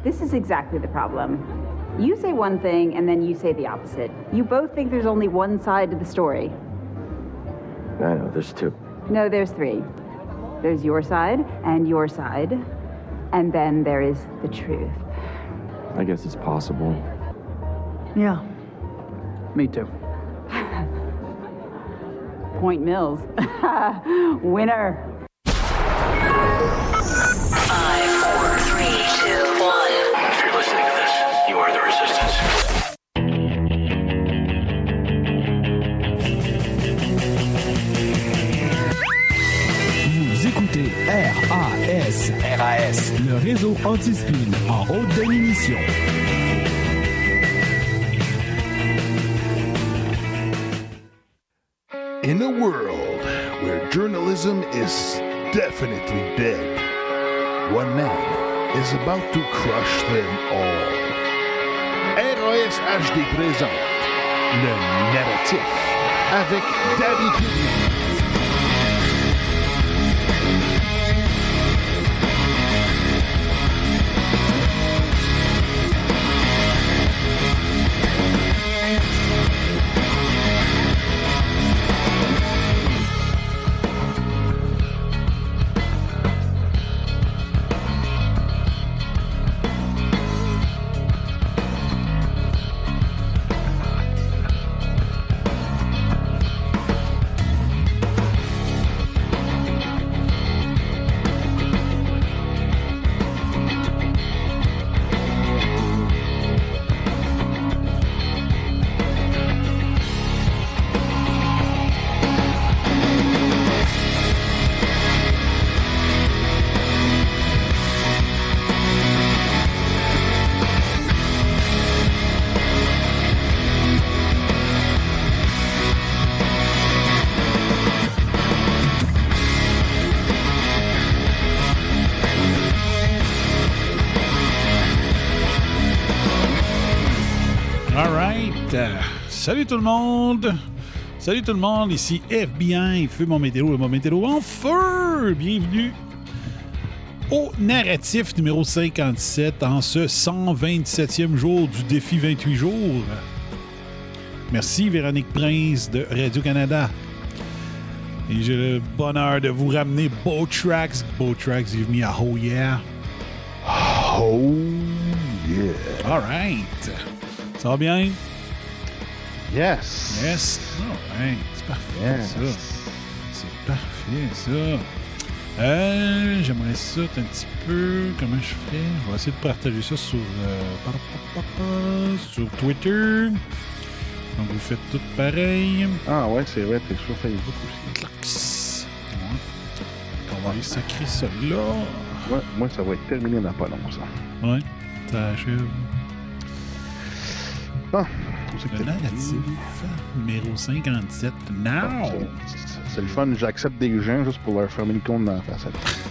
This is exactly the problem. You say one thing, and then you say the opposite. You both think there's only one side to the story. I know, there's two. No, there's three. There's your side, and then there is the truth. I guess it's possible. Yeah. Me too. Point Mills. Winner. 5, 4, 3, 2, 1. If you're listening to this, you are the resistance. Vous écoutez RAS. RAS. Le réseau anti-spin en haute définition. In a world where journalism is definitely dead, one man is about to crush them all. RAS HD présente le narratif avec Daddy Kidney. Salut tout le monde! Salut tout le monde, ici FBI, Feu mon météo en feu! Bienvenue au narratif numéro 57 en ce 127e jour du défi 28 jours. Merci Véronique Prince de Radio-Canada. Et j'ai le bonheur de vous ramener Beau Tracks. Beau Tracks give me a oh yeah. Oh yeah. All right. Ça va bien? Yes. Yes. All right. C'est parfait, yes. Ça. C'est parfait, ça. J'aimerais ça un petit peu. Comment je ferais? On va essayer de partager ça sur Twitter. Donc, vous faites tout pareil. Ah ouais, c'est vrai, t'es sur Facebook aussi. Clax. Ouais. On va aller sacrer ça là. Ouais, moi, ça va être terminé dans pas long, ça. Ouais, ça achève. Bon. Le narratif numéro 57. Now! C'est le fun, j'accepte des gens juste pour leur fermer le compte dans la face.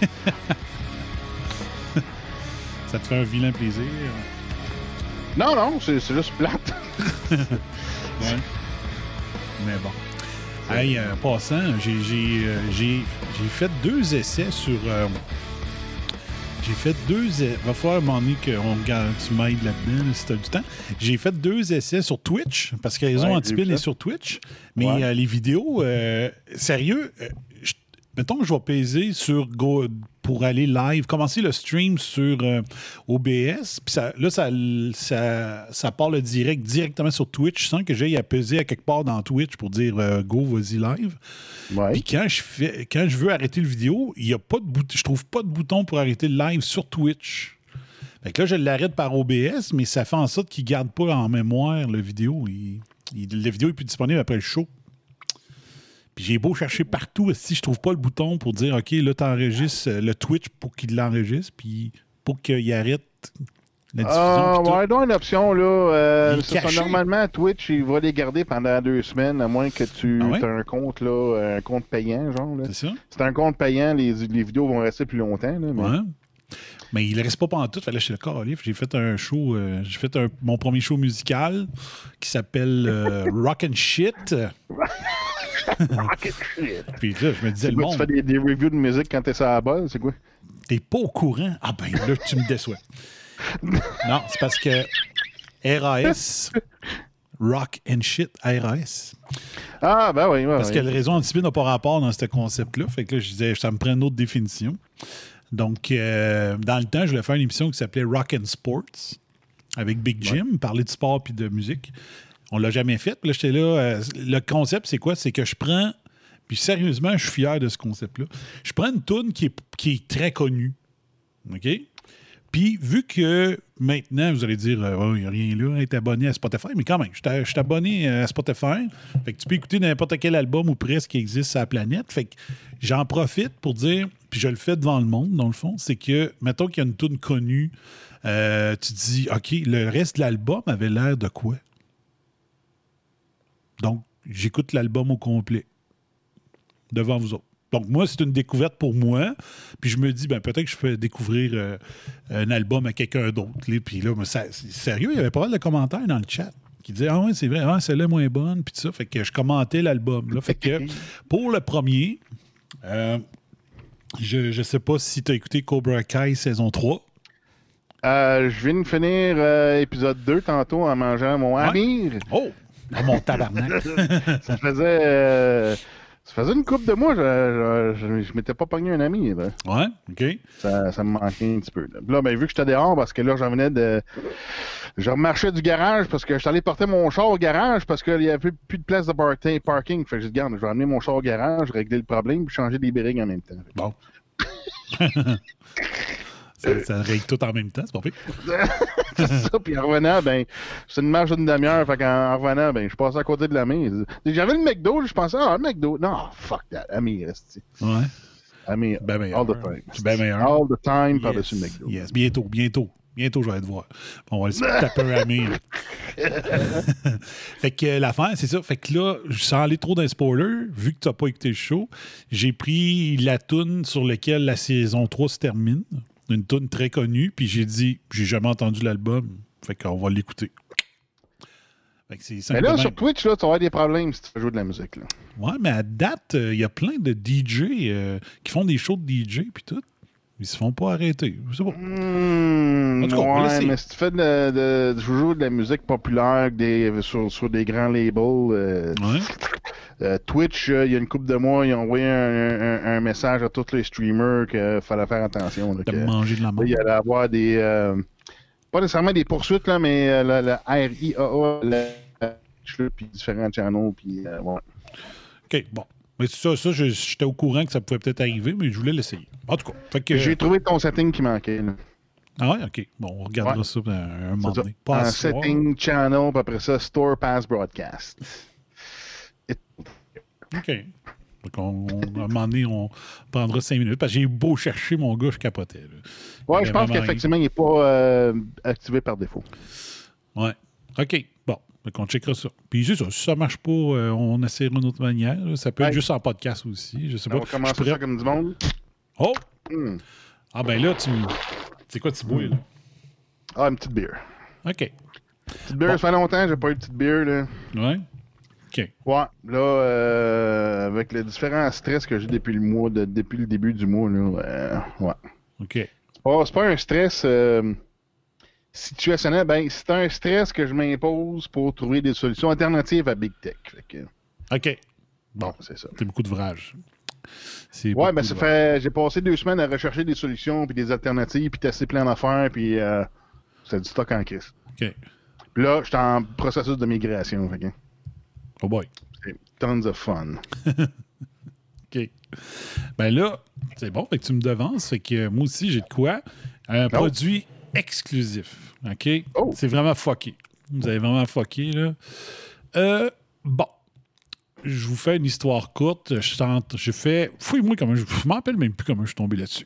Ça te fait un vilain plaisir? Non, c'est juste plate. Ouais. Mais bon. Hey, passant, j'ai fait 2 essais sur... J'ai fait 2 essais. Va falloir un moment donné que tu m'aides là-dedans, là, si tu as du temps. J'ai fait 2 essais sur Twitch, parce que Raison Anti-Spin est sur Twitch. Mais les vidéos, sérieux, mettons que je vais peser sur Go pour aller live, commencer le stream sur OBS. Puis ça part le directement sur Twitch sans que j'aille à peser à quelque part dans Twitch pour dire go, vas-y live. Ouais. Puis quand je veux arrêter le vidéo, il y a pas de je trouve pas de bouton pour arrêter le live sur Twitch. Fait que là, je l'arrête par OBS, mais ça fait en sorte qu'il ne garde pas en mémoire la vidéo. La vidéo n'est plus disponible après le show. Puis j'ai beau chercher partout, si je trouve pas le bouton pour dire OK, là, t'enregistres le Twitch pour qu'il l'enregistre, puis pour qu'il arrête la diffusion. Ouais, donc une option, là. Normalement, Twitch, il va les garder pendant 2 semaines, à moins que tu aies un compte, là, un compte payant, genre. Là. C'est ça. C'est un compte payant, les vidéos vont rester plus longtemps. Là, mais... Ouais. Mais il ne reste pas pantoute. Fallait chez le corps livre. J'ai fait un show. J'ai fait mon premier show musical qui s'appelle Rock and Shit. Rock and Shit. Puis là, je me disais, le monde. Tu fais des reviews de musique quand t'es sur la balle, c'est quoi? T'es pas au courant? Ah ben là, tu me déçois. Non, c'est parce que RAS, Rock and Shit, RAS. Ah, ben oui. Parce que le réseau anticipé n'a pas rapport dans ce concept-là. Fait que là, je disais, ça me prend une autre définition. Donc, dans le temps, je voulais faire une émission qui s'appelait Rock and Sports avec Big Jim, parler de sport puis de musique. On l'a jamais fait. Puis là, j'étais là. Le concept, c'est quoi? C'est que je prends... Puis sérieusement, je suis fier de ce concept-là. Je prends une toune qui est très connue. OK? Puis, vu que maintenant, vous allez dire, il n'y a rien là, être abonné à Spotify, mais quand même, je suis abonné à Spotify. Fait que tu peux écouter n'importe quel album ou presque qui existe sur la planète. Fait que j'en profite pour dire, puis je le fais devant le monde, dans le fond, c'est que, mettons qu'il y a une toune connue, tu te dis, OK, le reste de l'album avait l'air de quoi? Donc, j'écoute l'album au complet devant vous autres. Donc, moi, c'est une découverte pour moi. Puis je me dis, peut-être que je peux découvrir un album à quelqu'un d'autre. Puis là, c'est sérieux, il y avait pas mal de commentaires dans le chat qui disaient, ah oui, c'est vrai, celle-là est moins bonne, puis tout ça. Fait que je commentais l'album. Là. Fait que pour le premier, je sais pas si tu as écouté Cobra Kai saison 3. Je viens de finir épisode 2 tantôt en mangeant mon Amir. Oh! Mon tabarnak! Ça faisait une couple de mois, je m'étais pas pogné un ami. Là. Ouais, OK. Ça me manquait un petit peu. Là, vu que j'étais dehors, parce que là, j'en venais de... Je remarchais du garage parce que je suis allé porter mon char au garage parce qu'il n'y avait plus de place de parking. Fait que je dis, regarde, je vais amener mon char au garage, régler le problème puis changer des briques en même temps. Bon. Ça règle tout en même temps, c'est pas pire. C'est ça, puis en revenant, c'est une marche d'une demi-heure, fait qu'en revenant, je passais à côté de la main. J'avais le McDo, je pensais, le McDo. Non, fuck that, Amir, resti. Ouais. Amir, ben meilleur. all the time. C'est bien meilleur. All the time par-dessus le McDo. Yes, bientôt, je vais te voir. On va aller se taper un Amir. Fait que l'affaire, c'est ça. Fait que là, sans aller trop dans les spoilers, vu que tu n'as pas écouté le show, j'ai pris la toune sur laquelle la saison 3 se termine. Une toune très connue, puis j'ai dit, j'ai jamais entendu l'album, fait qu'on va l'écouter. Fait que c'est mais là, sur Twitch, là, tu vas avoir des problèmes si tu veux jouer de la musique. Là. Ouais, mais à date, il y a plein de DJ qui font des shows de DJ, puis tout. Ils se font pas arrêter. Je sais pas. En tout cas, mais si tu fais de jouer de la musique populaire sur des grands labels, Twitch, il y a une couple de mois, ils ont envoyé un message à tous les streamers qu'il fallait faire attention. Là, manger de la mort. Il allait avoir des... pas nécessairement des poursuites, là, mais la RIAA, puis différents channels, puis ouais. OK, bon. Mais ça, j'étais au courant que ça pouvait peut-être arriver, mais je voulais l'essayer. En tout cas. Fait que, j'ai trouvé ton setting qui manquait. Là. Ah ouais, OK. Bon, on regardera ça un moment donné. Un setting channel, puis après ça, Store Pass Broadcast. OK. Donc, à un moment donné, on prendra 5 minutes. Parce que j'ai beau chercher, mon gars, je capotais. Là. Ouais, je pense qu'effectivement, il n'est pas activé par défaut. Ouais. OK. Bon. Donc, on checkera ça. Puis, c'est ça. Si ça ne marche pas, on essaiera d'une autre manière. Ça peut être juste en podcast aussi. Je sais pas. On va commencer ça comme du monde. Oh! Ah, ben là, c'est quoi tu bois, là? Ah, une petite bière. OK. Petite bière, ça fait longtemps que j'ai pas eu de petite bière, là. Ouais? OK. Ouais. Là, avec les différents stress que j'ai depuis le début du mois, là, ouais. OK. C'est pas un stress... situationnel, c'est un stress que je m'impose pour trouver des solutions alternatives à Big Tech. OK. Bon, c'est ça. C'est beaucoup de vrage. Ouais, j'ai passé 2 semaines à rechercher des solutions, puis des alternatives, puis tester plein d'affaires, puis c'est du stock en crise. OK. Puis là, je suis en processus de migration. Oh boy. C'est tons of fun. OK. Ben là, c'est bon, fait que tu me devances, fait que moi aussi, j'ai de quoi. Un produit exclusif. OK? Oh. C'est vraiment fucké. Vous avez vraiment fucké, là. Bon. Je vous fais une histoire courte. Je fais... Fouille-moi comment... Je m'en rappelle même plus comment je suis tombé là-dessus.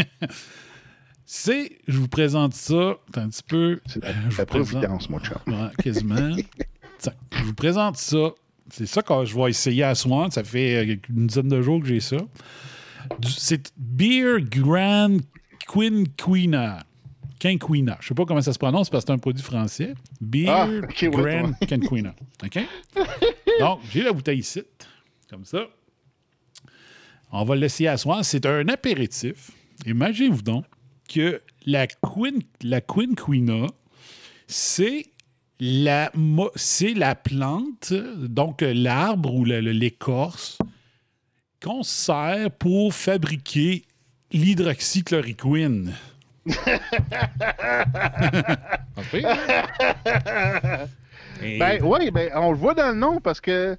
Je vous présente ça un petit peu... C'est la providence, mon chum. Ouais, quasiment. Tiens, je vous présente ça. C'est ça que je vais essayer à soir. Ça fait une dizaine de jours que j'ai ça. C'est Beer Grand Quinquina. Quinquina. Je ne sais pas comment ça se prononce parce que c'est un produit français. Beer Grand Quinquina. OK? Donc, j'ai la bouteille ici. Comme ça. On va l'essayer à soir. C'est un apéritif. Imaginez-vous donc que la quinquina, c'est la plante, donc l'arbre ou l'écorce, qu'on sert pour fabriquer l'hydroxychloroquine. Ben oui, ben on le voit dans le nom parce que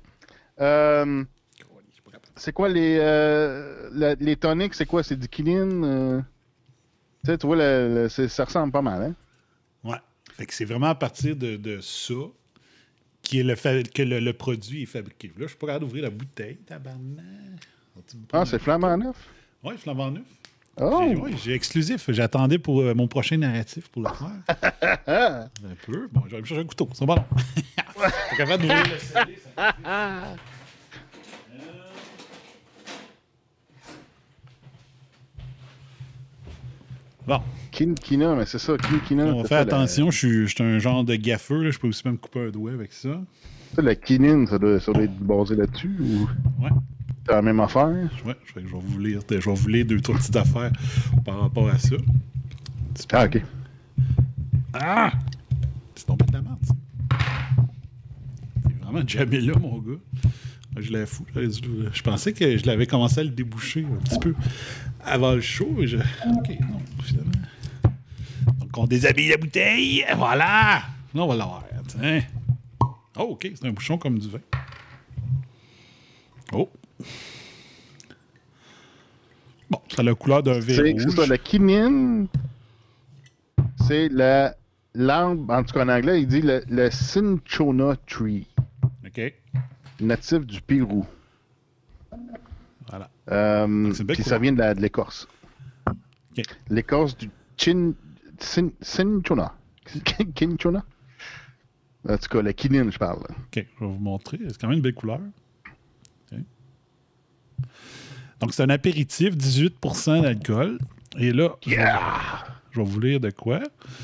c'est quoi les toniques, c'est quoi? C'est du quinine? Tu vois, ça ressemble pas mal, hein? Ouais. Fait que c'est vraiment à partir de ça qui est que le produit est fabriqué. Là, je suis pas capable d'ouvrir la bouteille, tabarnak. Ah, c'est flambant neuf? Oui, flambant neuf. Oh! J'ai exclusif. J'attendais pour mon prochain narratif pour le faire. Un peu. Bon, je vais me chercher un couteau. C'est bon. T'es capable d'ouvrir le CD, ça. Bon. Quinquina, mais c'est ça, quinquina. On va faire attention, je suis un genre de gaffeur. Là. Je peux aussi même couper un doigt avec ça. Ça, la quinine, ça doit être basé là-dessus? Ou... Ouais. C'est la même affaire? Ouais, je vais vous lire 2-3 petites affaires par rapport à ça. Ah, OK. Ah! C'est tombé de la merde, ça. C'est vraiment jamais là, mon gars. Je l'ai fou. Je pensais que je l'avais commencé à le déboucher un petit peu avant le show. OK, non, finalement. Donc, on déshabille la bouteille. Voilà! Là, on va l'avoir. Tiens. Oh, OK, c'est un bouchon comme du vin. Oh! Bon, ça a la couleur d'un verre rouge. C'est ça, la quinine, c'est l'arbre, en tout cas en anglais, il dit le cinchona tree. OK. Natif du Pérou. Voilà. Puis ça vient de l'écorce. OK. L'écorce du cinchona. Cinchona? En tout cas, la quinine, je parle. Là. OK, je vais vous montrer. C'est quand même une belle couleur. Okay. Donc, c'est un apéritif, 18% d'alcool. Et là, je vais vous lire de quoi.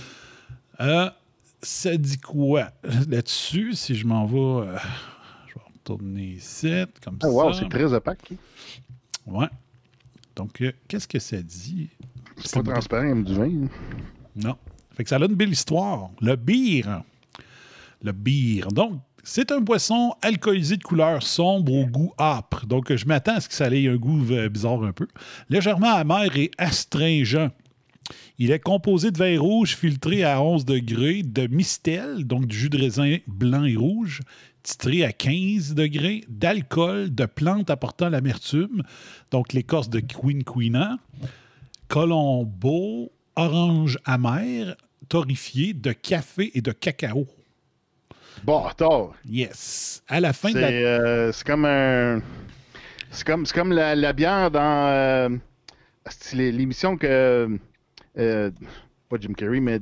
Ça dit quoi? Là-dessus, si je m'en vais... je vais retourner ici, comme ça. Wow, c'est très opaque. Ouais. Donc, qu'est-ce que ça dit? C'est pas transparent comme du vin. Non. Fait que ça a une belle histoire. Le beer. Le beer. Donc, c'est un boisson alcoolisé de couleur sombre au goût âpre. Donc, je m'attends à ce que ça ait un goût bizarre un peu. Légèrement amer et astringent. Il est composé de vin rouge filtré à 11 degrés, de mistel, donc du jus de raisin blanc et rouge, titré à 15 degrés, d'alcool, de plantes apportant l'amertume, donc l'écorce de quinquina, colombo, orange amer, torréfié, de café et de cacao. Bâtard! Yes. À la fin de la... c'est comme un... C'est comme la bière dans... l'émission que... pas Jim Carrey, mais...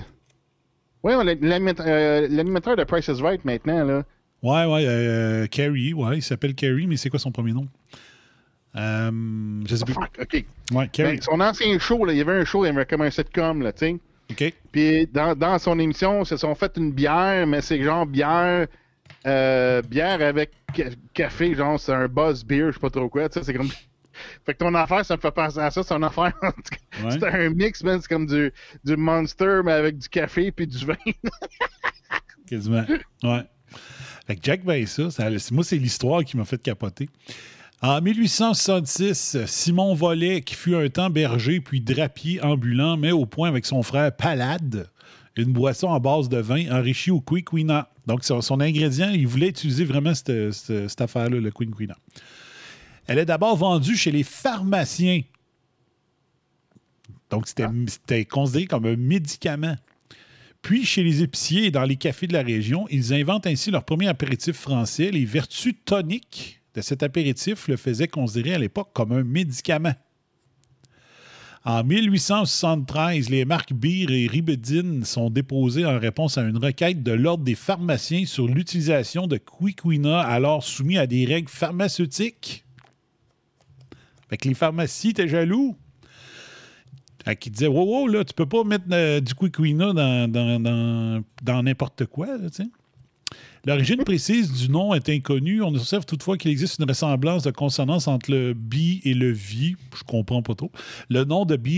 l'animateur de Price is Right maintenant, là. Ouais, Carrey, ouais, il s'appelle Carrey, mais c'est quoi son premier nom? Je sais plus. OK. Ouais, Carrey. Ben, son ancien show, là, il y avait un show, il y avait comme un sitcom, là, tu sais. OK. Puis dans son émission, ils se sont fait une bière, mais c'est genre bière avec café, genre c'est un buzz beer, je sais pas trop quoi, tu sais, c'est comme... Fait que ton affaire, ça me fait penser à ça, c'est une affaire, ouais. C'est un mix, man, c'est comme du Monster, mais avec du café puis du vin. Quasiment, ouais. Fait que Jack ben ça, moi, c'est l'histoire qui m'a fait capoter. En 1866, Simon Vollet, qui fut un temps berger puis drapier ambulant, met au point avec son frère Palade une boisson à base de vin enrichie au quinquina. Donc, son ingrédient, il voulait utiliser vraiment cette affaire-là, le quinquina. Elle est d'abord vendue chez les pharmaciens. Donc, c'était considéré comme un médicament. Puis, chez les épiciers et dans les cafés de la région, ils inventent ainsi leur premier apéritif français. Les vertus toniques de cet apéritif le faisaient considérer à l'époque comme un médicament. En 1873, les marques Beer et Ribedine sont déposées en réponse à une requête de l'Ordre des pharmaciens sur l'utilisation de quinquina, alors soumis à des règles pharmaceutiques. Fait que les pharmacies étaient jaloux. Qui disaient, wow, là, tu peux pas mettre du quinquina dans n'importe quoi, là, tu sais. L'origine précise du nom est inconnue. On observe toutefois qu'il existe une ressemblance de consonance entre le bi et le vi. Je comprends pas trop. Le nom de beer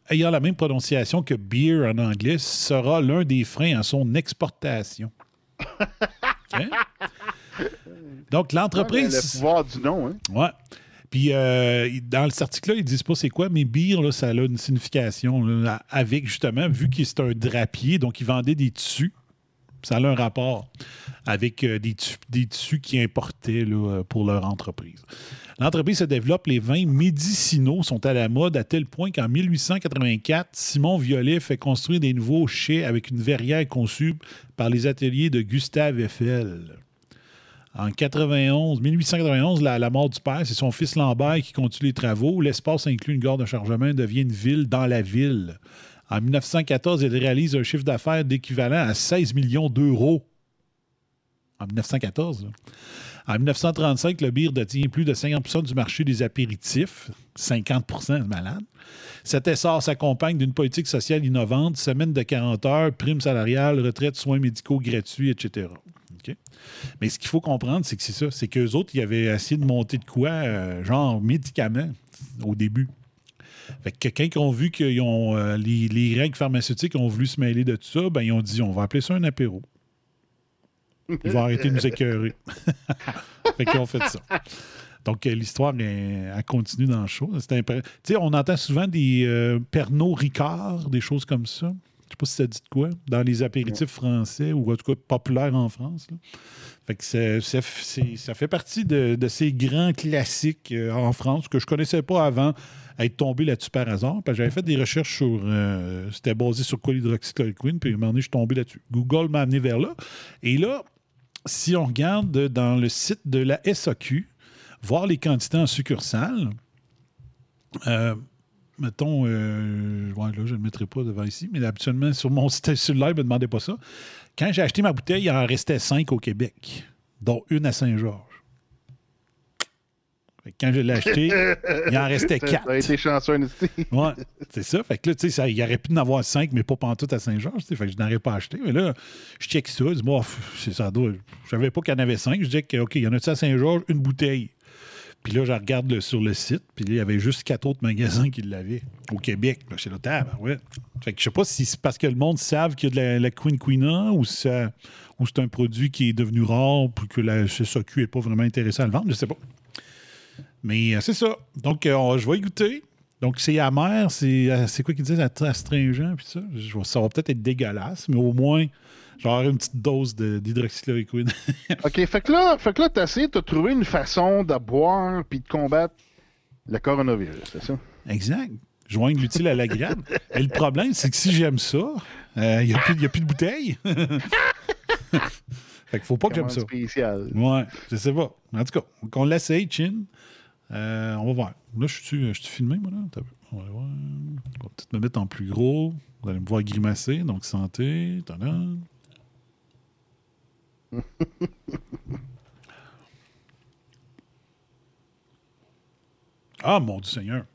ayant la même prononciation que beer en anglais sera l'un des freins à son exportation. Hein? Donc, l'entreprise... Le pouvoir du nom, hein? Ouais. Puis, dans cet article-là, ils disent pas c'est quoi, mais beer, là, ça a une signification là, avec, justement, vu que c'est un drapier, donc ils vendaient des tissus. Ça a un rapport avec des tissus qu'ils importaient là, pour leur entreprise. L'entreprise se développe, les vins médicinaux sont à la mode à tel point qu'en 1884, Simon Violet fait construire des nouveaux chais avec une verrière conçue par les ateliers de Gustave Eiffel. En 1891, la mort du père, c'est son fils Lambert qui continue les travaux. L'espace inclut une gare de chargement, devient une ville dans la ville. En 1914, il réalise un chiffre d'affaires d'équivalent à 16 millions d'euros. En 1914. Là. En 1935, le beer détient plus de 50% du marché des apéritifs. 50%, c'est malade. Cet essor s'accompagne d'une politique sociale innovante, semaine de 40 heures, prime salariale, retraite, soins médicaux gratuits, etc. Okay? Mais ce qu'il faut comprendre, c'est que c'est ça. C'est qu'eux autres, ils avaient essayé de monter de quoi? Genre médicaments au début. Fait que quand ils ont vu que les règles pharmaceutiques ont voulu se mêler de tout ça, ben ils ont dit on va appeler ça un apéro. Ils vont arrêter de nous écœurer. Fait qu'ils ont fait ça. Donc, l'histoire, elle continue dans le show. Tu sais, on entend souvent des Pernod Ricard, des choses comme ça. Je sais pas si ça dit de quoi. Dans les apéritifs français, ou en tout cas populaires en France. Là. Fait que ça fait partie de ces grands classiques en France que je connaissais pas avant être tombé là-dessus par hasard. Parce que j'avais fait des recherches sur... c'était basé sur quoi l'hydroxychloroquine, puis à un moment donné, je suis tombé là-dessus. Google m'a amené vers là. Et là, si on regarde dans le site de la SAQ, voir les quantités en succursale, mettons, là, je ne le mettrai pas devant ici, mais habituellement, sur mon site cellulaire, il ne me demandait pas ça. Quand j'ai acheté ma bouteille, il en restait 5 au Québec, dont une à Saint-Georges. Quand je l'ai acheté, il en restait 4. Ça a été chanceux, ouais, c'est ça. Fait que là, tu sais, il aurait pu en avoir 5, mais pas pantoute à Saint-Georges. Fait que je n'aurais pas acheté. Mais là, je check ça. Je dis, bon, ça doit. Je savais pas qu'il y en avait 5. Je dis, OK, il y en a-tu à Saint-Georges? Une bouteille. Puis là, je regarde sur le site. Puis là, il y avait juste 4 autres magasins qui l'avaient au Québec. Là, chez l'hôtel, ouais. Fait que je sais pas si c'est parce que le monde savent qu'il y a de la Queen ou c'est un produit qui est devenu rare puis que la SAQ n'est pas vraiment intéressée à le vendre. Je sais pas. Mais c'est ça. Donc, je vais y goûter. Donc, c'est amer. C'est quoi qu'ils disent? Astringent, puis ça. Ça va peut-être être dégueulasse, mais au moins, j'aurai une petite dose d'hydroxychloroquine. OK. Fait que là, tu as essayé de trouver une façon de boire puis de combattre le coronavirus, c'est ça? Exact. Joindre l'utile à l'agréable. Et le problème, c'est que si j'aime ça, il n'y a plus de bouteille. Fait qu'il faut pas que j'aime ça. Spécial. Ouais, je sais pas. En tout cas, qu'on l'essaye, Chin. On va voir. Là, je suis filmé, moi, là. On va voir. On va peut-être me mettre en plus gros. Vous allez me voir grimacer. Donc, santé. Tadam. Ah, mon Dieu Seigneur.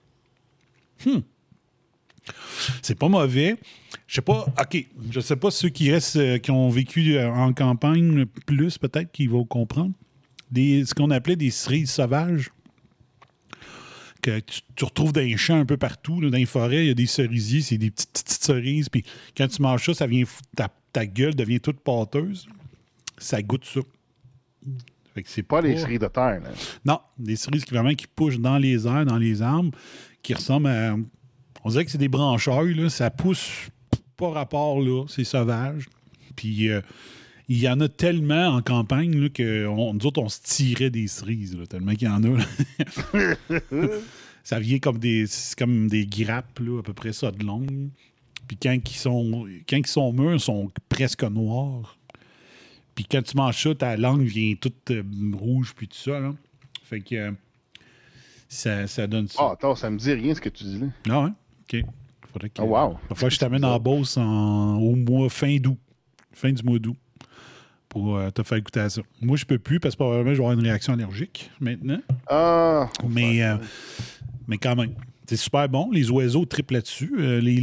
C'est pas mauvais. Je sais pas. OK. Je sais pas ceux qui restent, qui ont vécu en campagne plus, peut-être, qui vont comprendre. Ce qu'on appelait des cerises sauvages. Que tu retrouves dans les champs un peu partout. Là, dans les forêts, il y a des cerisiers, c'est des petites cerises. Puis quand tu manges ça vient ta gueule devient toute pâteuse. Ça goûte ça. Fait que c'est pas les cerises de terre, là. Non, des cerises qui poussent dans les airs, dans les arbres, qui ressemblent à... On dirait que c'est des brancheuils, là. Ça pousse pas rapport, là. C'est sauvage. Puis il y en a tellement en campagne là, que nous autres, on se tirait des cerises, là, tellement qu'il y en a. Là. Ça vient comme des grappes, là, à peu près ça de longue. Puis quand ils sont mûrs, ils sont presque noirs. Puis quand tu manges ça, ta langue vient toute rouge, puis tout ça. Là. Fait que ça donne ça. Ah, attends, ça me dit rien ce que tu dis là. Ah ouais? OK. Faudrait que, wow. que je t'amène en Beauce au mois fin d'août. Fin du mois d'août. Pour te faire goûter à ça. Moi, je peux plus parce que probablement je vais avoir une réaction allergique maintenant. Ah! Mais quand même. C'est super bon. Les oiseaux trippent là-dessus.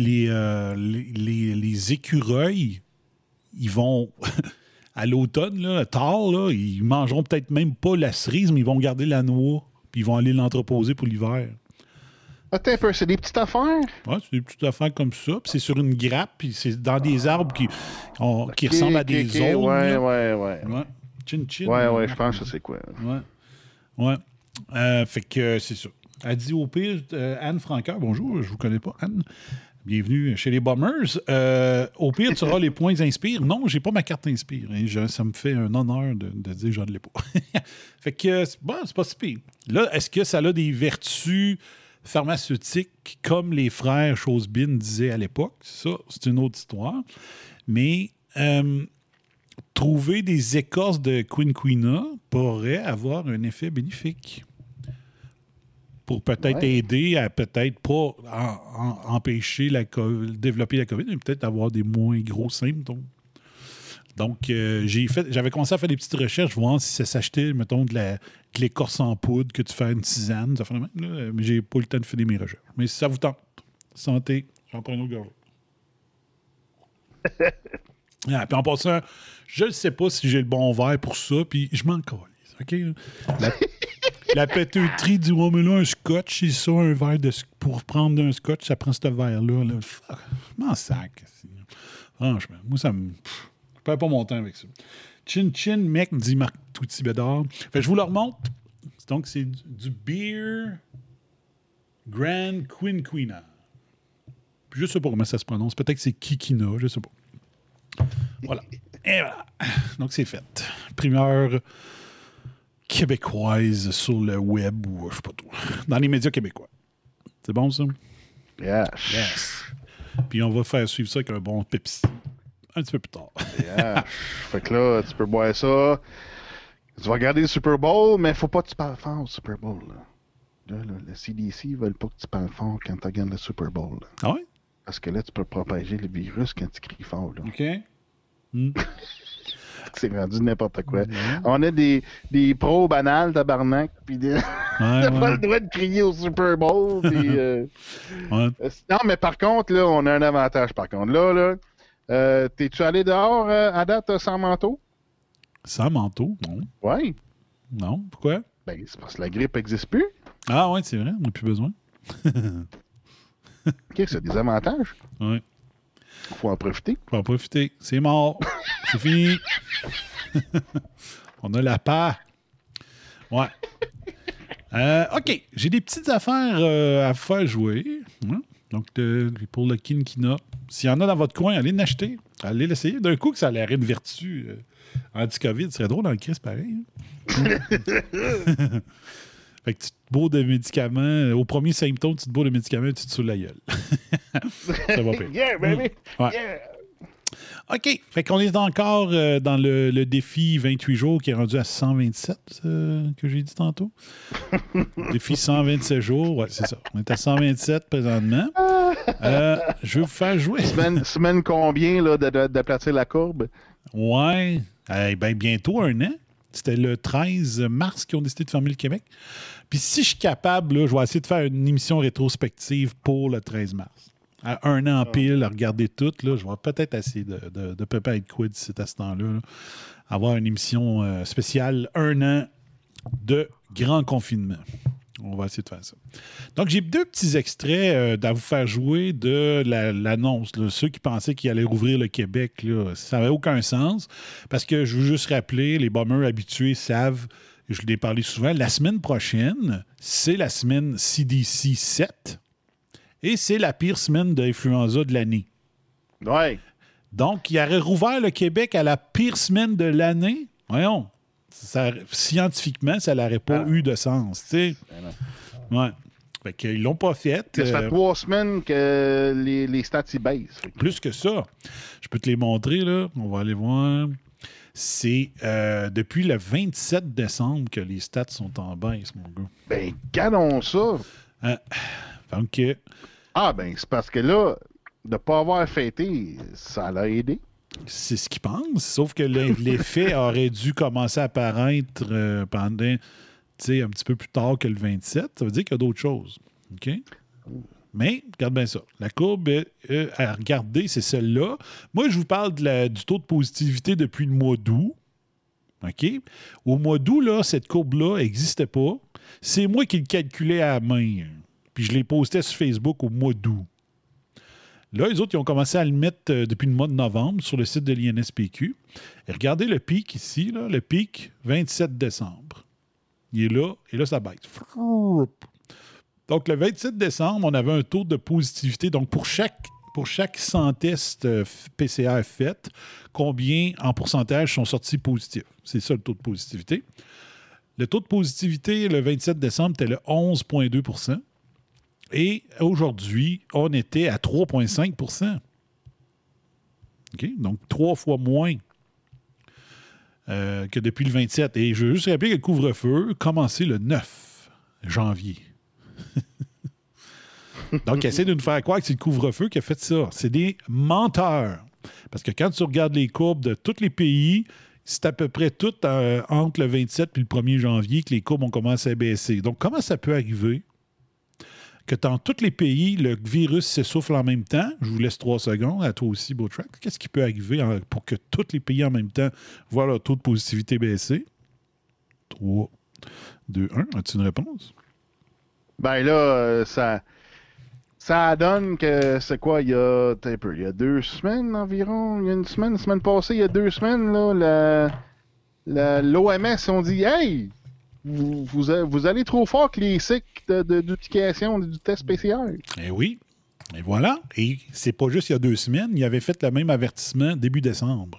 Les écureuils, ils vont... à l'automne, là, tard, là, ils mangeront peut-être même pas la cerise, mais ils vont garder la noix, puis ils vont aller l'entreposer pour l'hiver. Attends un peu, c'est des petites affaires? Ouais, c'est des petites affaires comme ça. Puis c'est sur une grappe, puis c'est dans des arbres qui ressemblent à des zones. Ouais. Ouais. Chin-chin. Ouais, je pense que c'est quoi. Ouais. Fait que c'est ça. Elle dit au pire, Anne Franqueur, bonjour, je vous connais pas, Anne. Bienvenue chez les Bombers. Au pire, tu auras les points Inspire. Non, j'ai pas ma carte Inspire. Hein. Ça me fait un honneur de dire que je ne l'ai pas. Fait que, bon, c'est pas si pire. Là, est-ce que ça a des vertus pharmaceutiques comme les frères Chosebin disaient à l'époque? Ça, c'est une autre histoire. Mais trouver des écorces de quinquina pourrait avoir un effet bénéfique. Pour peut-être aider à peut-être pas empêcher développer la COVID, mais peut-être avoir des moins gros symptômes. Donc, j'avais commencé à faire des petites recherches, voir si ça s'achetait, mettons, de l'écorce en poudre, que tu fais une tisane, ça fait le même, là, mais j'ai pas eu le temps de finir mes recherches. Mais si ça vous tente, santé, j'en prends une autre gorgée. Puis en passant, je ne sais pas si j'ai le bon verre pour ça, puis je m'en calisse, OK? La péteuterie dit, ouais, mais là, un scotch, c'est ça, un verre pour prendre un scotch, ça prend ce verre-là. Là. Fuck, je m'en sac. Franchement, moi, ça me... Je perds pas mon temps avec ça. Chin-chin, mec, dit Marc Touti Bédard. Fait que je vous le remonte. Donc, c'est du Beer Grand Quinquina. Je sais pas comment ça se prononce. Peut-être que c'est Kikina, je sais pas. Voilà. Et voilà. Donc, c'est fait. Primeur québécoise sur le web ou je sais pas trop. Dans les médias québécois. C'est bon, ça? Yes. Puis on va faire suivre ça avec un bon Pepsi. Un petit peu plus tard. Yes. Fait que là, tu peux boire ça. Tu vas regarder le Super Bowl, mais faut pas que tu parles fort au Super Bowl. Là, le CDC, ils veulent pas que tu parles fort quand tu regardes le Super Bowl. Là. Ah oui? Parce que là, tu peux propager le virus quand tu cries fort. Là. OK. C'est rendu n'importe quoi. On a des pros banals, tabarnak, puis on n'a pas le droit de crier au Super Bowl. Puis, non, mais par contre, là, on a un avantage. Par contre, là, t'es-tu allé dehors à date sans manteau? Sans manteau? Non. Oui. Non, pourquoi? Ben, c'est parce que la grippe n'existe plus. Ah oui, c'est vrai, on n'a plus besoin. OK, c'est des avantages. Oui. Faut en profiter. Faut en profiter. C'est mort. C'est fini. On a la paix. Ouais. OK. J'ai des petites affaires à faire jouer. Donc, pour le quinquina. S'il y en a dans votre coin, allez l'acheter. Allez l'essayer. D'un coup, que ça a l'air une vertu anti-COVID. Ce serait drôle dans le crise pareil. Fait que tu te bourres de médicaments. Au premier symptôme, tu te bourres de médicaments et tu te saoules la gueule. Ça va pire. Yeah, baby! Ouais. Yeah! OK. Fait qu'on est encore dans le défi 28 jours qui est rendu à 127, que j'ai dit tantôt. Défi 127 jours. Ouais, c'est ça. On est à 127 présentement. Je vais vous faire jouer. Semaine combien là, d'aplatir la courbe? Ouais. Ben, bientôt 1 an. C'était le 13 mars qu'ils ont décidé de fermer le Québec. Puis si je suis capable, là, je vais essayer de faire une émission rétrospective pour le 13 mars. À 1 an en pile, à regarder tout, là, je vais peut-être essayer de préparer de quoi d'ici à ce temps-là. Là. Avoir une émission spéciale 1 an de grand confinement. On va essayer de faire ça. Donc, j'ai 2 petits extraits à vous faire jouer de l'annonce. Là. Ceux qui pensaient qu'il allait rouvrir le Québec, là, ça n'avait aucun sens. Parce que je veux juste rappeler, les bombers habitués savent, je l'ai parlé souvent, la semaine prochaine, c'est la semaine CDC 7 et c'est la pire semaine d'influenza de l'année. Ouais. Donc, il aurait rouvert le Québec à la pire semaine de l'année. Voyons. Scientifiquement, ça n'aurait pas eu de sens, tu sais. Ouais. Fait qu'ils l'ont pas fait. Ça fait 3 semaines que les stats y baissent. Plus que ça. Je peux te les montrer, là. On va aller voir. C'est depuis le 27 décembre que les stats sont en baisse, mon gars. Ben, gardons ça. Donc, ben, c'est parce que là, de ne pas avoir fêté, ça l'a aidé. C'est ce qu'ils pensent, sauf que l'effet aurait dû commencer à apparaître pendant, un petit peu plus tard que le 27. Ça veut dire qu'il y a d'autres choses. OK? Mais, regarde bien ça. La courbe à regarder, c'est celle-là. Moi, je vous parle du taux de positivité depuis le mois d'août. OK? Au mois d'août, là, cette courbe-là n'existait pas. C'est moi qui le calculais à la main. Puis je l'ai posté sur Facebook au mois d'août. Là, les autres, ils ont commencé à le mettre depuis le mois de novembre sur le site de l'INSPQ. Et regardez le pic ici, là, le pic 27 décembre. Il est là, et là, ça baisse. Donc, le 27 décembre, on avait un taux de positivité. Donc, pour chaque 100 tests PCR faits, combien en pourcentage sont sortis positifs? C'est ça, le taux de positivité. Le taux de positivité, le 27 décembre, était le 11,2 %. Et aujourd'hui, on était à 3,5 %. Okay? Donc, 3 fois moins que depuis le 27. Et je veux juste rappeler que le couvre-feu a commencé le 9 janvier. Donc, essaie de nous faire croire que c'est le couvre-feu qui a fait ça. C'est des menteurs. Parce que quand tu regardes les courbes de tous les pays, c'est à peu près tout entre le 27 et le 1er janvier que les courbes ont commencé à baisser. Donc, comment ça peut arriver que dans tous les pays, le virus s'essouffle en même temps? Je vous laisse 3 secondes, à toi aussi, Beautrack. Qu'est-ce qui peut arriver pour que tous les pays en même temps voient leur taux de positivité baisser? 3, 2, 1. As-tu une réponse? Ben là, ça donne que c'est quoi, il y a 2 semaines environ, il y a une semaine passée, il y a 2 semaines, là, l'OMS ont dit « Hey! Vous allez trop fort que les cycles d'utilisation du test PCR. » Eh oui. Et voilà. Et c'est pas juste il y a 2 semaines. Il avait fait le même avertissement début décembre.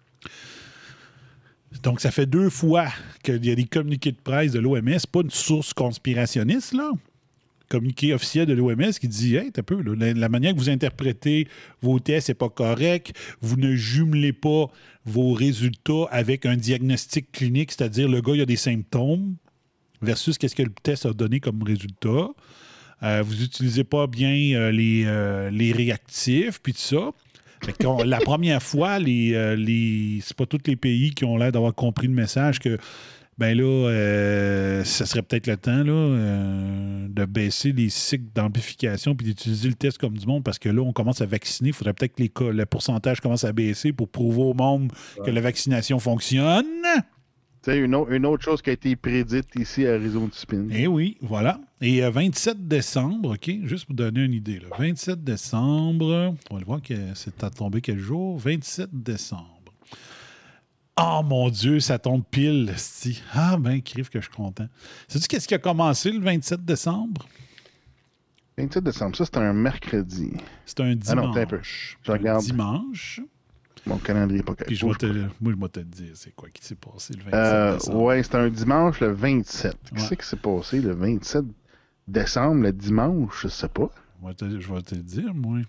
Donc, ça fait 2 fois qu'il y a des communiqués de presse de l'OMS, pas une source conspirationniste, là. Communiqué officiel de l'OMS qui dit « Hey, t'as peu, là, la manière que vous interprétez vos tests n'est pas correcte. Vous ne jumelez pas vos résultats avec un diagnostic clinique, c'est-à-dire le gars, il a des symptômes versus qu'est-ce que le test a donné comme résultat. Vous n'utilisez pas bien les réactifs, puis tout ça. » Fait que la première fois, c'est pas tous les pays qui ont l'air d'avoir compris le message que ben là, ça serait peut-être le temps là, de baisser les cycles d'amplification puis d'utiliser le test comme du monde parce que là, on commence à vacciner. Il faudrait peut-être que le pourcentage commence à baisser pour prouver au monde que la vaccination fonctionne. Tu sais, une autre chose qui a été prédite ici à Horizon du Spin. Eh oui, voilà. Et 27 décembre, OK, juste pour donner une idée. Là, 27 décembre, on va le voir que c'est tombé quel jour? 27 décembre. Oh mon Dieu, ça tombe pile, c'ti. Ah ben, crif que je suis content. Sais-tu qu'est-ce qui a commencé le 27 décembre? 27 décembre, ça c'est un mercredi. C'est un dimanche. Ah non, t'as un peu. Je regarde. Dimanche. Mon calendrier pas Puis moi, je vais te dire c'est quoi qui s'est passé le 27 décembre. Ouais, c'est un dimanche le 27. Qu'est-ce qui s'est passé le 27 décembre, le dimanche? Je sais pas. Je vais te dire, moi.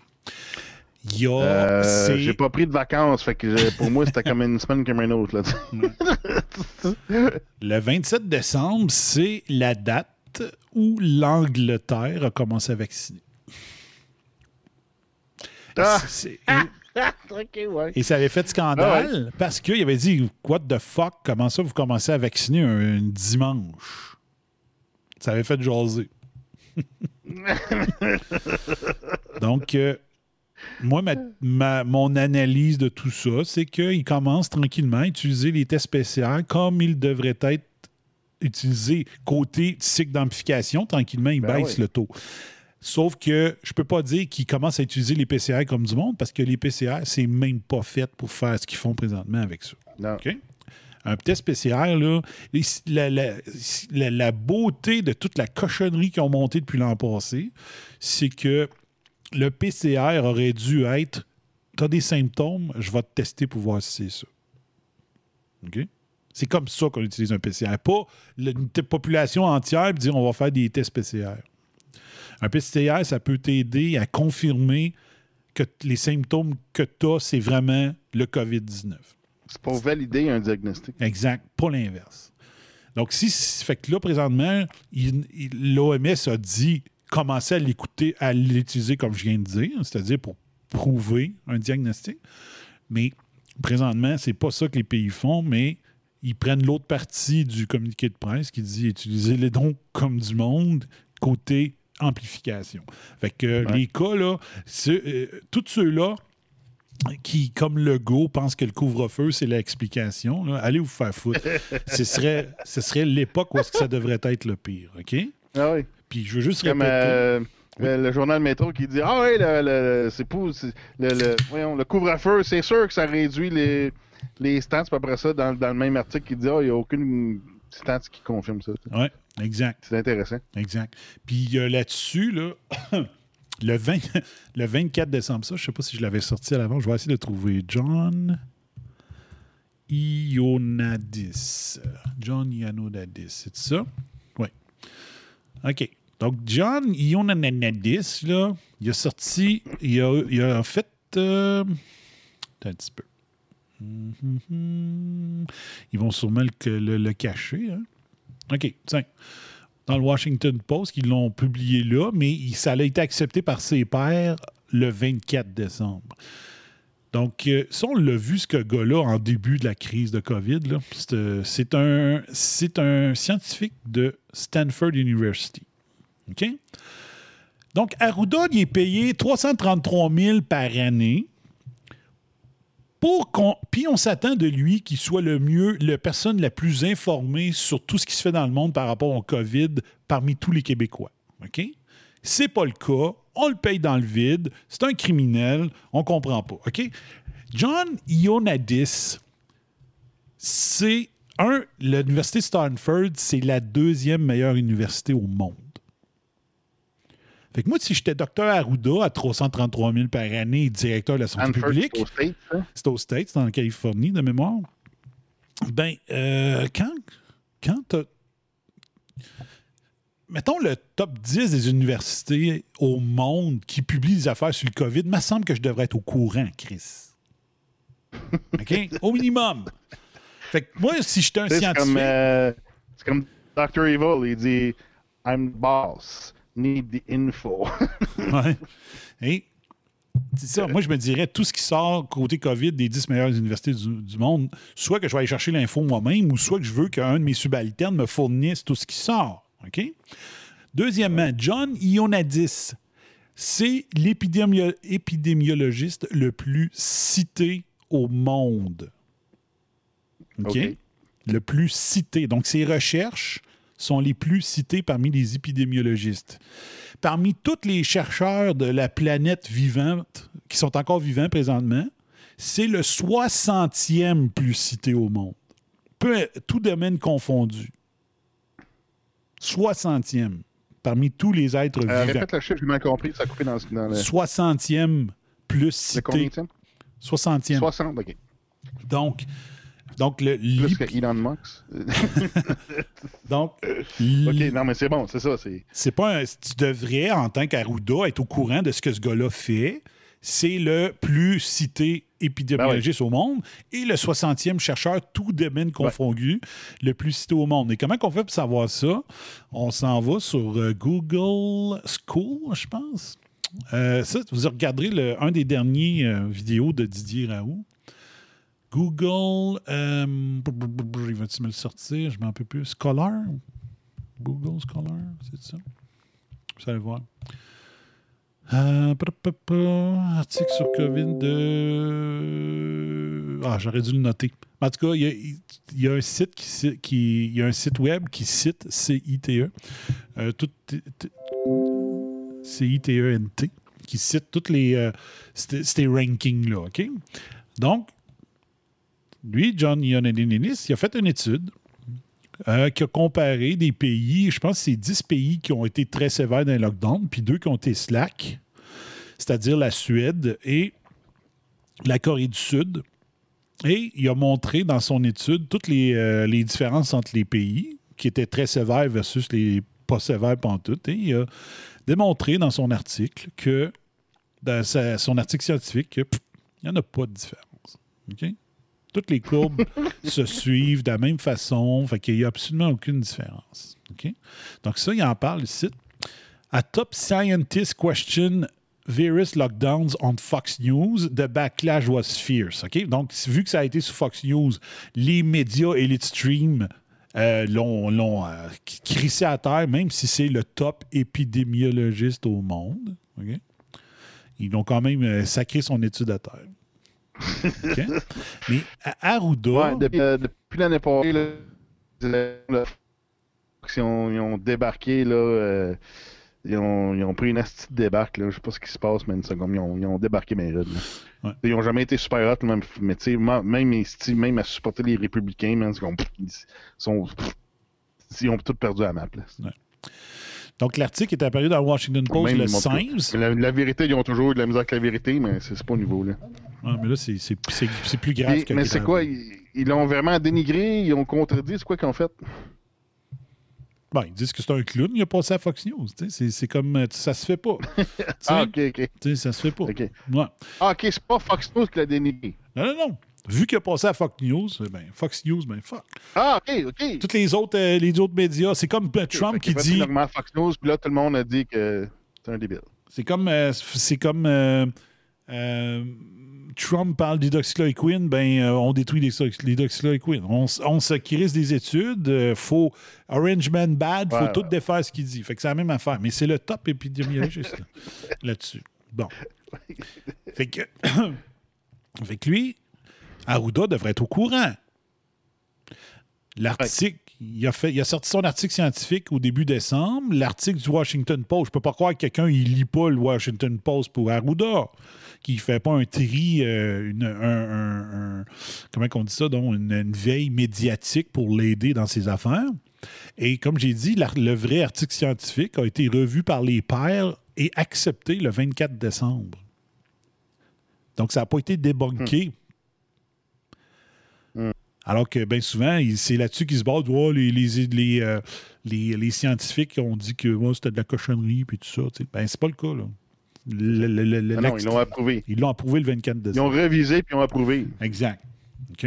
J'ai pas pris de vacances, fait que pour moi, c'était comme une semaine comme une autre. Là. Le 27 décembre, c'est la date où l'Angleterre a commencé à vacciner. Okay, ouais. Et ça avait fait scandale parce qu'il avait dit « What the fuck? Comment ça, vous commencez à vacciner un dimanche? » Ça avait fait jaser. Donc, moi, mon analyse de tout ça, c'est qu'il commence tranquillement à utiliser les tests PCR comme ils devraient être utilisés côté cycle d'amplification. Tranquillement, il baisse le taux. Sauf que je peux pas dire qu'ils commencent à utiliser les PCR comme du monde parce que les PCR, c'est même pas fait pour faire ce qu'ils font présentement avec ça. Non. Okay? Un test PCR, là, la beauté de toute la cochonnerie qu'ils ont montée depuis l'an passé, c'est que le PCR aurait dû être « T'as des symptômes, je vais te tester pour voir si c'est ça. » OK? C'est comme ça qu'on utilise un PCR. Pas une population entière et dire « On va faire des tests PCR. » Un PCR, ça peut t'aider à confirmer que les symptômes que tu as, c'est vraiment le COVID-19. C'est pour valider un diagnostic. Exact, pas l'inverse. Donc, fait que là, présentement, l'OMS a dit commencer à l'écouter, à l'utiliser comme je viens de dire, c'est-à-dire pour prouver un diagnostic. Mais présentement, c'est pas ça que les pays font, mais ils prennent l'autre partie du communiqué de presse qui dit utiliser les dons comme du monde côté amplification. Fait que les cas, là, tous ceux-là qui, comme Legault, pensent que le couvre-feu, c'est l'explication, là, allez vous faire foutre. Ce serait l'époque où est-ce que ça devrait être le pire, OK? Ah oui. Puis je veux juste Comme répéter. le journal Métro qui dit ah oui, le couvre-feu, c'est sûr que ça réduit les stats. Puis après ça, dans le même article, il dit il n'y a aucune stats qui confirme ça. Oui, exact. C'est intéressant. Exact. Puis là-dessus, là, le 24 décembre, ça, je ne sais pas si je l'avais sorti à l'avant, je vais essayer de trouver John Ioannidis. John Ioannidis, c'est ça? Oui. OK. Donc, John Ioannidis, là, il a sorti, il a fait... un petit peu. Ils vont sûrement le cacher. Hein? OK, tiens. Dans le Washington Post, ils l'ont publié là, mais ça a été accepté par ses pairs le 24 décembre. Donc, ça, on l'a vu, ce gars-là, en début de la crise de COVID. Là. C'est un scientifique de Stanford University. OK? Donc, Arruda, il est payé 333 000 par année. Puis on s'attend de lui qu'il soit la personne la plus informée sur tout ce qui se fait dans le monde par rapport au COVID parmi tous les Québécois. OK? C'est pas le cas. On le paye dans le vide. C'est un criminel. On comprend pas. OK? John Ioannidis, l'université Stanford, c'est la 2e meilleure université au monde. Fait que moi, si j'étais docteur Arruda à 333 000 par année et directeur de la santé publique, c'est aux States, c'est en Californie, de mémoire, ben, quand t'as... Mettons le top 10 des universités au monde qui publient des affaires sur le COVID, il me semble que je devrais être au courant, Chris. OK? Au minimum. Fait que moi, si j'étais un scientifique... C'est comme Dr. Evil, il dit « I'm boss ». Need the info. Ouais. Et c'est ça. Moi, je me dirais, tout ce qui sort côté COVID des 10 meilleures universités du monde, soit que je vais aller chercher l'info moi-même, ou soit que je veux qu'un de mes subalternes me fournisse tout ce qui sort. OK? Deuxièmement, John Ioannidis, c'est l'épidémiologiste le plus cité au monde. OK? Le plus cité. Donc, ses recherches sont les plus cités parmi les épidémiologistes. Parmi tous les chercheurs de la planète vivante, qui sont encore vivants présentement, c'est le 60e plus cité au monde. Tout domaine confondu. 60e parmi tous les êtres vivants. Répète le chiffre, j'ai mal compris, ça a coupé dans le... 60e plus cité. Le combien? 60e. 60, OK. Donc plus que Elon Musk. Donc, OK, non, mais c'est bon, c'est ça. C'est pas tu devrais, en tant qu'Arruda, être au courant de ce que ce gars-là fait. C'est le plus cité épidémiologiste au monde et le 60e chercheur, tout domaine confondu, le plus cité au monde. Et comment on fait pour savoir ça? On s'en va sur Google School, je pense. Ça, vous regarderez un des derniers vidéos de Didier Raoult. Google, il va-tu me le sortir? Je m'en peux plus. Scholar? Google Scholar, c'est ça? Vous allez voir. Article sur COVID de... j'aurais dû le noter. En tout cas, il y a un site il y a un site web qui cite CITE. CITENT, qui cite tous ces rankings-là, OK? Donc, lui, John Ioannidis, il a fait une étude qui a comparé des pays, je pense que c'est 10 pays qui ont été très sévères dans les lockdowns, puis 2 qui ont été slack, c'est-à-dire la Suède et la Corée du Sud. Et il a montré dans son étude toutes les différences entre les pays qui étaient très sévères versus les pas sévères pantoute. Et il a démontré dans son article dans son article scientifique, qu'il n'y en a pas de différence. OK? Toutes les courbes se suivent de la même façon, fait qu'il n'y a absolument aucune différence. Okay? Donc ça, il en parle ici. A top scientist question various lockdowns on Fox News, the backlash was fierce. Okay? Donc, vu que ça a été sur Fox News, les médias Elite Stream l'ont crissé à terre, même si c'est le top épidémiologiste au monde. Okay? Ils ont quand même sacré son étude à terre. Okay. Mais à Arruda... Ouais, depuis l'année passée, ils ont débarqué, là. Ils ont pris une astuce de débarque, là. Je sais pas ce qui se passe, mais une seconde. Ils ont débarqué mes rudes, là. Ouais. Ils n'ont jamais été super hot, même, mais tu sais, même à supporter les républicains, man, ils ont tout perdu à la map, là. Ouais. Donc, l'article est apparu dans le Washington Post Même, le 16. La vérité, ils ont toujours eu de la misère avec la vérité, mais c'est pas au niveau, là. Ah, mais là, c'est plus grave que mais c'est quoi? Ils l'ont vraiment dénigré? Ils ont contredit? C'est quoi qu'ils ont fait? Ben, ils disent que c'est un clown, il a passé à Fox News. C'est comme, ça se fait pas. Ah, OK. Ça se fait pas. OK. Ouais. Ah, OK, c'est pas Fox News qui l'a dénigré. Non. Vu qu'il a passé à Fox News, Fox News, fuck. Ah, OK. Tous les autres médias, c'est comme Trump qui dit... Fox News, puis là, tout le monde a dit que c'est un débile. C'est comme Trump parle d'hydroxychloroquine, on détruit l'hydroxychloroquine. On se crisse des études, faut Orange Man bad, faut tout défaire ce qu'il dit. Fait que c'est la même affaire, mais c'est le top épidémiologiste là-dessus. Bon. Fait que lui, Arruda devrait être au courant. L'article, il a sorti son article scientifique au début décembre. L'article du Washington Post, je peux pas croire que quelqu'un il lit pas le Washington Post pour Arruda, qui fait pas un tri, comment on dit ça, donc une veille médiatique pour l'aider dans ses affaires. Et comme j'ai dit, le vrai article scientifique a été revu par les pairs et accepté le 24 décembre. Donc, ça n'a pas été débunké. Alors que, bien souvent, c'est là-dessus qu'ils se basent. Oh, les scientifiques ont dit que c'était de la cochonnerie et tout ça. Ben, c'est pas le cas, là. Non, ils l'ont approuvé. Ils l'ont approuvé le 24 décembre. Ils ont révisé puis ils ont approuvé. Exact. OK?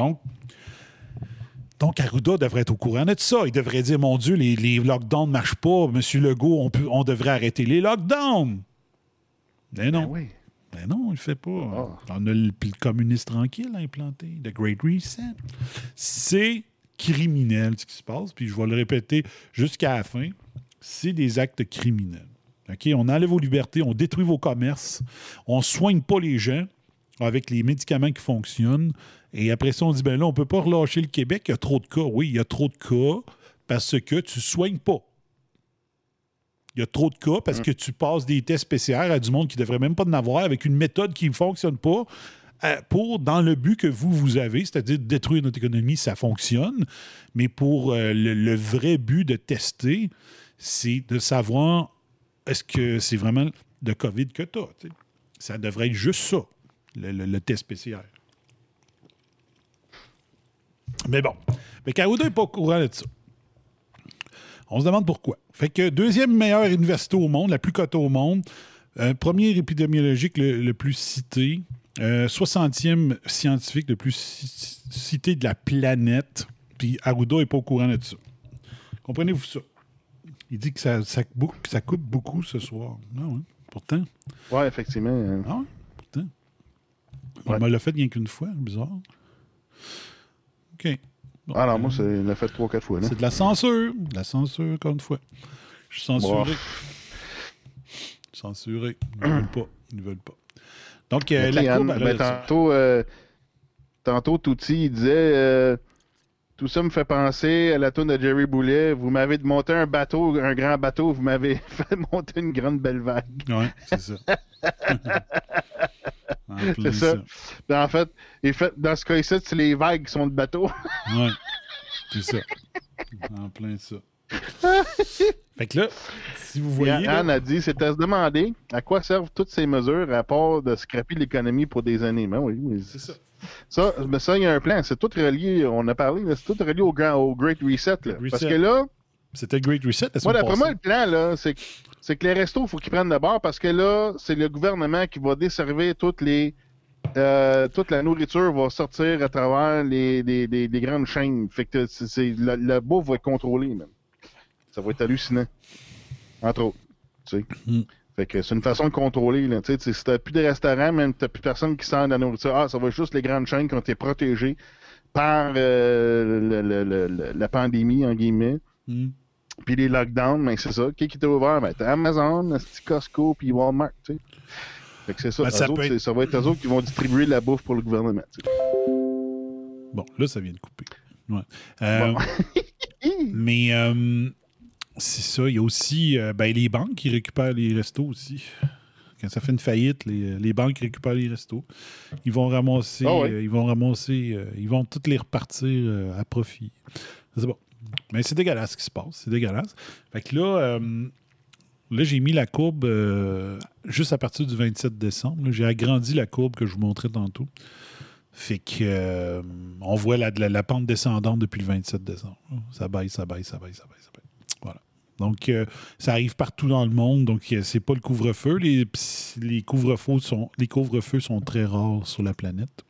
Donc, Arruda devrait être au courant de ça. Il devrait dire, mon Dieu, les lockdowns ne marchent pas. Monsieur Legault, on devrait arrêter les lockdowns. Mais non. Ben oui. Ben non, il ne le fait pas. On a le communiste tranquille implanté, le Great Reset. C'est criminel ce qui se passe, puis je vais le répéter jusqu'à la fin. C'est des actes criminels. OK? On enlève vos libertés, on détruit vos commerces, on ne soigne pas les gens avec les médicaments qui fonctionnent, et après ça, on dit, ben là, on ne peut pas relâcher le Québec, il y a trop de cas. Oui, il y a trop de cas parce que tu ne soignes pas. Il y a trop de cas parce que tu passes des tests PCR à du monde qui ne devrait même pas en avoir avec une méthode qui ne fonctionne pas dans le but que vous avez, c'est-à-dire de détruire notre économie, ça fonctionne. Mais pour le vrai but de tester, c'est de savoir est-ce que c'est vraiment de COVID que tu as. Ça devrait être juste ça, le test PCR. Mais bon, Arruda n'est pas au courant de ça. On se demande pourquoi. Fait que deuxième meilleure université au monde, la plus cotée au monde, premier épidémiologique le plus cité, 60e scientifique le plus cité de la planète, puis Arruda n'est pas au courant de ça. Comprenez-vous ça? Il dit que ça coupe beaucoup ce soir. Ah ouais, pourtant. Oui, effectivement. Ah ouais, pourtant. On me l'a fait rien qu'une fois, bizarre. OK. Bon, non, moi, il l'a fait 3 ou 4 fois. Là. C'est de la censure. De la censure, encore une fois. Je suis censuré. Censuré. Ils ne veulent pas. Donc, la courbe... tantôt, Touti, il disait... tout ça me fait penser à la toune de Jerry Boulet. Vous m'avez monté un grand bateau. Vous m'avez fait monter une grande belle vague. Oui, c'est ça. C'est ça. En fait, dans ce cas-ci, c'est les vagues qui sont le bateau. Oui, c'est ça. En plein ça. Fait que là, si vous voyez... Anne a dit, c'est à se demander à quoi servent toutes ces mesures à part de scraper l'économie pour des années. Ben oui, mais c'est ça. Ça, il y a un plan. C'est tout relié, on a parlé, c'est tout relié au Great Reset. Là. Parce que là... C'était le Great Reset. Moi, d'après moi, le plan, là, c'est que les restos, il faut qu'ils prennent de bord parce que là, c'est le gouvernement qui va desservir toute la nourriture va sortir à travers les grandes chaînes. Fait que la bouffe va être contrôlée, même. Ça va être hallucinant. Entre autres. Tu sais. Fait que c'est une façon de contrôler. Là. Tu sais, si t'as plus de restaurants, même t'as plus personne qui sent de la nourriture. Ça va être juste les grandes chaînes qui ont été protégées par la pandémie, en guillemets. Puis les lockdowns, ben c'est ça. Qui était ouvert? Ben t'as Amazon, Costco, puis Walmart, tu sais. Fait que c'est ça. Ça va être eux autres qui vont distribuer la bouffe pour le gouvernement. Tu sais. Bon, là, ça vient de couper. Ouais. Bon. Mais c'est ça. Il y a aussi les banques qui récupèrent les restos aussi. Quand ça fait une faillite, les banques récupèrent les restos. Ils vont ramasser, ils vont toutes les repartir à profit. C'est bon. Mais c'est dégueulasse ce qui se passe. C'est dégueulasse. Fait que là, j'ai mis la courbe juste à partir du 27 décembre. Là, j'ai agrandi la courbe que je vous montrais tantôt. Fait que on voit la pente descendante depuis le 27 décembre. Ça baisse. Voilà. Donc, ça arrive partout dans le monde. Donc, c'est pas le couvre-feu. Les couvre-feux sont très rares sur la planète.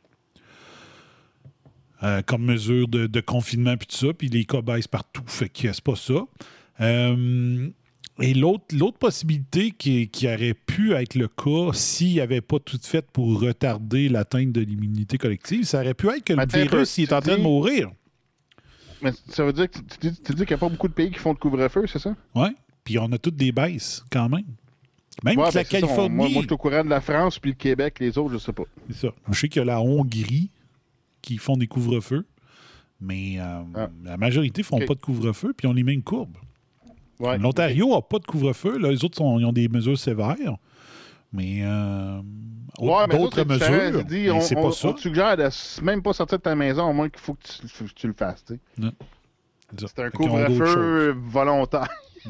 Comme mesure de confinement puis tout ça. Puis les cas baissent partout. Fait que c'est pas ça. Et l'autre possibilité qui aurait pu être le cas s'il n'avait pas tout fait pour retarder l'atteinte de l'immunité collective, ça aurait pu être que le virus est en train de mourir. Mais ça veut dire que tu dis qu'il n'y a pas beaucoup de pays qui font le couvre-feu, c'est ça? Oui. Puis on a toutes des baisses, quand même. Même que la Californie... Moi, je suis au courant de la France, puis le Québec, les autres, je sais pas. C'est ça. Je sais qu'il y a la Hongrie qui font des couvre-feux, mais la majorité ne font pas de couvre-feu, puis on les met une courbe. Ouais, L'Ontario n'a pas de couvre-feu. Là, les autres, ils ont des mesures sévères. Mais d'autres mesures, mais c'est pas ça. On te suggère de même pas sortir de ta maison, au moins qu'il faut que tu le fasses. C'est un couvre-feu volontaire.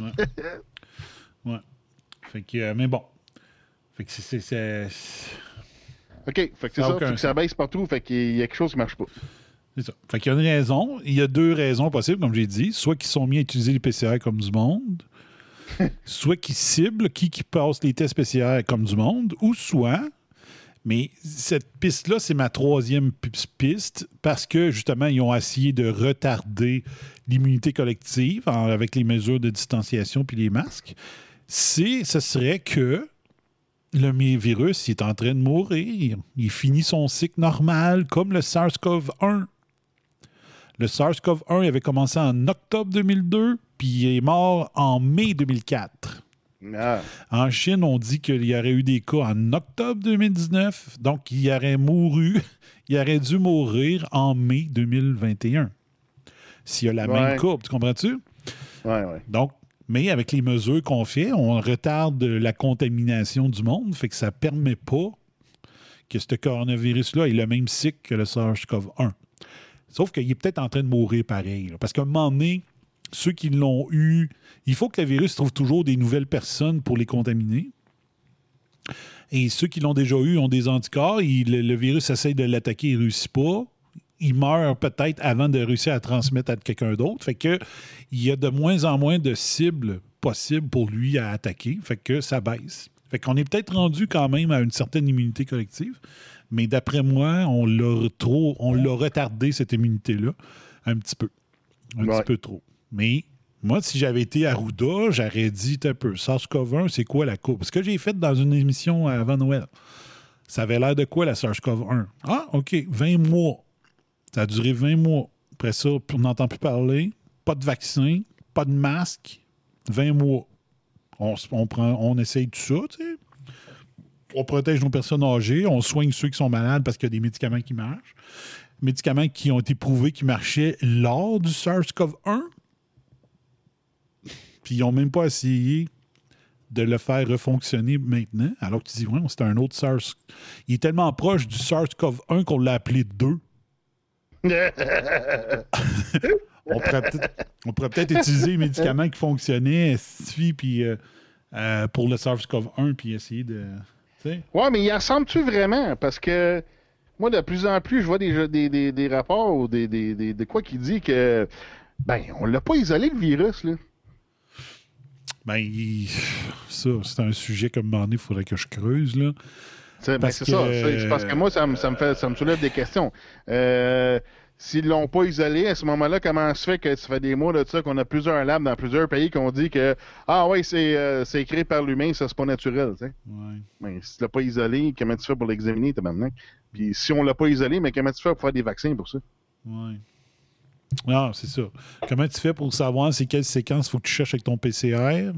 Ouais. Fait que, mais bon. Fait que c'est... OK. Fait que c'est ça. Fait que ça baisse partout. Fait qu'il y a quelque chose qui ne marche pas. C'est ça. Fait qu'il y a une raison. Il y a deux raisons possibles, comme j'ai dit. Soit qu'ils sont mis à utiliser les PCR comme du monde, soit qu'ils ciblent qui passe les tests PCR comme du monde, ou soit, mais cette piste-là, c'est ma troisième piste, parce que, justement, ils ont essayé de retarder l'immunité collective avec les mesures de distanciation puis les masques. Ce serait que le virus, il est en train de mourir. Il finit son cycle normal, comme le SARS-CoV-1. Le SARS-CoV-1 avait commencé en octobre 2002, puis il est mort en mai 2004. Ah. En Chine, on dit qu'il y aurait eu des cas en octobre 2019, donc il aurait dû mourir en mai 2021. S'il y a la même courbe, tu comprends-tu? Oui. Donc, mais avec les mesures qu'on fait, on retarde la contamination du monde, fait que ça ne permet pas que ce coronavirus-là ait le même cycle que le SARS-CoV-1. Sauf qu'il est peut-être en train de mourir pareil. Là, parce qu'à un moment donné, ceux qui l'ont eu, il faut que le virus trouve toujours des nouvelles personnes pour les contaminer. Et ceux qui l'ont déjà eu ont des anticorps. Le virus essaie de l'attaquer, il ne réussit pas. Il meurt peut-être avant de réussir à transmettre à quelqu'un d'autre. Fait que il y a de moins en moins de cibles possibles pour lui à attaquer. Fait que ça baisse. Fait qu'on est peut-être rendu quand même à une certaine immunité collective. Mais d'après moi, on l'a retardé, cette immunité-là, un petit peu. Un petit peu trop. Mais moi, si j'avais été à Arruda, j'aurais dit un peu, SARS-CoV-1, c'est quoi la courbe? Ce que j'ai fait dans une émission avant Noël, ça avait l'air de quoi, la SARS-CoV-1? Ah, OK, 20 mois. Ça a duré 20 mois. Après ça, on n'entend plus parler. Pas de vaccin, pas de masque. 20 mois. On essaye tout ça, tu sais. On protège nos personnes âgées. On soigne ceux qui sont malades parce qu'il y a des médicaments qui marchent. Médicaments qui ont été prouvés qui marchaient lors du SARS-CoV-1. Puis ils n'ont même pas essayé de le faire refonctionner maintenant. Alors que tu dis, ouais, c'est un autre SARS. Il est tellement proche du SARS-CoV-1 qu'on l'a appelé 2. on pourrait peut-être utiliser les médicaments qui fonctionnaient puis, pour le SARS-CoV-1 puis essayer de... Ouais, mais il ressemble-tu vraiment? Parce que moi, de plus en plus, je vois des rapports ou de quoi qui dit que on l'a pas isolé, le virus, là. Ça, c'est un sujet comme moment donné, il faudrait que je creuse, là. C'est ça. C'est parce que moi, ça me soulève des questions. S'ils l'ont pas isolé, à ce moment-là, comment se fait que ça fait des mois de ça qu'on a plusieurs labs dans plusieurs pays qu'on dit que c'est créé par l'humain, ça c'est pas naturel, tu sais. Ouais. Mais si tu l'as pas isolé, comment tu fais pour l'examiner, maintenant? Puis si on l'a pas isolé, mais comment tu fais pour faire des vaccins pour ça? Oui. Ah, c'est ça. Comment tu fais pour savoir c'est quelle séquence il faut que tu cherches avec ton PCR?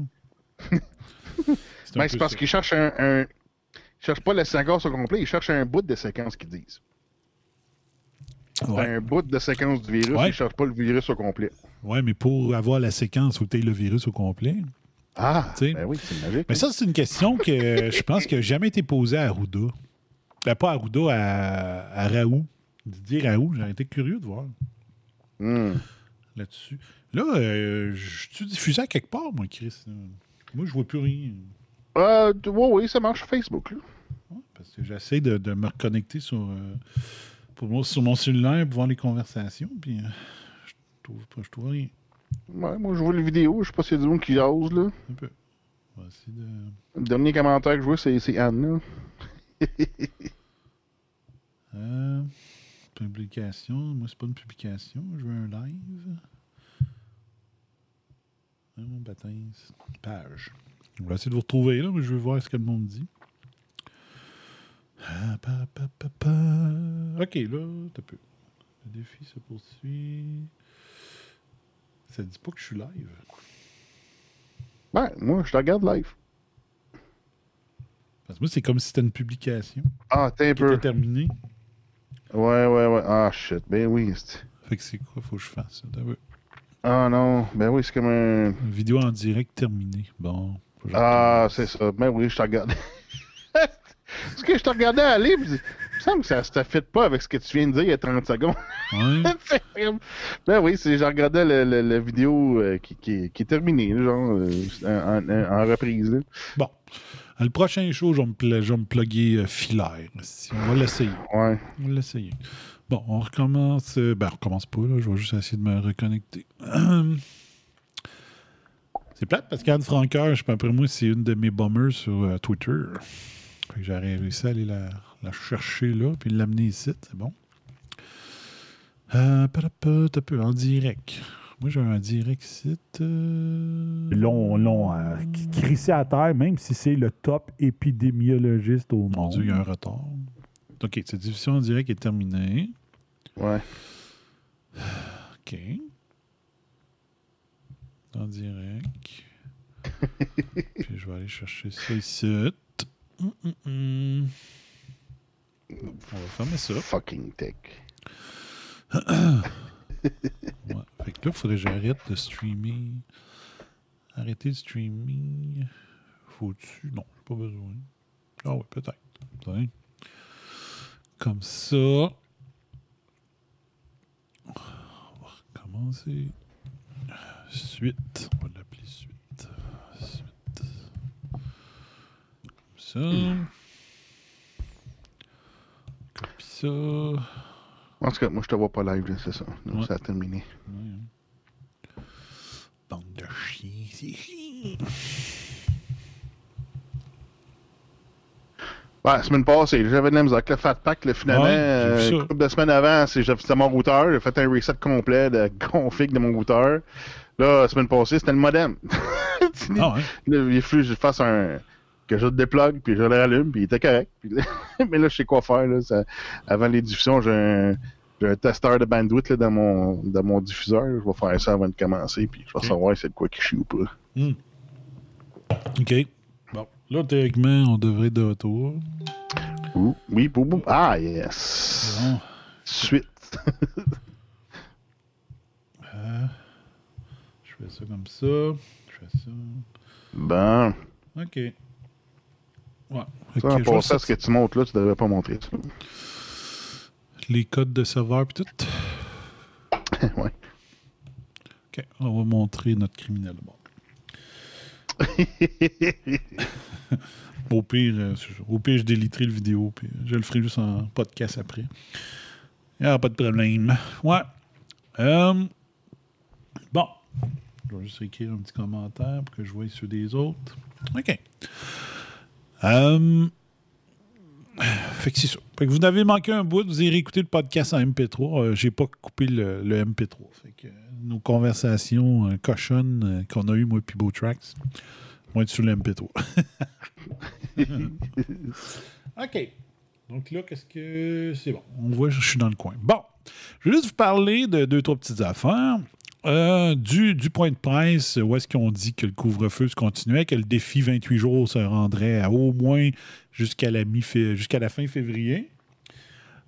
C'est parce qu'ils cherchent Ils cherchent pas la séquence au complet, ils cherchent un bout de séquence qu'ils disent. Ouais. un bout de séquence du virus, Ouais. il ne cherche pas le virus au complet. Oui, mais pour avoir la séquence, il faut que tu aies le virus au complet. Ah, Tu sais. ben oui, c'est magique. Mais ça, c'est une question que je pense qui n'a jamais été posée à Arruda. Pas à Arruda, à Raoult. Didier Raoult, j'aurais été curieux de voir là-dessus. Là, je suis diffusé à quelque part, moi, Chris. Moi, je vois plus rien. Oui, ça marche sur Facebook. Là. Ouais, parce que j'essaie de me reconnecter sur mon cellulaire pour voir les conversations, puis je trouve rien. Ouais, moi, je vois les vidéos. Je sais pas s'il y a du monde qui jase, là. Un peu. On va essayer de... Le dernier commentaire que je vois, c'est Anne, là. Publication. Moi, c'est pas une publication. Je veux un live. Mon baptême. Page. On va essayer de vous retrouver là, mais je veux voir ce que le monde dit. OK, là, t'as peu. Le défi se poursuit. Ça dit pas que je suis live. Ben, moi, je te regarde live. Parce que moi, c'est comme si c'était une publication Ah, t'es un qui peu. était terminée. Ouais. Ah, shit. Ben oui. Fait que c'est quoi, faut que je fasse ça? T'as vu? Ah non. Ben oui, c'est comme un. Une vidéo en direct terminée. Bon. Faut que je Ah, recommence. c'est ça. Ben oui, je te regarde. Parce que je te regardais aller, puis il me semble que ça ne fit pas avec ce que tu viens de dire il y a 30 secondes. Ouais. Ben oui, je regardais la vidéo qui est terminée, là, genre en reprise. Là. Bon. Le prochain show, je vais me plugger filaire. On va l'essayer. Ouais. On va l'essayer. Bon, on recommence. Ben, on recommence pas, là. Je vais juste essayer de me reconnecter. C'est plate parce qu'Anne Franqueur, après moi, c'est une de mes bombers sur Twitter. Fait que j'aurais réussi à aller la chercher là, puis l'amener ici. C'est bon. T'as peu en direct. Moi, j'ai un direct site. L'ont crissé à terre, même si c'est le top épidémiologiste au Mon monde. Dieu, il y a un retard. OK, cette diffusion en direct est terminée. Ouais. OK. En direct. Puis je vais aller chercher ça ici. On va fermer ça. Fucking tech. Ouais. Fait que là, il faudrait que j'arrête de streamer. Arrêter de streaming. Faut-tu? Non, j'ai pas besoin. Ah oui, peut-être. Tiens. Comme ça. On va recommencer. Suite. On va l'appeler suite. Suite. Comme ça. Copie ça. En tout cas, moi, je te vois pas live, là, c'est ça. Donc, Ouais. ça a terminé. Ouais. Bande de chiens, c'est chiens. Ouais, la semaine passée, j'avais de la misère avec le Fat Pack. Là, finalement, Ouais, j'ai vu ça. une couple de semaines avant, c'était mon routeur. J'ai fait un reset complet de config de mon routeur. Là, la semaine passée, c'était le modem. Ah ouais. Là, il faut que je fasse que je le déplugue, puis je le rallume, puis il était correct. Puis là, mais là, je sais quoi faire. Là, avant les diffusions, j'ai un testeur de bandwidth là, dans mon diffuseur. Là. Je vais faire ça avant de commencer, puis je vais savoir si c'est de quoi qui chie ou pas. OK. Bon. Là, théoriquement, on devrait être de retour. Oui, boum. Ah, yes. Bon. Suite. Je fais ça comme ça. Je fais ça. Bon. OK. Ouais. Fait Ça, que en je vais passant, ce sortir que tu montres là, tu devrais pas montrer ça. les codes de serveur puis tout. Ouais. OK. On va montrer notre criminel. Bon. Au pire, je déliterai le vidéo, puis je le ferai juste en podcast après. Il n'y aura pas de problème. Ouais. Bon. Je vais juste écrire un petit commentaire pour que je voie ceux des autres. OK. Fait que c'est ça. Fait que vous n'avez manqué un bout, vous irez écouter le podcast en MP3. J'ai pas coupé le MP3. Fait que nos conversations cochonnes qu'on a eues, moi et BoTracks, vont être sur le MP3. OK. Donc là, qu'est-ce que... C'est bon. On voit, je suis dans le coin. Bon. Je vais juste vous parler de 2-3 petites affaires. Du point de presse, où est-ce qu'on dit que le couvre-feu se continuait, que le défi 28 jours se rendrait à au moins jusqu'à la fin février.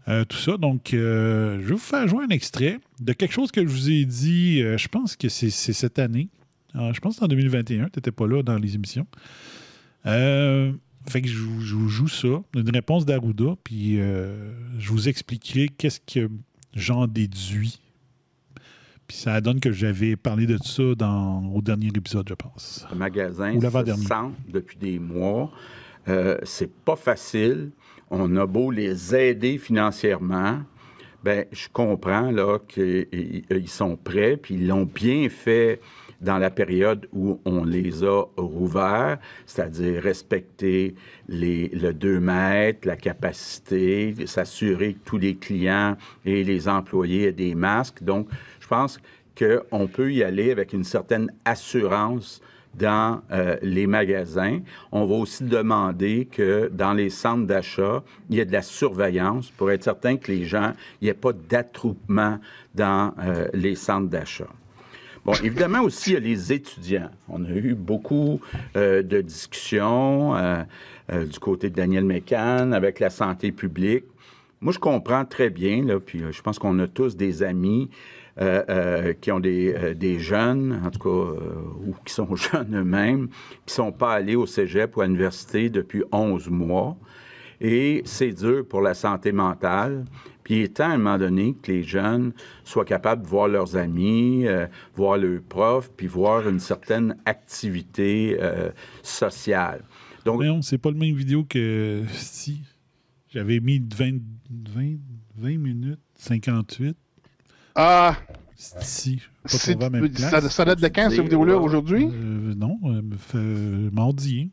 tout ça. Donc, je vais vous faire jouer un extrait de quelque chose que je vous ai dit, je pense que c'est cette année. Alors, je pense que c'est en 2021. Tu n'étais pas là dans les émissions. Fait que je vous joue ça, une réponse d'Arruda, puis je vous expliquerai qu'est-ce que j'en déduis. Puis ça donne que j'avais parlé de ça au dernier épisode, je pense. Le magasin Ou se l'avant-dernier. sent depuis des mois. C'est pas facile. On a beau les aider financièrement. Ben, je comprends là qu'ils sont prêts, puis ils l'ont bien fait dans la période où on les a rouverts, c'est-à-dire respecter le 2 mètres, la capacité, s'assurer que tous les clients et les employés aient des masques. Donc, je pense qu'on peut y aller avec une certaine assurance dans les magasins. On va aussi demander que dans les centres d'achat, il y ait de la surveillance pour être certain que les gens, il n'y ait pas d'attroupement dans les centres d'achat. Bon, évidemment aussi, il y a les étudiants. On a eu beaucoup de discussions du côté de Daniel Mécan avec la santé publique. Moi, je comprends très bien, là, puis je pense qu'on a tous des amis qui ont des jeunes, en tout cas, ou qui sont jeunes eux-mêmes, qui ne sont pas allés au cégep ou à l'université depuis 11 mois. Et c'est dur pour la santé mentale. Puis il est temps, à un moment donné, que les jeunes soient capables de voir leurs amis, voir leurs profs, puis voir une certaine activité sociale. Donc, non, c'est pas le même vidéo que si j'avais mis 20 minutes 58. Ah! Si, pas trouvé à la même place. Ça date de quand, cette vidéo-là, aujourd'hui? Non, mardi.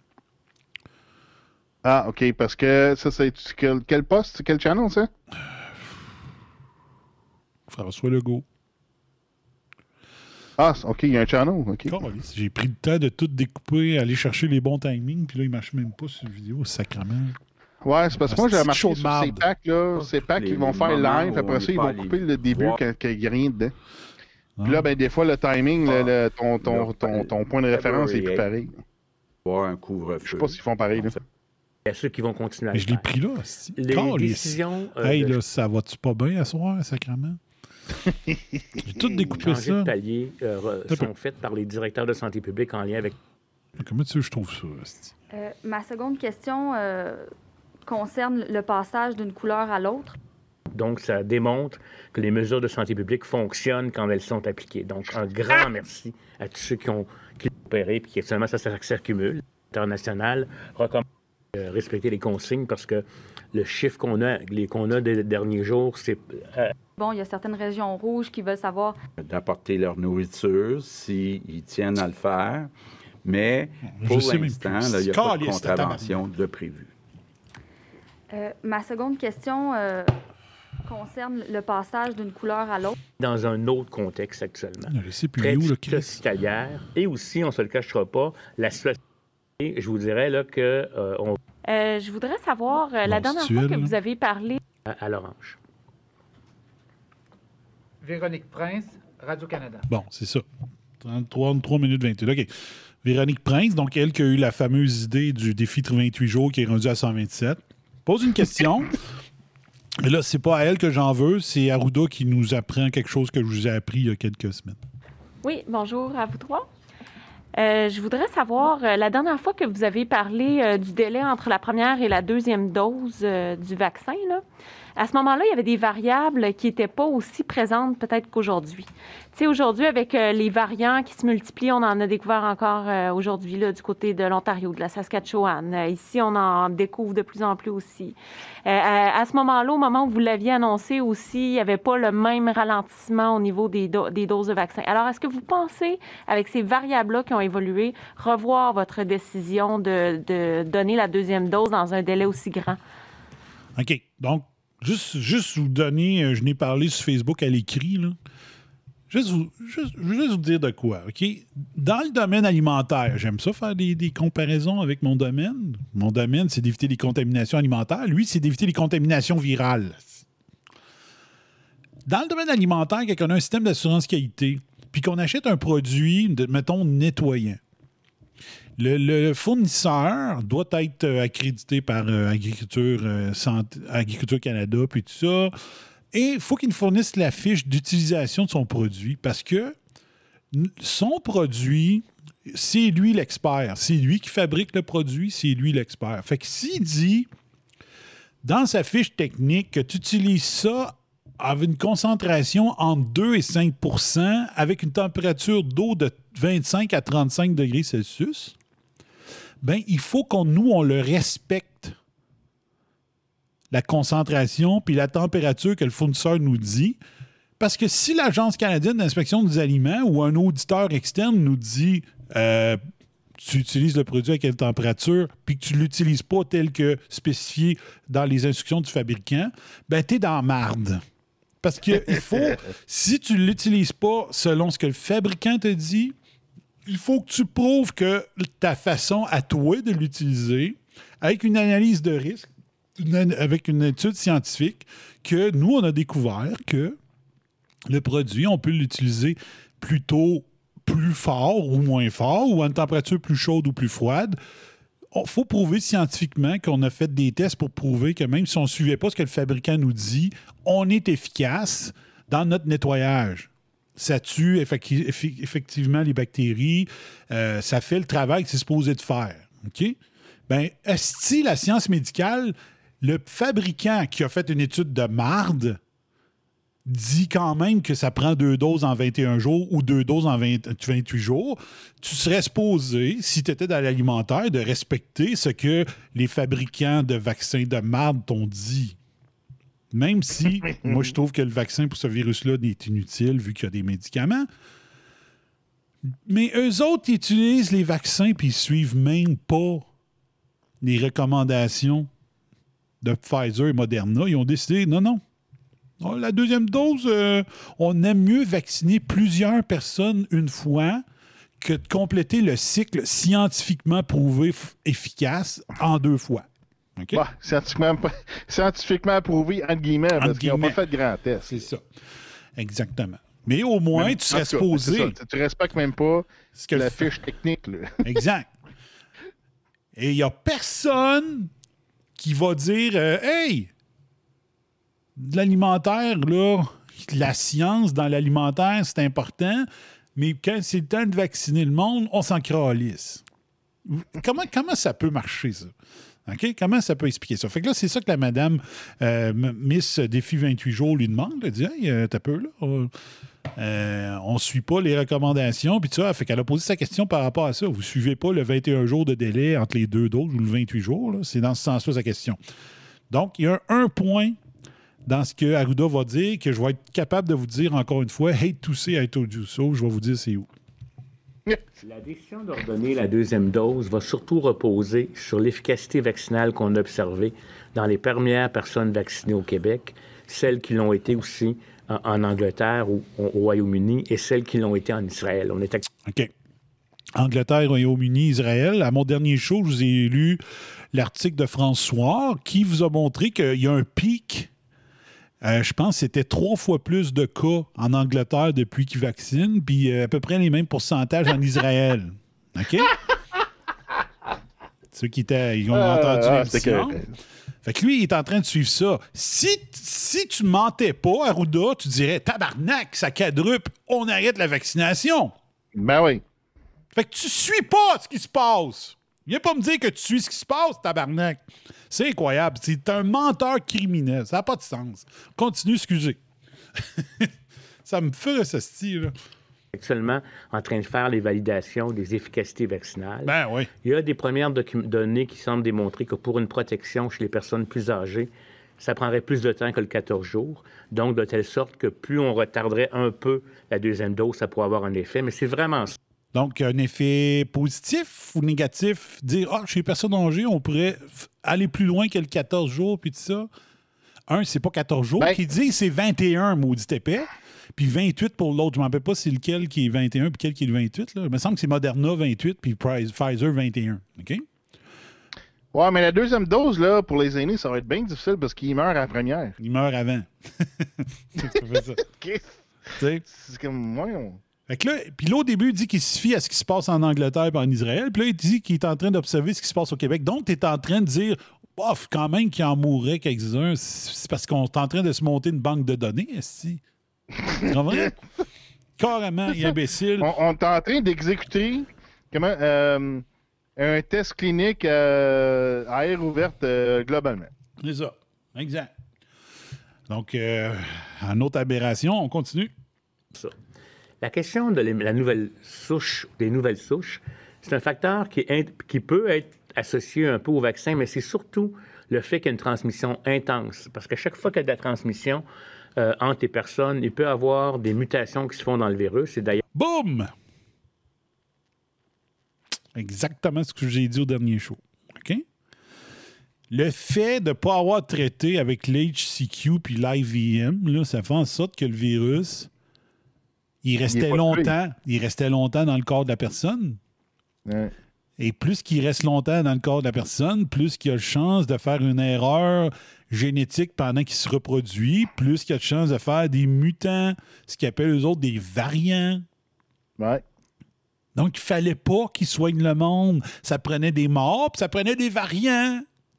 Ah, OK, parce que ça, c'est quel poste, quel channel, ça? François Legault. Ah, OK, il y a un channel, OK. J'ai pris le temps de tout découper, aller chercher les bons timings, puis là, il ne marche même pas sur la vidéo, sacrément. Ouais, c'est parce que moi, j'ai remarqué sur ces packs, ils vont faire live, après ça, ils vont couper le début quand il n'y a rien dedans. Puis là, ben, des fois, le timing, ton point de référence est plus pareil. Un couvre-feu. Je sais pas s'ils font pareil, là. Il y a ceux qui vont continuer à Mais je l'ai pris là. Les décisions... là, ça va-tu pas bien à soir, sacrément? J'ai tout découpé ça. Les paliers sont faits par les directeurs de santé publique en lien avec... Comment tu veux que je trouve ça? Ma seconde question concerne le passage d'une couleur à l'autre. Donc, ça démontre que les mesures de santé publique fonctionnent quand elles sont appliquées. Donc, un grand merci à tous ceux qui ont opéré et qui seulement ça s'accumule. L'international recommande de respecter les consignes parce que le chiffre qu'on a des derniers jours, c'est... Bon, il y a certaines régions rouges qui veulent savoir... D'apporter leur nourriture s'ils tiennent à le faire. Mais pour l'instant, il n'y a pas de contravention de prévu. Ma seconde question concerne le passage d'une couleur à l'autre. Dans un autre contexte actuellement. Très hospitalière. Et aussi, on ne se le cachera pas, la situation... Je vous dirais là, que... je voudrais savoir, la dernière fois que vous avez parlé... À l'orange. Véronique Prince, Radio-Canada. Bon, c'est ça. 3 minutes 28. OK. Véronique Prince, donc elle qui a eu la fameuse idée du défi 28 jours qui est rendu à 127, pose une question. Et là, c'est pas à elle que j'en veux, c'est Arruda qui nous apprend quelque chose que je vous ai appris il y a quelques semaines. Oui, bonjour à vous trois. Je voudrais savoir, la dernière fois que vous avez parlé du délai entre la première et la deuxième dose du vaccin, là, à ce moment-là, il y avait des variables qui n'étaient pas aussi présentes peut-être qu'aujourd'hui. Tu sais, aujourd'hui, avec les variants qui se multiplient, on en a découvert encore aujourd'hui là, du côté de l'Ontario, de la Saskatchewan. Ici, on en découvre de plus en plus aussi. À ce moment-là, au moment où vous l'aviez annoncé aussi, il n'y avait pas le même ralentissement au niveau des doses de vaccins. Alors, est-ce que vous pensez, avec ces variables-là qui ont évolué, revoir votre décision de donner la deuxième dose dans un délai aussi grand? OK. Donc, juste vous donner, je n'ai parlé sur Facebook à l'écrit, là. Je veux juste vous dire de quoi, OK? Dans le domaine alimentaire, j'aime ça faire des comparaisons avec mon domaine. Mon domaine, c'est d'éviter les contaminations alimentaires. Lui, c'est d'éviter les contaminations virales. Dans le domaine alimentaire, quand on a un système d'assurance qualité, puis qu'on achète un produit, mettons, nettoyant, Le fournisseur doit être accrédité par Agriculture Canada, puis tout ça. Et il faut qu'il nous fournisse la fiche d'utilisation de son produit parce que son produit, c'est lui l'expert. C'est lui qui fabrique le produit, c'est lui l'expert. Fait que s'il dit dans sa fiche technique que tu utilises ça avec une concentration entre 2 et 5 % avec une température d'eau de 25 à 35 degrés Celsius, bien, il faut qu'on le respecte. La concentration puis la température que le fournisseur nous dit. Parce que si l'Agence canadienne d'inspection des aliments ou un auditeur externe nous dit tu utilises le produit à quelle température puis que tu ne l'utilises pas tel que spécifié dans les instructions du fabricant, ben tu es dans la marde. Parce que il faut, si tu ne l'utilises pas selon ce que le fabricant te dit, il faut que tu prouves que ta façon à toi de l'utiliser, avec une analyse de risque, avec une étude scientifique, que nous, on a découvert que le produit, on peut l'utiliser plutôt plus fort ou moins fort, ou à une température plus chaude ou plus froide. Il faut prouver scientifiquement qu'on a fait des tests pour prouver que même si on ne suivait pas ce que le fabricant nous dit, on est efficace dans notre nettoyage. Ça tue effectivement les bactéries. Ça fait le travail que c'est supposé de faire. OK? Bien, est-ce que la science médicale, le fabricant qui a fait une étude de marde dit quand même que ça prend 2 doses en 21 jours ou 2 doses en 28 jours, tu serais supposé, si tu étais dans l'alimentaire, de respecter ce que les fabricants de vaccins de marde t'ont dit. Même si, moi, je trouve que le vaccin pour ce virus-là est inutile vu qu'il y a des médicaments. Mais eux autres, ils utilisent les vaccins puis ils suivent même pas les recommandations de Pfizer et Moderna. Ils ont décidé, non. La deuxième dose, on aime mieux vacciner plusieurs personnes une fois que de compléter le cycle scientifiquement prouvé efficace en 2 fois. Okay? Bah, scientifiquement approuvé, entre guillemets, parce qu'ils n'ont pas fait de grands tests. C'est ça. Exactement. Mais au moins, tu serais supposé... Tu respectes même pas la fiche technique. Là. Exact. Et il n'y a personne qui va dire hey, de l'alimentaire, là, la science dans l'alimentaire, c'est important, mais quand c'est le temps de vacciner le monde, on s'en cralisse. Comment ça peut marcher, ça? Okay? Comment ça peut expliquer ça? Fait que là, c'est ça que la madame Miss Défi 28 jours lui demande. Elle dit hey, t'as peu, là. On ne suit pas les recommandations. Puis ça, fait qu'elle a posé sa question par rapport à ça. Vous ne suivez pas le 21 jours de délai entre les 2 doses ou le 28 jours. Là. C'est dans ce sens-là sa question. Donc, il y a un point dans ce que Arruda va dire que je vais être capable de vous dire encore une fois. Hate to say I told you so. Je vais vous dire c'est où. La décision d'ordonner la deuxième dose va surtout reposer sur l'efficacité vaccinale qu'on a observée dans les premières personnes vaccinées au Québec, celles qui l'ont été aussi en Angleterre ou au Royaume-Uni et celles qui l'ont été en Israël. OK. Angleterre, Royaume-Uni, Israël. À mon dernier show, je vous ai lu l'article de François qui vous a montré qu'il y a un pic. Je pense que c'était 3 fois plus de cas en Angleterre depuis qu'ils vaccinent, puis à peu près les mêmes pourcentages en Israël. OK? Ceux qui ils ont entendu l'émission. Fait que lui, il est en train de suivre ça. Si tu mentais pas, Arruda, tu dirais tabarnak, ça quadruple, on arrête la vaccination. Ben oui. Fait que tu suis pas ce qui se passe. Viens pas me dire que tu suis ce qui se passe, tabarnak. C'est incroyable. C'est un menteur criminel. Ça n'a pas de sens. Continue, excusez. Ça me fait ce style. Actuellement en train de faire les validations des efficacités vaccinales. Ben oui. Il y a des premières données qui semblent démontrer que pour une protection chez les personnes plus âgées, ça prendrait plus de temps que le 14 jours. Donc, de telle sorte que plus on retarderait un peu la deuxième dose, ça pourrait avoir un effet. Mais c'est vraiment ça. Donc, un effet positif ou négatif? Dire, chez les personnes âgées, on pourrait aller plus loin que le 14 jours, puis tout ça. C'est pas 14 jours. Qui dit, c'est 21, maudit épais. Puis 28 pour l'autre. Je ne me rappelle pas c'est lequel qui est 21 puis quel qui est le 28. Là. Il me semble que c'est Moderna 28 puis Pfizer 21. OK? Ouais, mais la deuxième dose, là, pour les aînés, ça va être bien difficile parce qu'ils meurent à la première. Ils meurent avant. C'est ça. C'est comme, moi, Fait que là, puis là, au début, il dit qu'il se fie à ce qui se passe en Angleterre et en Israël. Puis là, il dit qu'il est en train d'observer ce qui se passe au Québec. Donc, tu es en train de dire, bof, quand même qu'il en mourrait quelques-uns. C'est parce qu'on est en train de se monter une banque de données, est-ce que tu comprends? Carrément, imbécile. On est en train d'exécuter un test clinique à air ouverte globalement. C'est ça. Exact. Donc, en autre aberration, on continue. Ça. La question de la nouvelle souche, des nouvelles souches, c'est un facteur qui peut être associé un peu au vaccin, mais c'est surtout le fait qu'il y a une transmission intense. Parce qu'à chaque fois qu'il y a de la transmission entre les personnes, il peut y avoir des mutations qui se font dans le virus. Et d'ailleurs... Boum! Exactement ce que j'ai dit au dernier show. OK? Le fait de ne pas avoir traité avec l'HCQ puis l'IVM, là, ça fait en sorte que le virus... Il restait longtemps dans le corps de la personne. Ouais. Et plus qu'il reste longtemps dans le corps de la personne, plus qu'il y a de chance de faire une erreur génétique pendant qu'il se reproduit, plus qu'il y a de chance de faire des mutants, ce qu'ils appellent eux autres des variants. Ouais. Donc, il fallait pas qu'ils soignent le monde. Ça prenait des morts, puis ça prenait des variants.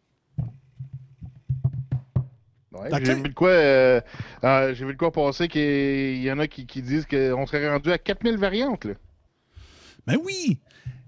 Ouais, j'ai vu de quoi passer qu'il y en a qui disent qu'on serait rendu à 4000 variantes. Là. Ben oui!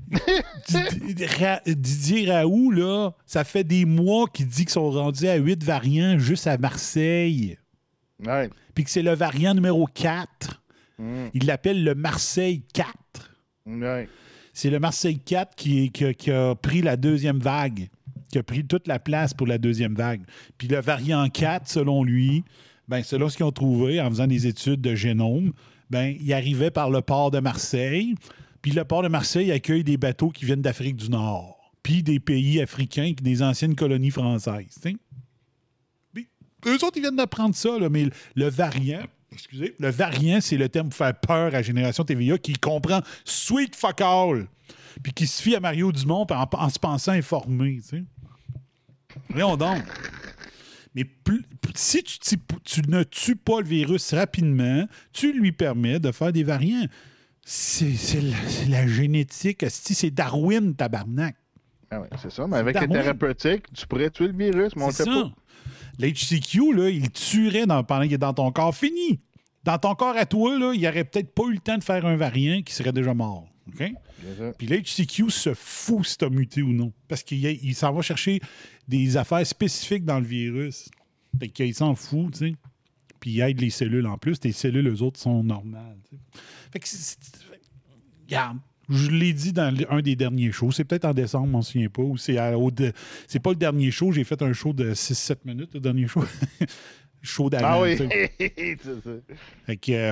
Didier Raoult, là, ça fait des mois qu'il dit qu'ils sont rendus à 8 variants juste à Marseille. Ouais. Puis que c'est le variant numéro 4. Il l'appelle le Marseille 4. Ouais. C'est le Marseille 4 qui a pris la deuxième vague. Qui a pris toute la place pour la deuxième vague. Puis le variant 4, selon lui, selon ce qu'ils ont trouvé en faisant des études de génome, il arrivait par le port de Marseille. Puis le port de Marseille accueille des bateaux qui viennent d'Afrique du Nord. Puis des pays africains, des anciennes colonies françaises. Puis, eux autres, ils viennent d'apprendre ça, là, mais le variant, c'est le terme pour faire peur à Génération TVA qui comprend sweet fuck all. Puis qui se fie à Mario Dumont en se pensant informé, tu sais. Voyons donc. Mais si tu ne tues pas le virus rapidement, tu lui permets de faire des variants. C'est la génétique. C'est Darwin, tabarnak. Ah oui, c'est ça. Mais avec les thérapeutiques, tu pourrais tuer le virus, mais on ne le fait pas. L'HCQ, là, il tuerait pendant qu'il est dans ton corps. Fini. Dans ton corps à toi, là, il n'aurait peut-être pas eu le temps de faire un variant qui serait déjà mort. OK? Puis l'HCQ se fout si tu as muté ou non. Parce qu'il s'en va chercher des affaires spécifiques dans le virus. Fait qu'il s'en fout, tu sais. Puis il aide les cellules en plus. Tes cellules, eux autres, sont normales. T'sais. Fait que regarde, je l'ai dit dans un des derniers shows. C'est peut-être en décembre, je m'en souviens pas. Ou c'est pas le dernier show. J'ai fait un show de 6-7 minutes, le dernier show. Show d'avant. Ah oui, c'est ça. Fait que...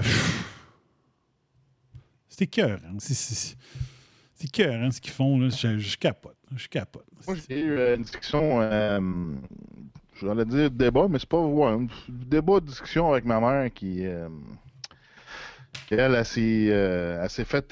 c'est cœur, hein. C'est cœur, hein, ce qu'ils font. Là. Je capote. Moi, j'ai eu une discussion, j'allais dire débat, mais c'est pas un débat de discussion avec ma mère qu'elle s'est faite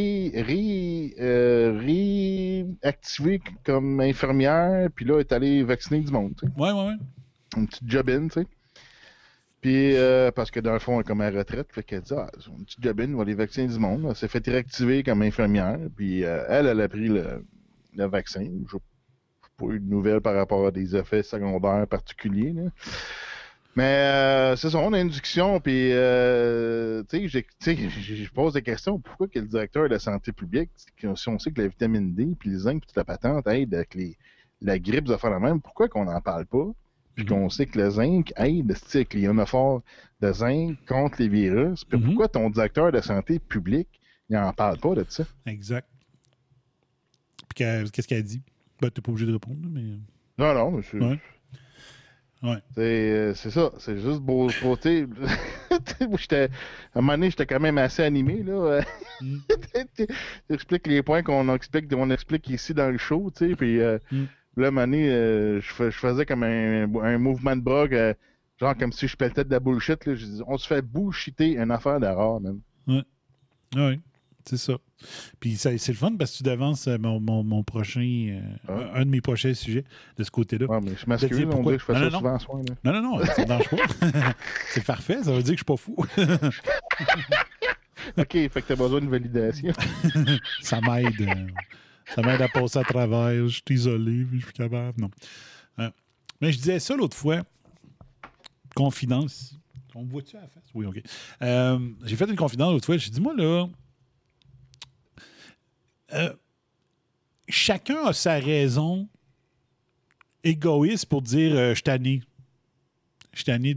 réactiver comme infirmière, puis là, elle est allée vacciner du monde. Ouais. Une petite job-in, tu sais. Puis, parce que dans le fond, elle est comme à la retraite, fait qu'elle dit, une petite job-in, on va aller vacciner du monde. Elle s'est fait réactiver comme infirmière, puis elle a pris le vaccin. Je n'ai pas eu de nouvelles par rapport à des effets secondaires particuliers, là. Mais c'est ça, on a une discussion, puis je pose des questions. Pourquoi que le directeur de la santé publique, si on sait que la vitamine D, puis le zinc, puis toute la patente aide avec la grippe, ça fait la même, pourquoi qu'on n'en parle pas? Puis qu'on sait que le zinc aide avec les ionophores de zinc contre les virus. Puis pourquoi ton directeur de santé publique, il n'en parle pas de ça? Exact. Puis qu'est-ce qu'elle dit? Ben, t'es pas obligé de répondre, mais... Non, mais c'est... Ouais. C'est ça. C'est juste beau. À un moment donné, j'étais quand même assez animé, là. J'explique les points qu'on explique ici dans le show, tu sais, puis... Là, à un moment donné, je faisais comme un mouvement de bras, genre comme si je pelletais de la bullshit. Là. Je dis, on se fait bullshiter une affaire d'erreur, même. Oui, c'est ça. Puis c'est le fun parce que tu devances mon prochain, un de mes prochains sujets de ce côté-là. Ouais, mais je m'excuse, on dit que je fais ça souvent en soin. Non, ça ne me dérange pas. C'est parfait, ça veut dire que je suis pas fou. OK, fait que t'as besoin d'une validation. Ça m'aide. Ça m'aide à passer à travers. Je suis isolé, puis je suis capable. Non. Mais je disais ça l'autre fois. Confidence. On me voit-tu à la face? Oui, OK. J'ai fait une confidence l'autre fois. J'ai dit, moi, là, chacun a sa raison égoïste pour dire je suis tanné. Je suis tanné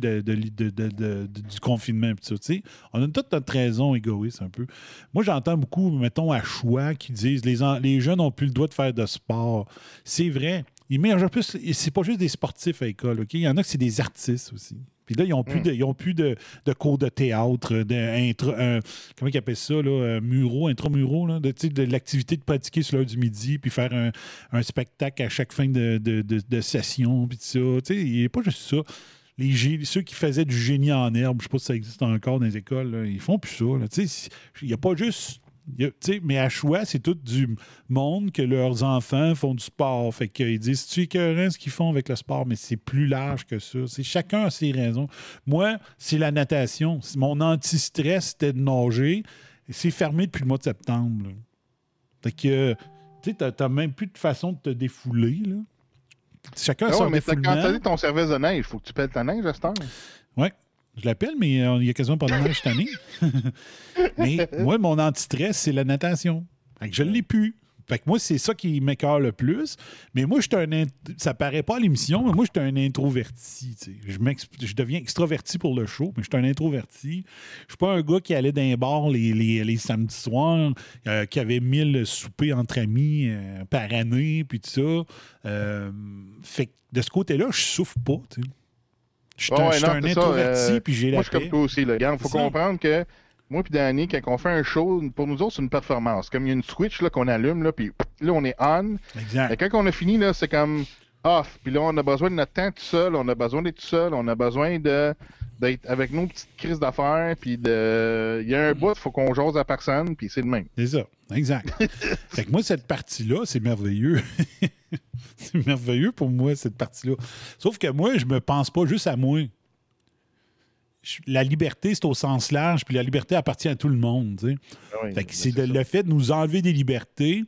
du confinement. Tu sais. On a toute notre raison égoïste un peu. Moi, j'entends beaucoup, mettons, à choix qui disent les jeunes n'ont plus le droit de faire de sport. C'est vrai. C'est pas juste des sportifs à l'école. Okay? Il y en a que c'est des artistes aussi. Puis là, ils n'ont plus de cours de théâtre, comment ils appellent ça, là, intramuraux, là, de l'activité de pratiquer sur l'heure du midi, puis faire un spectacle à chaque fin de session, puis tout ça. Il n'y a pas juste ça. Ceux qui faisaient du génie en herbe, je ne sais pas si ça existe encore dans les écoles, là, ils font plus ça. Il n'y a pas juste... mais à choix, c'est tout du monde que leurs enfants font du sport. Fait qu'ils disent, tu es écœurant ce qu'ils font avec le sport, mais c'est plus large que ça. Chacun a ses raisons. Moi, c'est la natation. Mon anti-stress, c'était de nager. C'est fermé depuis le mois de septembre. Là. Fait que, tu sais, t'as même plus de façon de te défouler. Là. Chacun a son défoulement. Quand tu as dit ton service de neige, il faut que tu pèles ta neige à cette heure. Oui. Je l'appelle, mais il y a quasiment pas de neige cette année. Mais moi, mon anti-stress, c'est la natation. Fait que je ne l'ai plus. Fait que moi, c'est ça qui m'écoeure le plus. Mais moi, ça paraît pas à l'émission, mais moi, je suis un introverti. Je deviens extroverti pour le show, mais je suis un introverti. Je suis pas un gars qui allait dans les bars les samedis soirs, qui avait 1000 soupers entre amis par année, puis tout ça. Fait que de ce côté-là, je souffre pas, tu sais. Je suis un introverti, puis j'ai la paix. Moi, je suis comme toi aussi. Il faut comprendre que moi et Danny, quand on fait un show, pour nous autres, c'est une performance. Comme il y a une switch là, qu'on allume, là, puis là, on est on. Exact. Et quand on a fini, là, c'est comme off. Puis là, on a besoin de notre temps tout seul, on a besoin d'être tout seul, on a besoin d'être avec nos petites crises d'affaires, puis il y a un bout, il faut qu'on jase à personne, puis c'est le même. C'est ça, exact. Fait que moi, cette partie-là, c'est merveilleux. C'est merveilleux pour moi, cette partie-là. Sauf que moi, je me pense pas juste à moi. La liberté, c'est au sens large, puis la liberté appartient à tout le monde. Tu sais. Oui, fait que le fait de nous enlever des libertés,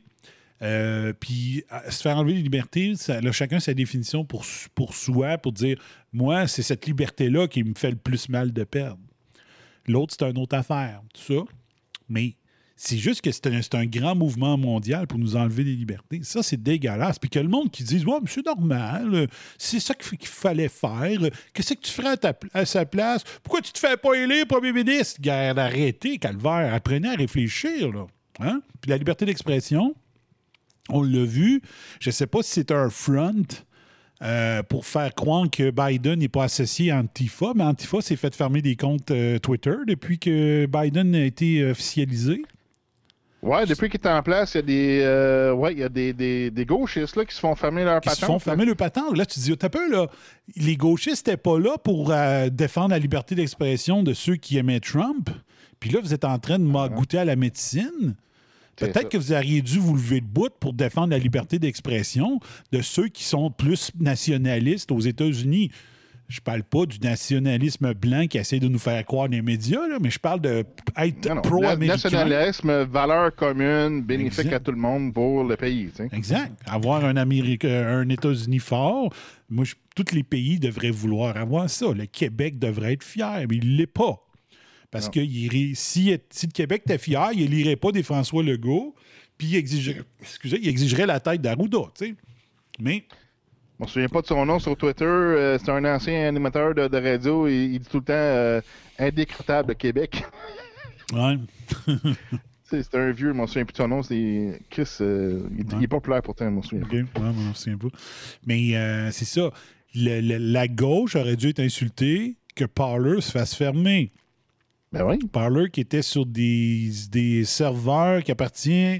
puis se faire enlever des libertés, ça, là, chacun sa définition pour soi, pour dire, moi, c'est cette liberté-là qui me fait le plus mal de perdre. L'autre, c'est une autre affaire, tout ça. Mais c'est juste que c'est un grand mouvement mondial pour nous enlever des libertés. Ça, c'est dégueulasse. Puis que le monde qui dise « Ouais, mais c'est normal, c'est ça qu'il fallait faire. Qu'est-ce que tu ferais à sa place? Pourquoi tu te fais pas élire premier ministre? » Garde, arrêtez, calvaire. Apprenez à réfléchir, là. Hein? Puis la liberté d'expression, on l'a vu. Je ne sais pas si c'est un front pour faire croire que Biden n'est pas associé à Antifa, mais Antifa s'est fait fermer des comptes Twitter depuis que Biden a été officialisé. Ouais, depuis qu'il est en place, il y a des gauchistes là, qui se font fermer leur patente. Qui se font fermer leur patente. Là, tu dis, t'as peu, là, les gauchistes n'étaient pas là pour défendre la liberté d'expression de ceux qui aimaient Trump. Puis là, vous êtes en train de goûter à la médecine. Peut-être que vous auriez dû vous lever de bout pour défendre la liberté d'expression de ceux qui sont plus nationalistes aux États-Unis. Je parle pas du nationalisme blanc qui essaie de nous faire croire dans les médias, là, mais je parle d'être pro-américain. Nationalisme, valeur commune, bénéfique à tout le monde pour le pays. Tu sais. Exact. Avoir un États-Unis fort, moi, tous les pays devraient vouloir avoir ça. Le Québec devrait être fier, mais il ne l'est pas. Parce que si le Québec était fier, il n'irait pas des François Legault, puis il exigerait la tête d'Arruda. Tu sais. Mais... Je me souviens pas de son nom sur Twitter. C'est un ancien animateur de radio. Il dit tout le temps indécrottable Québec. Ouais. C'est un vieux, je me souviens plus de son nom. C'est Chris. Il est populaire pourtant, je me souviens. OK, ouais, je me souviens pas. Mais c'est ça. La gauche aurait dû être insultée que Parler se fasse fermer. Ben oui. Parler qui était sur des serveurs qui appartiennent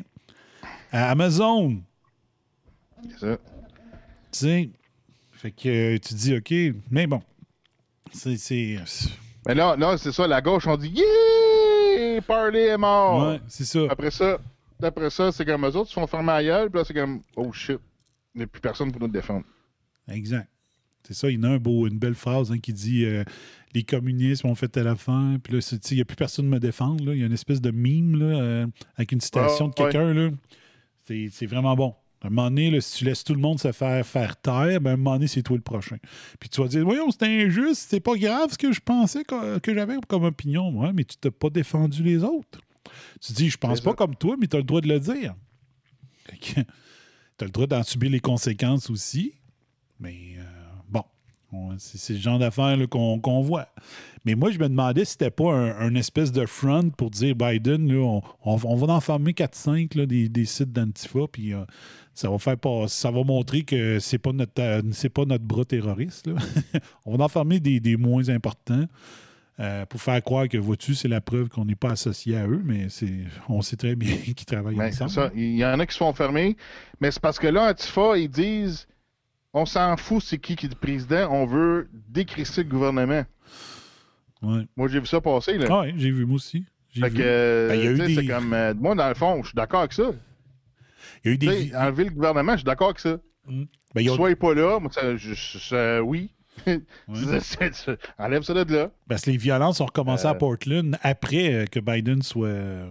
à Amazon. C'est ça. Tu sais, fait que tu dis OK, mais bon, c'est... Mais là, c'est ça, la gauche, on dit yeah, Parler est mort. Ouais, c'est ça. Après ça, c'est comme eux autres, ils se font fermer à gueule, puis là, c'est comme oh shit, il n'y a plus personne pour nous défendre. Exact. C'est ça, il y en a une belle phrase qui dit les communistes ont fait telle affaire, puis là, il n'y a plus personne me défendre. Là. Il y a une espèce de mime là, avec une citation de quelqu'un. Là. C'est vraiment bon. À un moment donné, là, si tu laisses tout le monde se faire taire, ben, à un moment donné, c'est toi le prochain. Puis tu vas dire, voyons, c'est injuste, c'est pas grave ce que je pensais que j'avais comme opinion. Ouais, mais tu t'as pas défendu les autres. Tu dis, je pense pas comme toi, mais tu as le droit de le dire. Tu as le droit d'en subir les conséquences aussi. Mais bon, c'est le genre d'affaires là, qu'on voit. Mais moi, je me demandais si c'était pas un espèce de front pour dire Biden, là, on va enfermer 4-5 des sites d'Antifa, puis ça va montrer que c'est pas notre bras terroriste. Là. On va enfermer des moins importants pour faire croire que, vois-tu, c'est la preuve qu'on n'est pas associé à eux, mais on sait très bien qu'ils travaillent ensemble. C'est ça. Il y en a qui se font fermer, mais c'est parce que là, Antifa, ils disent on s'en fout c'est qui est le président, on veut décrisser le gouvernement. Ouais. Moi, j'ai vu ça passer. Là. Ah oui, j'ai vu, moi aussi. Fait que, c'est comme... moi, dans le fond, je suis d'accord avec ça. Il y a eu des... Enlever le gouvernement, je suis d'accord avec ça. Soyez pas là, moi, oui. Enlève ça de là. Parce que les violences ont recommencé à Portland après que Biden soit...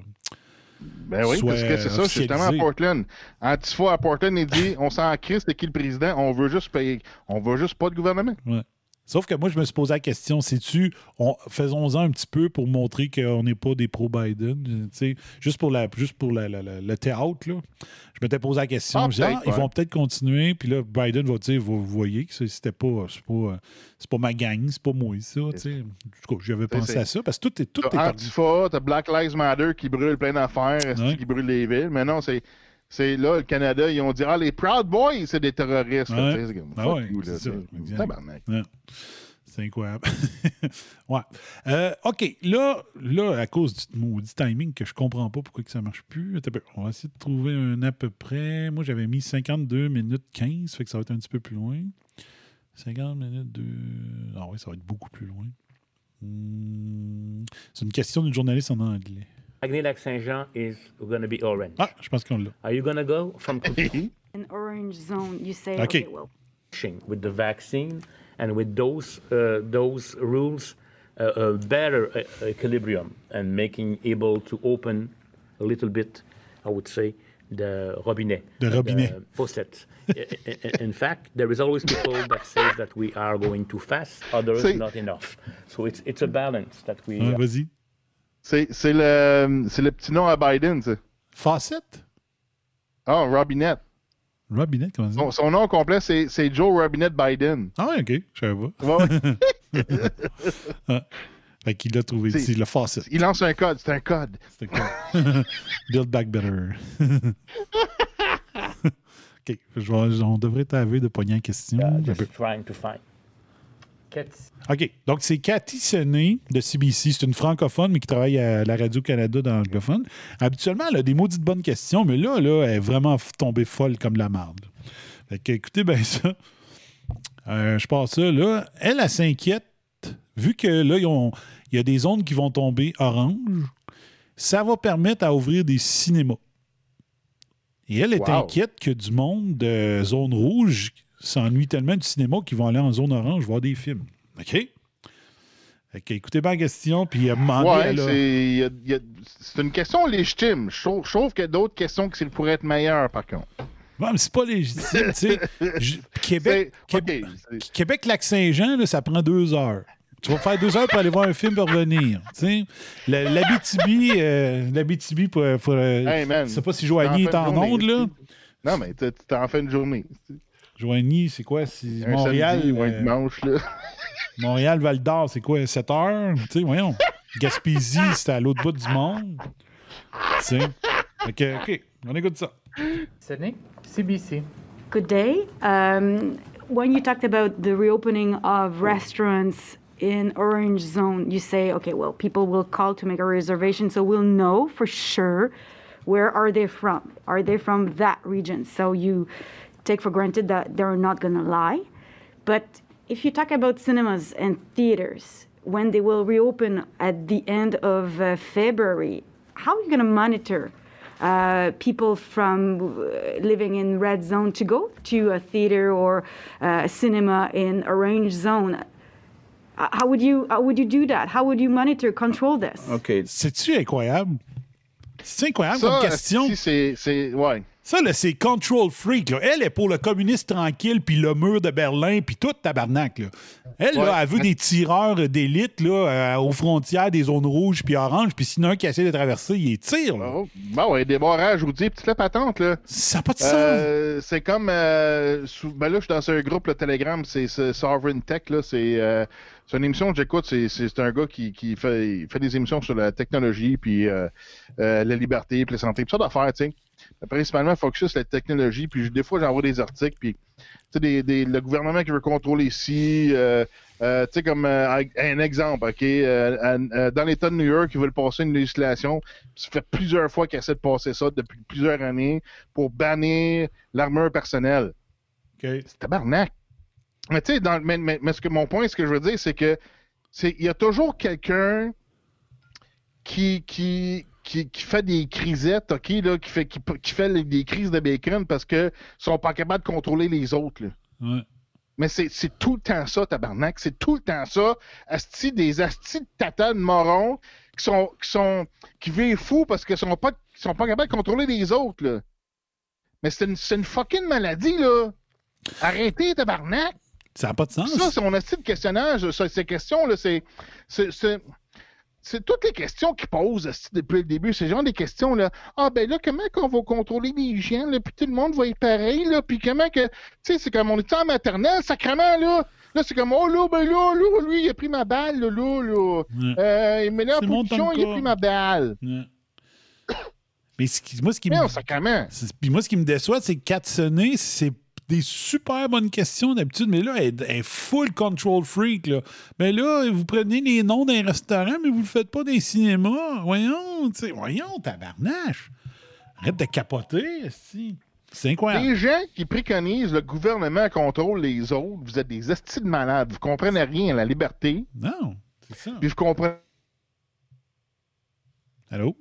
Ben oui, parce que c'est ça, justement, à Portland. Antifa à Portland, il dit on s'en crisse, c'est qui le président, on veut juste payer. On veut juste pas de gouvernement. Ouais. Sauf que moi, je me suis posé la question, faisons-en un petit peu pour montrer qu'on n'est pas des pro-Biden, juste pour le théâtre, là. Je m'étais posé la question, ils vont peut-être continuer, puis là, Biden va dire, vous voyez que c'est pas ma gang, c'est pas moi, ça, tu sais. Du coup, j'avais pensé à ça, parce que tout est Antifa, t'as Black Lives Matter qui brûle plein d'affaires, qui brûle les villes, mais non, c'est là, le Canada, ils ont dit les Proud Boys, c'est des terroristes. Ouais. C'est ça. C'est incroyable. Ouais. OK. Là, à cause du maudit timing que je comprends pas pourquoi que ça marche plus, on va essayer de trouver un à peu près. Moi, j'avais mis 52 minutes 15, fait que ça va être un petit peu plus loin. 50 minutes de... Ah oui, ça va être beaucoup plus loin. C'est une question d'une journaliste en anglais. Saguenay-Lac-Saint-Jean is going to be orange. Ah, je pense qu'on l'a. Are you going to go from an orange zone? You say, okay, well. With the vaccine and with those rules, a better equilibrium and making able to open a little bit, I would say, the robinet. The robinet. The faucet. In fact, there is always people that say that we are going too fast, others not enough. So it's a balance that we... Vas-y. C'est le petit nom à Biden, ça. Faucet? Ah, Robinette. Robinette, comment ça? Son nom complet, c'est Joe Robinette Biden. Ah oui, OK. Je savais pas. Fait qu'il l'a trouvé. C'est le Faucet. Il lance un code. C'est un code. C'est un code. Build back better. OK. On devrait t'avoir de pogner en question. Just trying to find. OK. Donc, c'est Cathy Sené de CBC. C'est une francophone, mais qui travaille à la Radio-Canada dans l'anglophone. Habituellement, elle a des maudites bonnes questions, mais là, elle est vraiment tombée folle comme la marde. Fait que, écoutez bien ça. Je passe ça, là. Elle s'inquiète, vu que là, il y a des zones qui vont tomber orange. Ça va permettre à ouvrir des cinémas. Et elle est inquiète que du monde de zone rouge s'ennuie tellement du cinéma qu'ils vont aller en zone orange voir des films. OK? Écoutez bien la question, puis c'est une question légitime. Je trouve qu'il y a d'autres questions qui pourraient être meilleures, par contre. Non, mais c'est pas légitime, tu sais. Québec-Lac-Saint-Jean, ça prend 2 heures. Tu vas faire 2 heures pour aller voir un film et revenir. L'Abitibi, je sais pas si Joanie est en onde, là. Non, mais tu t'en fais une journée. Joanie, c'est quoi? C'est un Montréal. Samedi ou un dimanche, là. Montréal, Val-d'Or, c'est quoi? 7 heures? Tu sais, voyons. Gaspésie, c'était à l'autre bout du monde. Tu sais. OK, on écoute ça. Sydney, CBC. Good day. When you talked about the reopening of restaurants in orange zone, you say, okay, well, people will call to make a reservation, so we'll know for sure where are they from. Are they from that region? So you take for granted that they're not going to lie. But if you talk about cinemas and theaters, when they will reopen at the end of February, how are you going to monitor people from living in red zone to go to a theater or a cinema in orange zone. How would you do that? How would you monitor, control this? OK. C'est-tu incroyable? C'est incroyable Ça, comme question. Ouais. Ça, là, c'est control freak. Là. Elle est pour le communiste tranquille, puis le mur de Berlin, puis tout tabarnak. Là. Elle, là, elle veut des tireurs d'élite là, aux frontières des zones rouges puis oranges, puis sinon un qui essaie de traverser, il tire. Là. Bon, ouais, des barrages routiers, puis toute la patente. Là. Ça n'a pas de sens. C'est comme... là, je suis dans un groupe, le Telegram, c'est Sovereign Tech. Là, c'est une émission que j'écoute. C'est un gars qui fait des émissions sur la technologie, puis la liberté, puis la santé, puis ça d'affaires, tu sais. Principalement focus sur la technologie, puis des fois j'envoie des articles, puis le gouvernement qui veut contrôler ici, tu sais, comme un exemple, OK, dans l'État de New York, ils veulent passer une législation, ça fait plusieurs fois qu'ils essaient de passer ça depuis plusieurs années pour bannir l'armure personnelle. Okay. C'est tabarnak. Mais tu sais, mon point, ce que je veux dire, c'est que il y a toujours quelqu'un qui fait des crisettes, OK, là, qui fait des crises de bacon parce qu'ils sont pas capables de contrôler les autres. Là. Ouais. Mais c'est tout le temps ça, tabarnak. C'est tout le temps ça. Des astis de tata de morons qui vivent fous parce qu'ils sont pas capables de contrôler les autres. Là. Mais c'est une fucking maladie, là. Arrêtez, tabarnak. Ça n'a pas de sens. Ça, c'est mon asti de questionnage. Ces questions-là, c'est toutes les questions qu'ils posent depuis le début. C'est genre des questions, là. Ah, ben là, comment qu'on va contrôler les gens, là, puis tout le monde va être pareil, là, puis comment que... Tu sais, c'est comme on était en maternelle, sacrément, là. Là, c'est comme, oh, là, ben là, lui, il a pris ma balle, là. Il met là en position, il a pris ma balle. Mais moi, ce qui me déçoit, c'est que Katsune, c'est des super bonnes questions d'habitude, mais là, elle est full control freak. Là. Mais là, vous prenez les noms d'un restaurant, mais vous le faites pas des cinémas. Voyons, tabarnache. Arrête de capoter, si. C'est incroyable. Les gens qui préconisent le gouvernement contrôle les autres, vous êtes des astis de malades. Vous comprenez rien à la liberté. Non, c'est ça. Puis vous comprenez... Allô?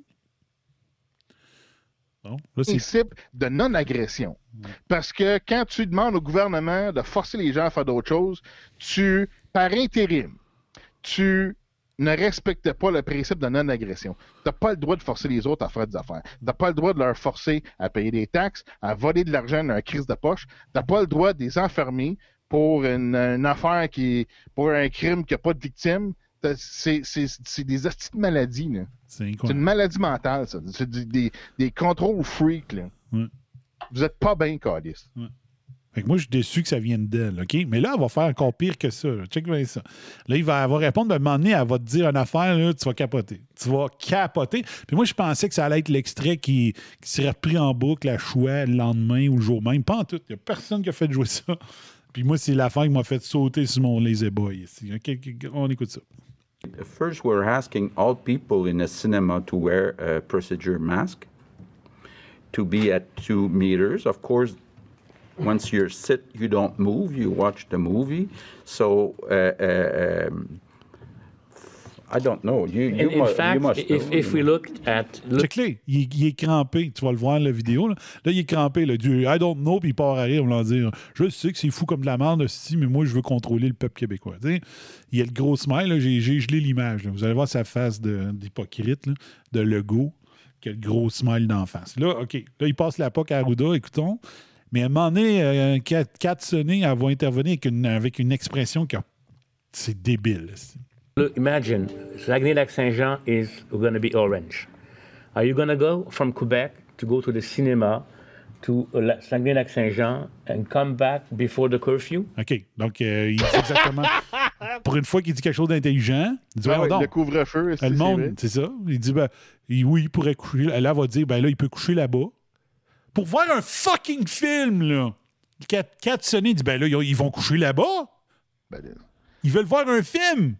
Bon, là, principe de non-agression. Parce que quand tu demandes au gouvernement de forcer les gens à faire d'autres choses, par intérim, tu ne respectes pas le principe de non-agression. Tu n'as pas le droit de forcer les autres à faire des affaires. Tu n'as pas le droit de leur forcer à payer des taxes, à voler de l'argent dans une crise de poche. Tu n'as pas le droit de les enfermer pour une affaire pour un crime qui n'a pas de victime. C'est des astuces de maladie, là. C'est une maladie mentale, ça. C'est des contrôles freaks, là. Ouais. Vous êtes pas bien, Calice. Ouais. Fait que moi, je suis déçu que ça vienne d'elle, OK? Mais là, elle va faire encore pire que ça. Là. Check bien ça. Là, elle va répondre, à un moment donné, elle va te dire une affaire, là, tu vas capoter. Tu vas capoter. Puis moi, je pensais que ça allait être l'extrait qui serait repris en boucle à choix le lendemain ou le jour même. Pas en tout. Il n'y a personne qui a fait jouer ça. Puis moi, c'est l'affaire qui m'a fait sauter sur mon lazy boy ici. OK? On écoute ça. First, we're asking all people in a cinema to wear a procedure mask, to be at 2 meters. Of course, once you're sit, you don't move, you watch the movie. So, I don't know. In fact, if we look at... Check-le, il est crampé. Tu vas le voir, la vidéo. Là, il est crampé. Là, du I don't know, puis il part à rire. On va dire, je sais que c'est fou comme de la merde, mais moi, je veux contrôler le peuple québécois. T'sais, il y a le gros smile. Là, j'ai gelé l'image. Là. Vous allez voir sa face d'hypocrite, là, de Legault, qui a le gros smile d'en face. Là, OK. Là, il passe la POC à Arruda, écoutons. Mais à un moment donné, Katsune, elle va intervenir avec une expression qui a... C'est débile. Look, imagine, Saguenay-Lac-Saint-Jean is going to be orange. Are you going to go from Quebec to go to the cinema to Saguenay-Lac-Saint-Jean and come back before the curfew? OK. Donc, il dit exactement... Pour une fois qu'il dit quelque chose d'intelligent, il dit, le couvre-feu, le monde, c'est ça. Il dit, oui, il pourrait coucher. Là, elle va dire, là, il peut coucher là-bas. Pour voir un fucking film, là. Katsune dit, là, ils vont coucher là-bas. Ils veulent voir un film.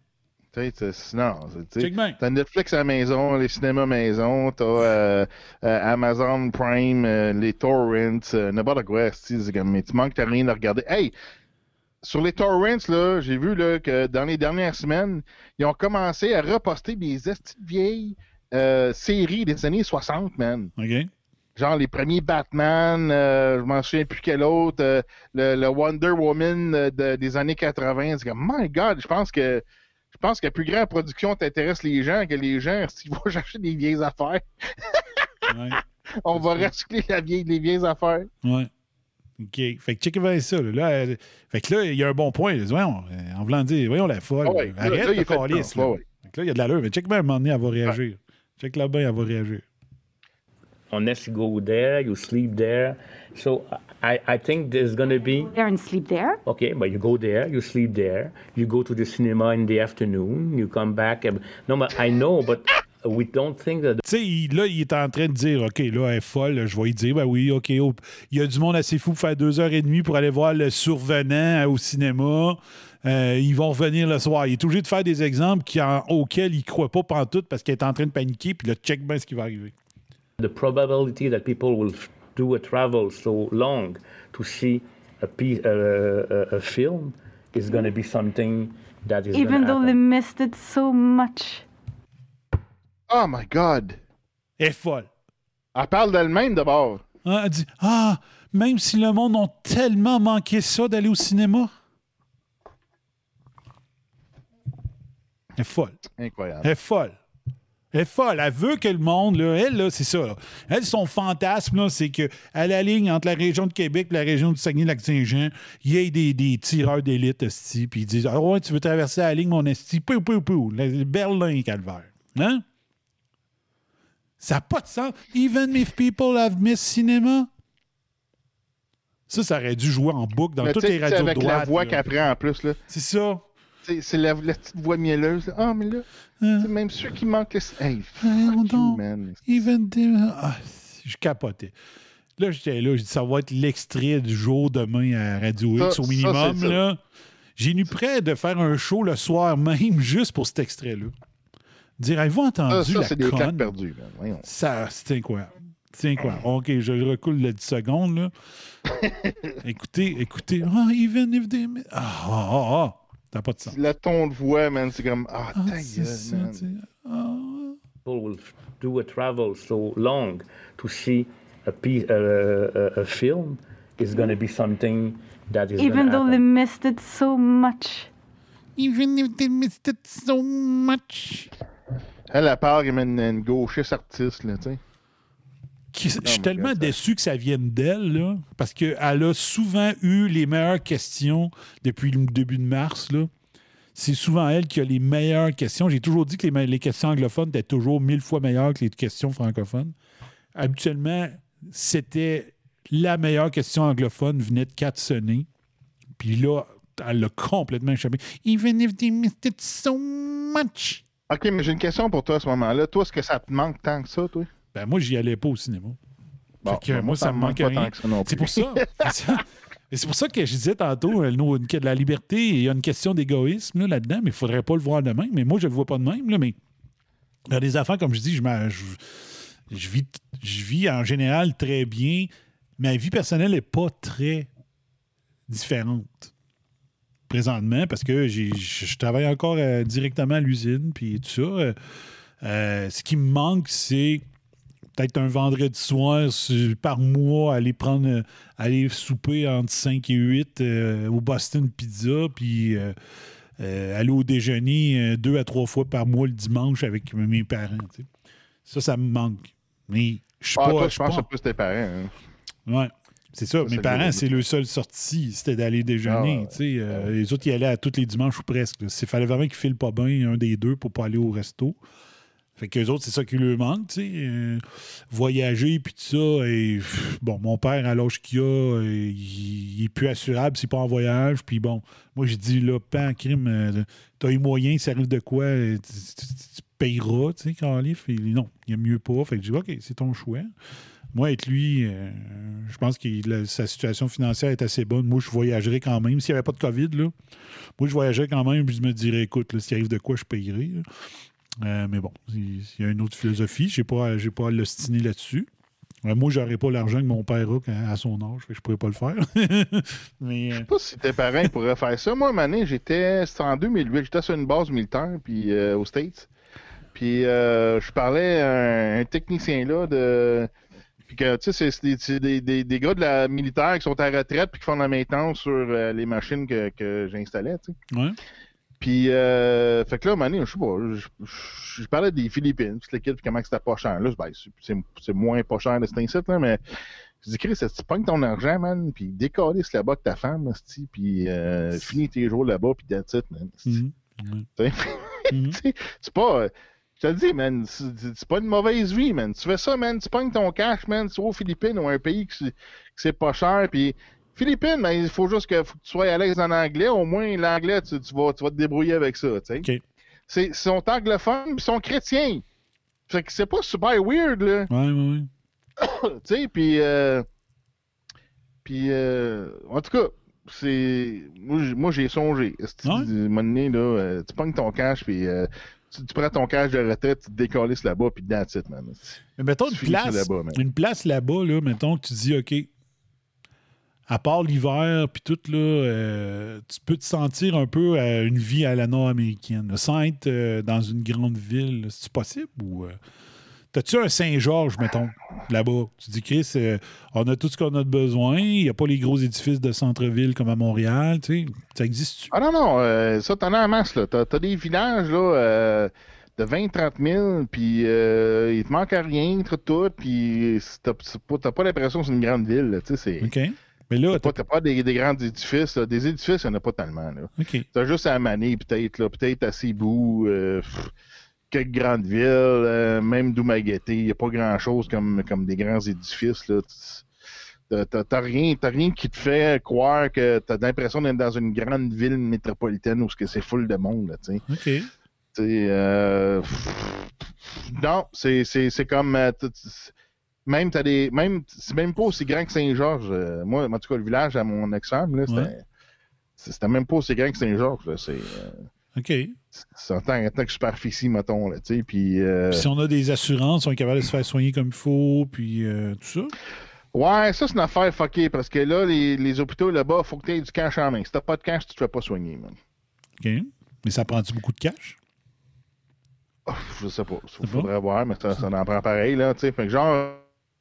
T'as Netflix à la maison, les cinémas à la maison, t'as Amazon Prime, les torrents, n'importe quoi. Mais tu manques, t'as rien à regarder. Hey! Sur les torrents, là, j'ai vu là, que dans les dernières semaines, ils ont commencé à reposter des vieilles séries des années 60, man. OK. genre les premiers Batman, je m'en souviens plus quel autre, le Wonder Woman des années 80. C'est comme, my God, je pense que la plus grande production t'intéresse les gens que les gens, s'ils vont chercher des vieilles affaires. Ouais. On va recycler les vieilles affaires. Ouais. OK. Fait que check bien ça. Fait que là, il y a un bon point. Voyons, en voulant dire, voyons la folle. Ouais, arrête de calice. Ouais, ouais. Fait que là, il y a de l'allure. Mais check bien, à un moment donné, elle va réagir. Ouais. Check là-bas, elle va réagir. Unless you go there, you sleep there. So I think there's going to be... There and sleep there. Okay, but you go there, you sleep there. You go to the cinema in the afternoon. You come back. No, but I know, but... We don't think that... Tu sais, là, il est en train de dire, OK, là, elle est folle, je vais lui dire, ben oui, OK, il y a du monde assez fou pour faire 2h30 pour aller voir le survenant au cinéma. Ils vont revenir le soir. Il est obligé de faire des exemples auxquels il ne croit pas pantoute parce qu'il est en train de paniquer, puis là, check bien ce qui va arriver. The probability that people will do a travel so long to see a film is going to be something that is even though they missed it so much. Oh my God! Elle est folle. Elle parle d'elle-même d'abord. Elle dit, même si le monde a tellement manqué ça d'aller au cinéma. Elle est folle. Incroyable. Elle est folle. Elle est folle. Elle veut que le monde, là, elle, là, c'est ça. Là. Elle, son fantasme, là, c'est qu'à la ligne entre la région de Québec et la région du Saguenay-Lac-Saint-Jean, il y ait des tireurs d'élite, esti, puis ils disent, ouais, tu veux traverser la ligne, mon esti, pou, le Berlin, calvaire. Hein? Ça n'a pas de sens. Even if people have missed cinema. Ça aurait dû jouer en boucle dans toutes les radios de droite. Avec la voix qu'elle prend en plus. Là. C'est ça. C'est la petite voix mielleuse. Ah, mais là, c'est même ceux qui manquent... Hey, fuck you, man. Je capotais. Là, j'étais là, j'ai dit, ça va être l'extrait du jour demain à Radio X au minimum. Là. J'ai eu prêt de faire un show le soir même juste pour cet extrait-là. Dire, avez-vous entendu la c'est conne? des claques perdues. Ça, c'est incroyable. C'est incroyable. OK, je recule le 10 secondes. Là. écoutez. Even if they... T'as pas de sens. Le ton de voix, man, c'est comme... ta gueule, man. People will do a travel so long to see a film is going to be something that is even though they missed it so much. Even if they missed it so much. Elle part comme une gauchiste artiste, là, tu sais. Je suis tellement déçu que ça vienne d'elle, là, parce qu'elle a souvent eu les meilleures questions depuis le début de mars, là. C'est souvent elle qui a les meilleures questions. J'ai toujours dit que les questions anglophones étaient toujours 1000 fois meilleures que les questions francophones. Habituellement, c'était la meilleure question anglophone venait de Kat Sonnet. Puis là, elle l'a complètement échappé. Even if they missed it so much. OK, mais j'ai une question pour toi à ce moment-là. Toi, est-ce que ça te manque tant que ça, toi? Ben moi, j'y allais pas au cinéma. Bon, moi, ça me manque pas rien. tant que ça non plus. C'est pour ça. C'est pour ça que je disais tantôt, de la liberté, il y a une question d'égoïsme là-dedans, mais il ne faudrait pas le voir de même. Mais moi, je ne le vois pas de même. Là, mais il y a des affaires, comme je dis, je vis en général très bien. Ma vie personnelle n'est pas très différente présentement parce que je travaille encore directement à l'usine puis tout ça. Ce qui me manque, c'est peut-être un vendredi soir par mois, aller souper entre 5 et 8 au Boston Pizza, puis aller au déjeuner 2 à 3 fois par mois le dimanche avec mes parents. Tu sais. Ça me manque. Mais je suis pas... Toi, je pense que c'est plus tes parents. Hein. Ouais. C'est ça. Mes parents, c'est le seul sortie, c'était d'aller déjeuner. Les autres, ils allaient à tous les dimanches ou presque. Il fallait vraiment qu'ils filent pas bien un des deux pour pas aller au resto. Fait qu'eux autres, c'est ça qui leur manque, tu sais. Voyager, puis tout ça. Et, bon, mon père, à l'âge qu'il a, il est plus assurable s'il n'est pas en voyage. Puis bon, moi, je dis, là, pas en crime, t'as eu moyen, ça arrive de quoi, tu payeras, tu sais, Calif. Non, il y a mieux pas. Fait que je dis, OK, c'est ton choix. Moi, avec lui, je pense que sa situation financière est assez bonne. Moi, je voyagerais quand même. S'il n'y avait pas de COVID, là, moi, je voyagerais quand même, puis je me dirais, écoute, là, s'il arrive de quoi, je payerai. Mais bon, il y a une autre philosophie. Je n'ai pas à l'ostiner là-dessus. Moi, je n'aurais pas l'argent que mon père a à son âge. Je ne pourrais pas le faire. Mais, je ne sais pas si tes parents pourraient faire ça. Moi, à un moment donné, c'était en 2008. J'étais sur une base militaire puis, aux States. Puis je parlais à un technicien là Puis que, tu sais, c'est des gars de la militaire qui sont à la retraite puis qui font de la maintenance sur les machines que j'installais, tu sais. Ouais. Puis, fait que là, Mané, je sais pas, je parlais des Philippines, puis l'équipe, comment c'était pas cher. Là, ben, c'est moins pas cher de cet incite, là, mais je dis, Chris, tu pognes ton argent, man, puis décalisse là-bas avec ta femme, puis finis tes jours là-bas, puis that's it, man. C'est pas... Je te le dis, man, c'est pas une mauvaise vie, man. Tu fais ça, man, tu pognes ton cash, man, tu vas aux Philippines ou un pays que c'est pas cher, puis Philippines, ben, il faut juste que tu sois à l'aise en anglais. Au moins, l'anglais, tu vas te débrouiller avec ça, tu sais. Okay. Ils sont anglophones, puis ils sont chrétiens. Fait que c'est pas super weird, là. Ouais. Tu sais, puis en tout cas, c'est... Moi, j'ai songé. À un moment donné, là, tu pognes ton cash, puis... Tu prends ton cash de retraite, tu te décalisses là-bas, puis that's it, man. Mais mettons une place là-bas, là, mettons que tu dis, OK, à part l'hiver, puis tout, là, tu peux te sentir un peu à une vie à la nord-américaine, là, sans être dans une grande ville. C'est-tu possible? Ou t'as-tu un Saint-Georges, mettons, là-bas? Tu dis, Chris, on a tout ce qu'on a de besoin, il n'y a pas les gros édifices de centre-ville comme à Montréal, tu sais, ça existe-tu? Ah non, ça, t'en as en masse, là. T'as des villages, là, de 20-30 000, puis il te manque à rien, tout, puis t'as pas l'impression que c'est une grande ville, là, tu sais, c'est... OK. Mais là, t'as pas des grands édifices, là. Des édifices, il n'y en a pas tellement, là. OK. T'as juste à Mané, peut-être à Cebu, quelques grandes villes, même Dumaguete, il n'y a pas grand-chose comme des grands édifices, là. T'as rien qui te fait croire que t'as l'impression d'être dans une grande ville métropolitaine où c'est full de monde, là, tu sais. OK. Non, c'est comme... c'est même pas aussi grand que Saint-Georges. Moi, en tout cas, le village à mon ex-femme, là, c'était même pas aussi grand que Saint-Georges, là. C'est... OK. C'est en tant que superficie, mettons, là, tu sais, puis... si on a des assurances, on est capable de se faire soigner comme il faut, puis tout ça? Ouais, ça, c'est une affaire fuckée, parce que là, les hôpitaux là-bas, il faut que tu aies du cash en main. Si t'as pas de cash, tu te fais pas soigner, man. OK. Mais ça prend-tu beaucoup de cash? Oh, je sais pas. Il faudrait voir, mais ça en prend pareil, là, tu sais. Fait que genre...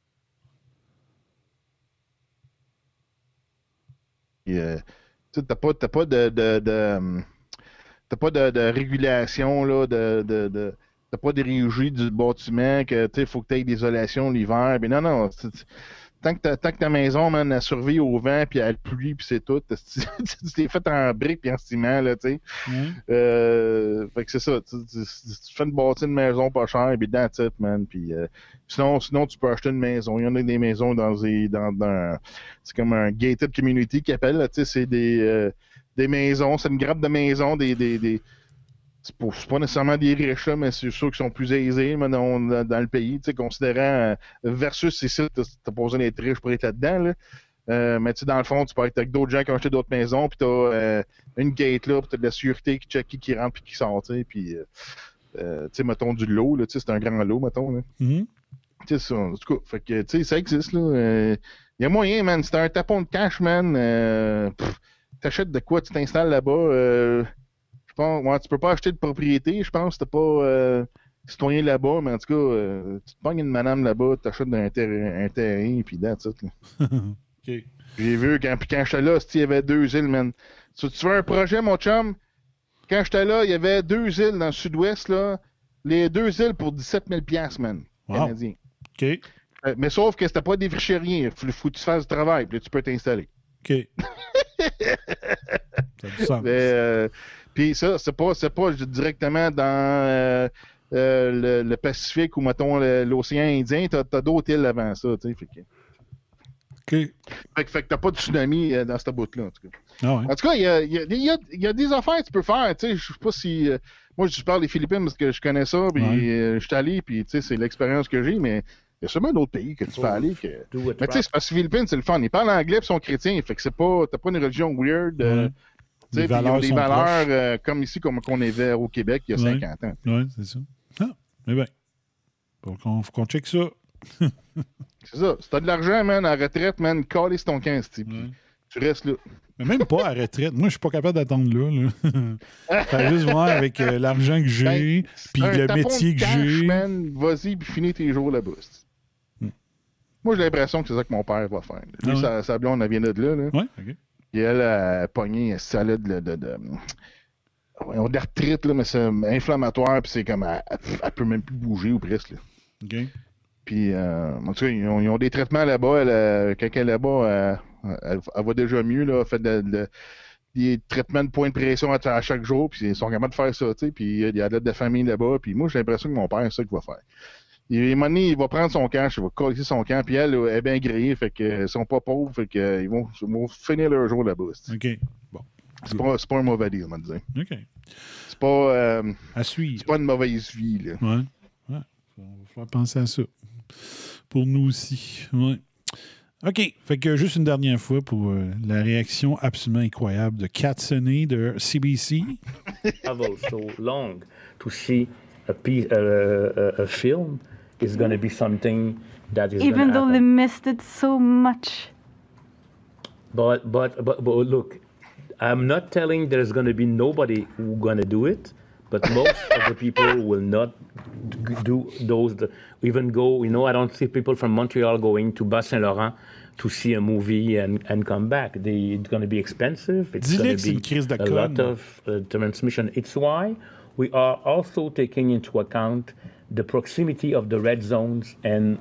t'as pas de régulation, là, t'as pas de régie du bâtiment, que il faut que tu aies d'isolation l'hiver. Mais non, tant que ta maison, man, elle survit au vent, puis à la pluie, puis c'est tout, tu t'es fait en briques puis en ciment, là, tu sais. Fait que c'est ça, tu fais une bâtie de maison pas chère, puis that's it, man. Puis sinon, tu peux acheter une maison. Il y en a des maisons dans c'est comme un gated community qu'ils appellent, là, tu sais, c'est des maisons, c'est une grappe de maisons, c'est pas nécessairement des riches, là, mais c'est ceux qui sont plus aisés dans le pays, tu sais, considérant versus ici, t'as pas besoin d'être riche pour être là-dedans, là. Mais tu sais, dans le fond, tu peux être avec d'autres gens qui ont acheté d'autres maisons, puis t'as une gate là, puis t'as de la sécurité qui check qui rentre puis qui sort, tu sais, puis tu sais, mettons du lot, là, tu sais, c'est un grand lot, mettons, là. Tu sais, ça, en tout cas, fait que, tu sais, ça existe, là. Il y a moyen, man, c'est un tapon de cash, man, t'achètes de quoi, tu t'installes là-bas, tu peux pas acheter de propriété, je pense. T'es pas citoyen là-bas, mais en tout cas, tu te pognes une madame là-bas, t'achètes un terrain, puis that's it. OK. J'ai vu, quand j'étais là, il y avait 2 îles, man. Tu veux un projet, mon chum? Quand j'étais là, il y avait 2 îles dans le sud-ouest, là. Les 2 îles pour 17 000 $, man, canadiens. OK. Mais sauf que c'était pas des fricheriers. Faut que tu fasses du travail, puis là, tu peux t'installer. OK. Ça a du sens. Puis ça, c'est pas directement dans le Pacifique ou, mettons, l'océan Indien. T'as d'autres îles avant ça, tu sais. OK. Fait que t'as pas de tsunami dans cette bout-là, en tout cas. Ah ouais. En tout cas, il y a des affaires que tu peux faire, tu sais. Je sais pas si... moi, je parle des Philippines parce que je connais ça, puis je suis allé, puis tu sais, c'est l'expérience que j'ai, mais... Il y a sûrement d'autres pays que tu peux aller. Mais tu sais, c'est parce que les Philippines, c'est le fun. Ils parlent anglais et sont chrétiens. Fait que t'as pas une religion weird. Les valeurs ils ont des valeurs comme ici, comme qu'on avait au Québec il y a 50 ans. Oui, c'est ça. Ah, mais bien. Faut qu'on check ça. C'est ça. Si t'as de l'argent, man, à la retraite, man, calisse ton 15, tu restes là. Mais même pas à la retraite. Moi, je suis pas capable d'attendre là. Fait juste voir avec l'argent que j'ai, puis le métier que j'ai. Man, vas-y, puis finis tes jours là-bas. Moi, j'ai l'impression que c'est ça que mon père va faire. Lui, sa blonde, elle vient de là. Ouais, OK. Et elle a pogné ça de l'arthrite, là, mais c'est inflammatoire, puis c'est comme, elle peut même plus bouger ou presque. Là. OK. Puis, en tout cas, ils ont des traitements là-bas. Quand elle est là-bas, elle va déjà mieux. Là, elle fait des traitements de points de pression à chaque jour. Puis, ils sont capables de faire ça. Puis, il y a de l'aide de famille là-bas. Puis, moi, j'ai l'impression que mon père, c'est ça qu'il va faire. À un moment donné, il va prendre son camp, il va coller son camp. Puis, elle est bien grillée. Fait qu'ils sont pas pauvres. Fait qu'ils vont finir leur jour là-bas. OK. Bon. C'est pas un mauvais deal, on va dire. OK. C'est pas. À suivre. C'est pas une mauvaise vie, là. Ouais. On va falloir penser à ça. Pour nous aussi. Ouais. OK. Fait que juste une dernière fois pour la réaction absolument incroyable de Kat Senney de CBC. Travel so long to see a film is going to be something that is Even though happen. they missed it so much. But look, I'm not telling there's going to be nobody who's going to do it, but most of the people will not do those. Even go, I don't see people from Montreal going to Bas-Saint-Laurent to see a movie and come back. It's going to be expensive. It's going to be a lot of transmission. It's why we are also taking into account the proximity of the red zones and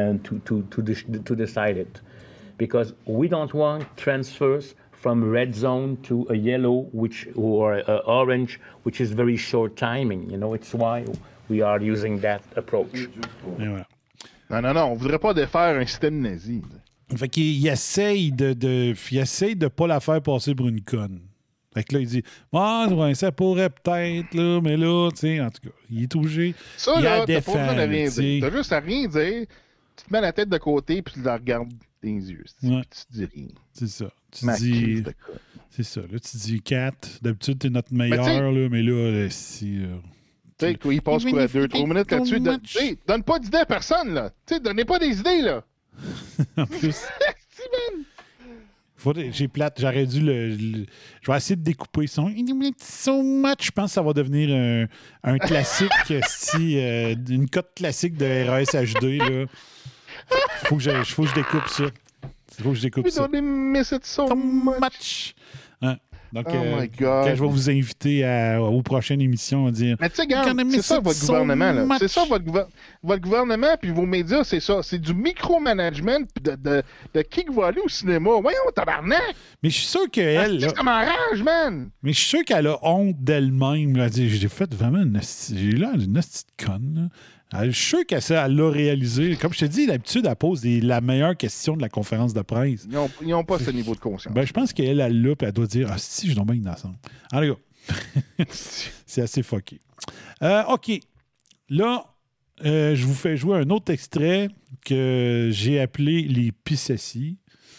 to decide it. Because we don't want transfers from red zone to a yellow or a orange, which is very short timing. It's why we are using that approach. Voilà. Non, on voudrait pas défaire un système nazi. Fait qu'il essaye de pas la faire passer pour une conne. Fait que là, il dit ouais, ça pourrait peut-être, là, mais là, tu sais, en tout cas, il est obligé. Ça, là, t'as pas besoin de rien défendre, dire. T'as juste à rien dire. Tu te mets la tête de côté puis tu la regardes dans les yeux. Ouais. Tu dis rien. C'est ça. Tu dis. C'est ça. Là, tu dis 4. D'habitude, t'es notre meilleur, là, mais là, si. Tu sais, il passe quoi, 2-3 minutes là-dessus. Donne pas d'idées à personne, là. Tu sais, donnez pas des idées, là. En plus. J'ai plate, j'aurais dû je vais essayer de découper son so much. Je pense que ça va devenir un classique, une cote classique de RASHD. Là. Faut que je découpe ça. Faut que je découpe ça. Miss it so much. Hein? Donc, my God. quand je vais vous inviter aux prochaines émissions, on va dire. Mais tu sais, regarde, c'est ça votre gouvernement. Là. C'est ça votre gouvernement, puis vos médias, c'est ça. C'est du micromanagement de qui va aller au cinéma. Voyons, tabarnak! Mais je suis sûr qu'elle. Ça m'arrange, man! Mais je suis sûr qu'elle a honte d'elle-même. Elle dit, j'ai fait vraiment une petite conne. Là. Je suis sûr qu'elle l'a réalisé. Comme je te dis, d'habitude, elle pose la meilleure question de la conférence de presse. Ils n'ont pas ce niveau de conscience. Ben, je pense qu'elle l'a, puis elle doit dire si, je suis donc bien innocente. Allez, gars. C'est assez fucké. OK. Là, je vous fais jouer un autre extrait que j'ai appelé les Pissassis.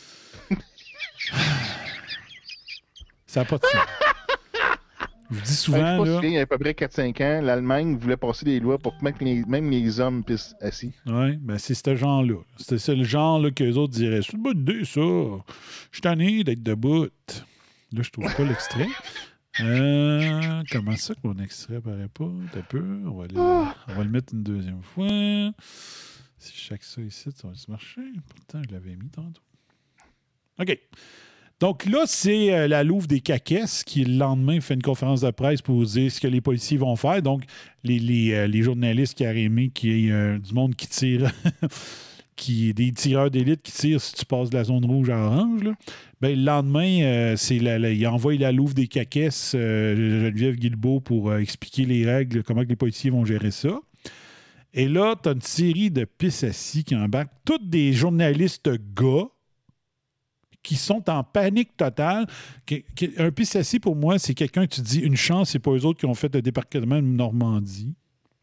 Ça n'a pas de sens. Je vous dis souvent, là... Il y a à peu près 4-5 ans, l'Allemagne voulait passer des lois pour que même les hommes pissent assis. Oui, ben c'est ce genre-là. C'est le genre là, qu'eux autres diraient. C'est une bonne idée, ça. Je suis tanné d'être debout. Là, je trouve pas l'extrait. Comment ça que mon extrait apparaît pas? T'as peu. On va le mettre une deuxième fois. Si je check ça ici, ça va-tu marcher? Pourtant, je l'avais mis tantôt. OK. Donc là, c'est la Louve des Caquesses qui, le lendemain, fait une conférence de presse pour dire ce que les policiers vont faire. Donc, les journalistes qui auraient aimé qu'il y ait du monde qui tire, des tireurs d'élite qui tirent si tu passes de la zone rouge à orange. Là. Ben, le lendemain, il envoie la Louve des Caquesses, Geneviève Guilbeault, pour expliquer les règles, comment que les policiers vont gérer ça. Et là, tu as une série de pissassis qui embarquent, tous des journalistes gars, qui sont en panique totale. Un pissassis, pour moi, c'est quelqu'un, tu dis, une chance, c'est pas eux autres qui ont fait le débarquement de Normandie.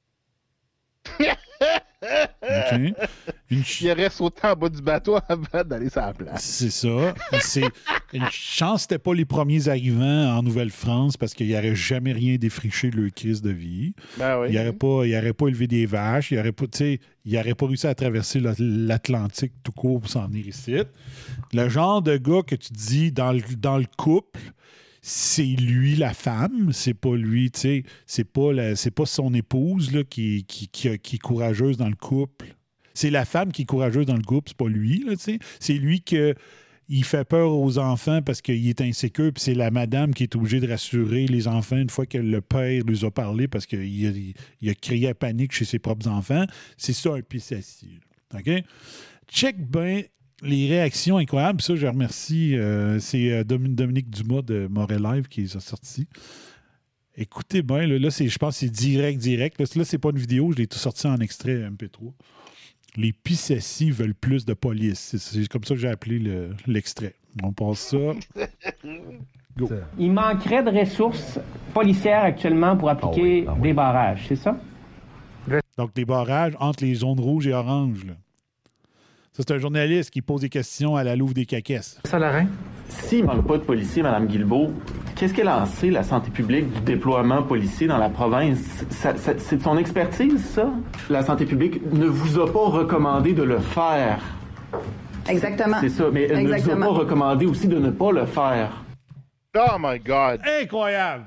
Okay. Il reste autant en bas du bateau avant d'aller sur la place. C'est ça. Une chance, c'était pas les premiers arrivants en Nouvelle-France parce qu'il n'aurait jamais rien défriché de leur crise de vie. Ben oui. Il n'aurait pas élevé des vaches. Il n'aurait pas réussi à traverser l'Atlantique tout court pour s'en venir ici. Le genre de gars que tu dis dans le couple, c'est lui la femme, c'est pas lui, tu sais, c'est pas son épouse là, qui est courageuse dans le couple. C'est la femme qui est courageuse dans le groupe, c'est pas lui. Là, c'est lui il fait peur aux enfants parce qu'il est insécure, puis c'est la madame qui est obligée de rassurer les enfants une fois que le père lui a parlé parce qu'il a crié à panique chez ses propres enfants. C'est ça un PCSI. OK? Check bien les réactions incroyables. Ça, je remercie. C'est Dominique Dumas de Montréal Live qui les a sortis. Écoutez bien, là je pense que c'est direct. Là, c'est pas une vidéo, je l'ai tout sorti en extrait MP3. Les PCSI veulent plus de police. C'est comme ça que j'ai appelé l'extrait. On passe ça. Go. Il manquerait de ressources policières actuellement pour appliquer des barrages, c'est ça? Donc, des barrages entre les zones rouges et oranges. Là. Ça, c'est un journaliste qui pose des questions à la Louve des Caquesses. Salarin? S'il ne manque pas de policiers, Mme Guilbeault, qu'est-ce qu'elle a lancé, la santé publique, du déploiement policier dans la province? C'est de son expertise, ça? La santé publique ne vous a pas recommandé de le faire. Exactement. C'est ça, mais elle ne vous a pas recommandé aussi de ne pas le faire. Oh my God! Incroyable!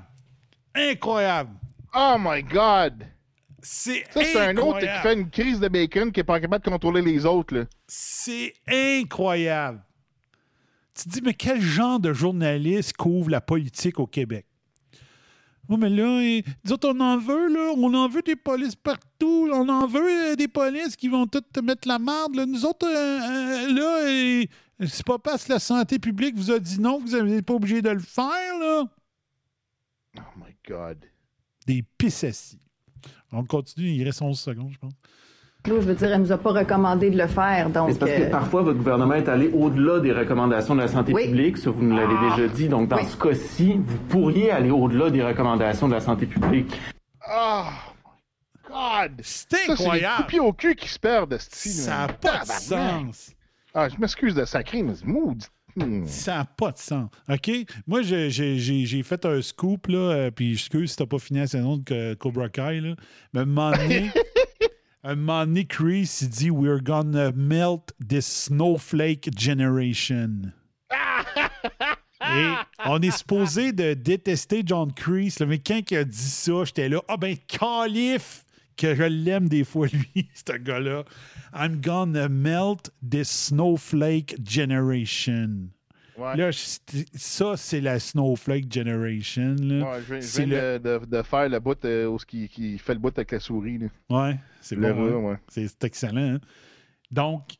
Oh my God! C'est un autre qui fait une crise de bacon qui n'est pas capable de contrôler les autres. Là. C'est incroyable! Tu te dis, mais quel genre de journaliste couvre la politique au Québec? Oh, mais là, nous autres, on en veut, là. On en veut des polices partout. On en veut des polices qui vont toutes te mettre la marde. Là. Nous autres, là, c'est pas parce que la santé publique vous a dit non que vous n'êtes pas obligé de le faire, là. Oh my God. Des PCSI. On continue, il reste 11 secondes, je pense. Là, je veux dire, elle ne nous a pas recommandé de le faire. Donc, c'est parce que parfois, votre gouvernement est allé au-delà des recommandations de la santé publique. Ça, vous nous l'avez déjà dit. Donc, dans ce cas-ci, vous pourriez aller au-delà des recommandations de la santé publique. Oh my God! C'est incroyable! C'est les coups au cul qui se perdent, ça n'a pas de sens. Ah, je m'excuse de sacrer, mais c'est maudit. Ça n'a pas de sens. OK? Moi, j'ai fait un scoop, là, puis excuse si t'as pas fini la saison de Cobra Kai, là. Mais à un moment donné, Chris, il dit « We're gonna melt this snowflake generation. » Et on est supposé de détester John Kreese, mais quand il a dit ça, j'étais là « Ah ben, calife! » Que je l'aime des fois, lui, ce gars-là. « I'm gonna melt this snowflake generation. » Ouais. Là, ça, c'est la Snowflake Generation. Là. Ouais, je viens de faire le bout qui fait le bout avec la souris. Là. Ouais, c'est bon. Ouais. C'est excellent. Hein? Donc,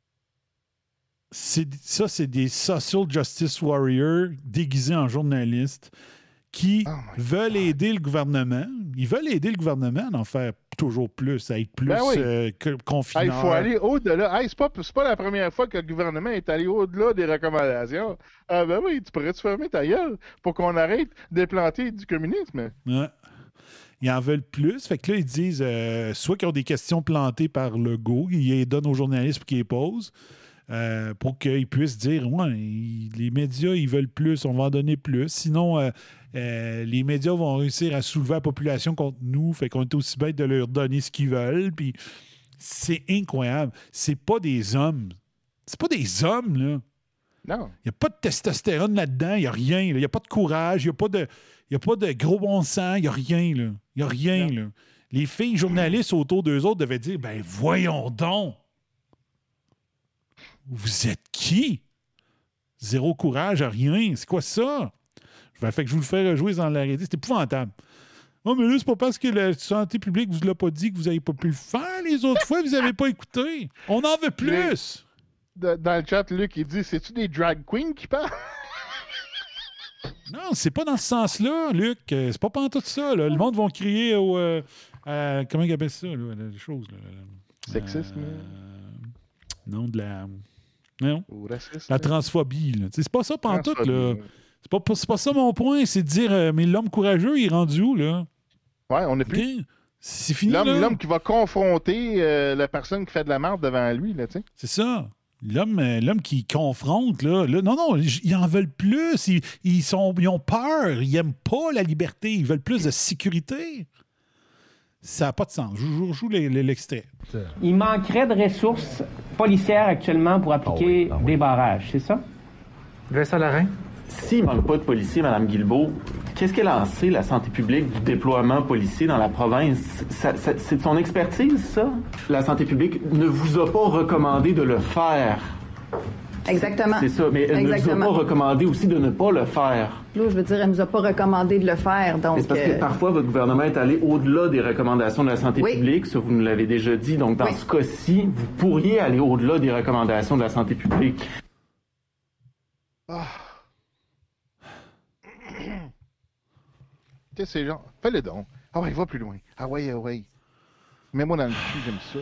c'est des social justice warriors déguisés en journalistes qui veulent aider le gouvernement. Ils veulent aider le gouvernement à en faire toujours plus, à être plus confinant. Il faut aller au-delà. Hey, c'est pas la première fois que le gouvernement est allé au-delà des recommandations. Ah ben oui, tu pourrais te fermer ta gueule pour qu'on arrête d'implanter du communisme. Ouais. Ils en veulent plus. Fait que là, ils disent soit qu'ils ont des questions plantées par Legault, ils les donnent aux journalistes pour qu'ils les posent. Pour qu'ils puissent dire les médias, ils veulent plus, on va en donner plus. Sinon, les médias vont réussir à soulever la population contre nous. Fait qu'on est aussi bête de leur donner ce qu'ils veulent. Puis c'est incroyable. C'est pas des hommes. C'est pas des hommes, là. Non. Il n'y a pas de testostérone là-dedans. Il n'y a rien. Il n'y a pas de courage. Il n'y a pas de gros bon sens. Il n'y a rien, là. Il n'y a rien, là. Les filles journalistes autour d'eux autres devaient dire ben voyons donc. Vous êtes qui? Zéro courage, rien. C'est quoi ça? Fait que je vous le fais rejouer dans la réalité. C'est épouvantable. Oh, mais là, c'est pas parce que la santé publique vous l'a pas dit que vous n'avez pas pu le faire les autres fois. Vous n'avez pas écouté. On en veut plus. Dans le chat, Luc, il dit, c'est-tu des drag queens qui parlent? Non, c'est pas dans ce sens-là, Luc. C'est pas pantoute ça. Là. Le monde va crier au... comment ils appellent ça, là, les choses? Là, sexisme? Non, de la... Non. Ou racisme? La transphobie, là. C'est pas ça pantoute, là. C'est pas ça mon point. C'est de dire, mais l'homme courageux, il est rendu où, là? Ouais, on n'est plus... Okay. C'est fini, l'homme qui va confronter la personne qui fait de la merde devant lui, là, tu sais. C'est ça. L'homme qui confronte, là, non, ils en veulent plus. Ils ont peur. Ils n'aiment pas la liberté. Ils veulent plus de sécurité. Ça n'a pas de sens. Je joue l'extrait. Il manquerait de ressources policières actuellement pour appliquer des barrages, c'est ça? Salarin? S'il ne manque pas de policiers, Mme Guilbeault, Qu'est-ce qu'elle en sait, la santé publique, du déploiement policier dans la province? C'est de son expertise, ça? La santé publique ne vous a pas recommandé de le faire. Exactement. C'est ça, mais elle ne vous a pas recommandé aussi de ne pas le faire. Là, je veux dire, elle nous a pas recommandé de le faire, donc... C'est parce que parfois, votre gouvernement est allé au-delà des recommandations de la santé publique, ça, vous nous l'avez déjà dit. Donc, dans ce cas-ci, vous pourriez aller au-delà des recommandations de la santé publique. Tu sais, c'est genre, fais-le donc. Ah ouais, va plus loin. Ah ouais, ah ouais. Mets-moi dans le cul, j'aime ça.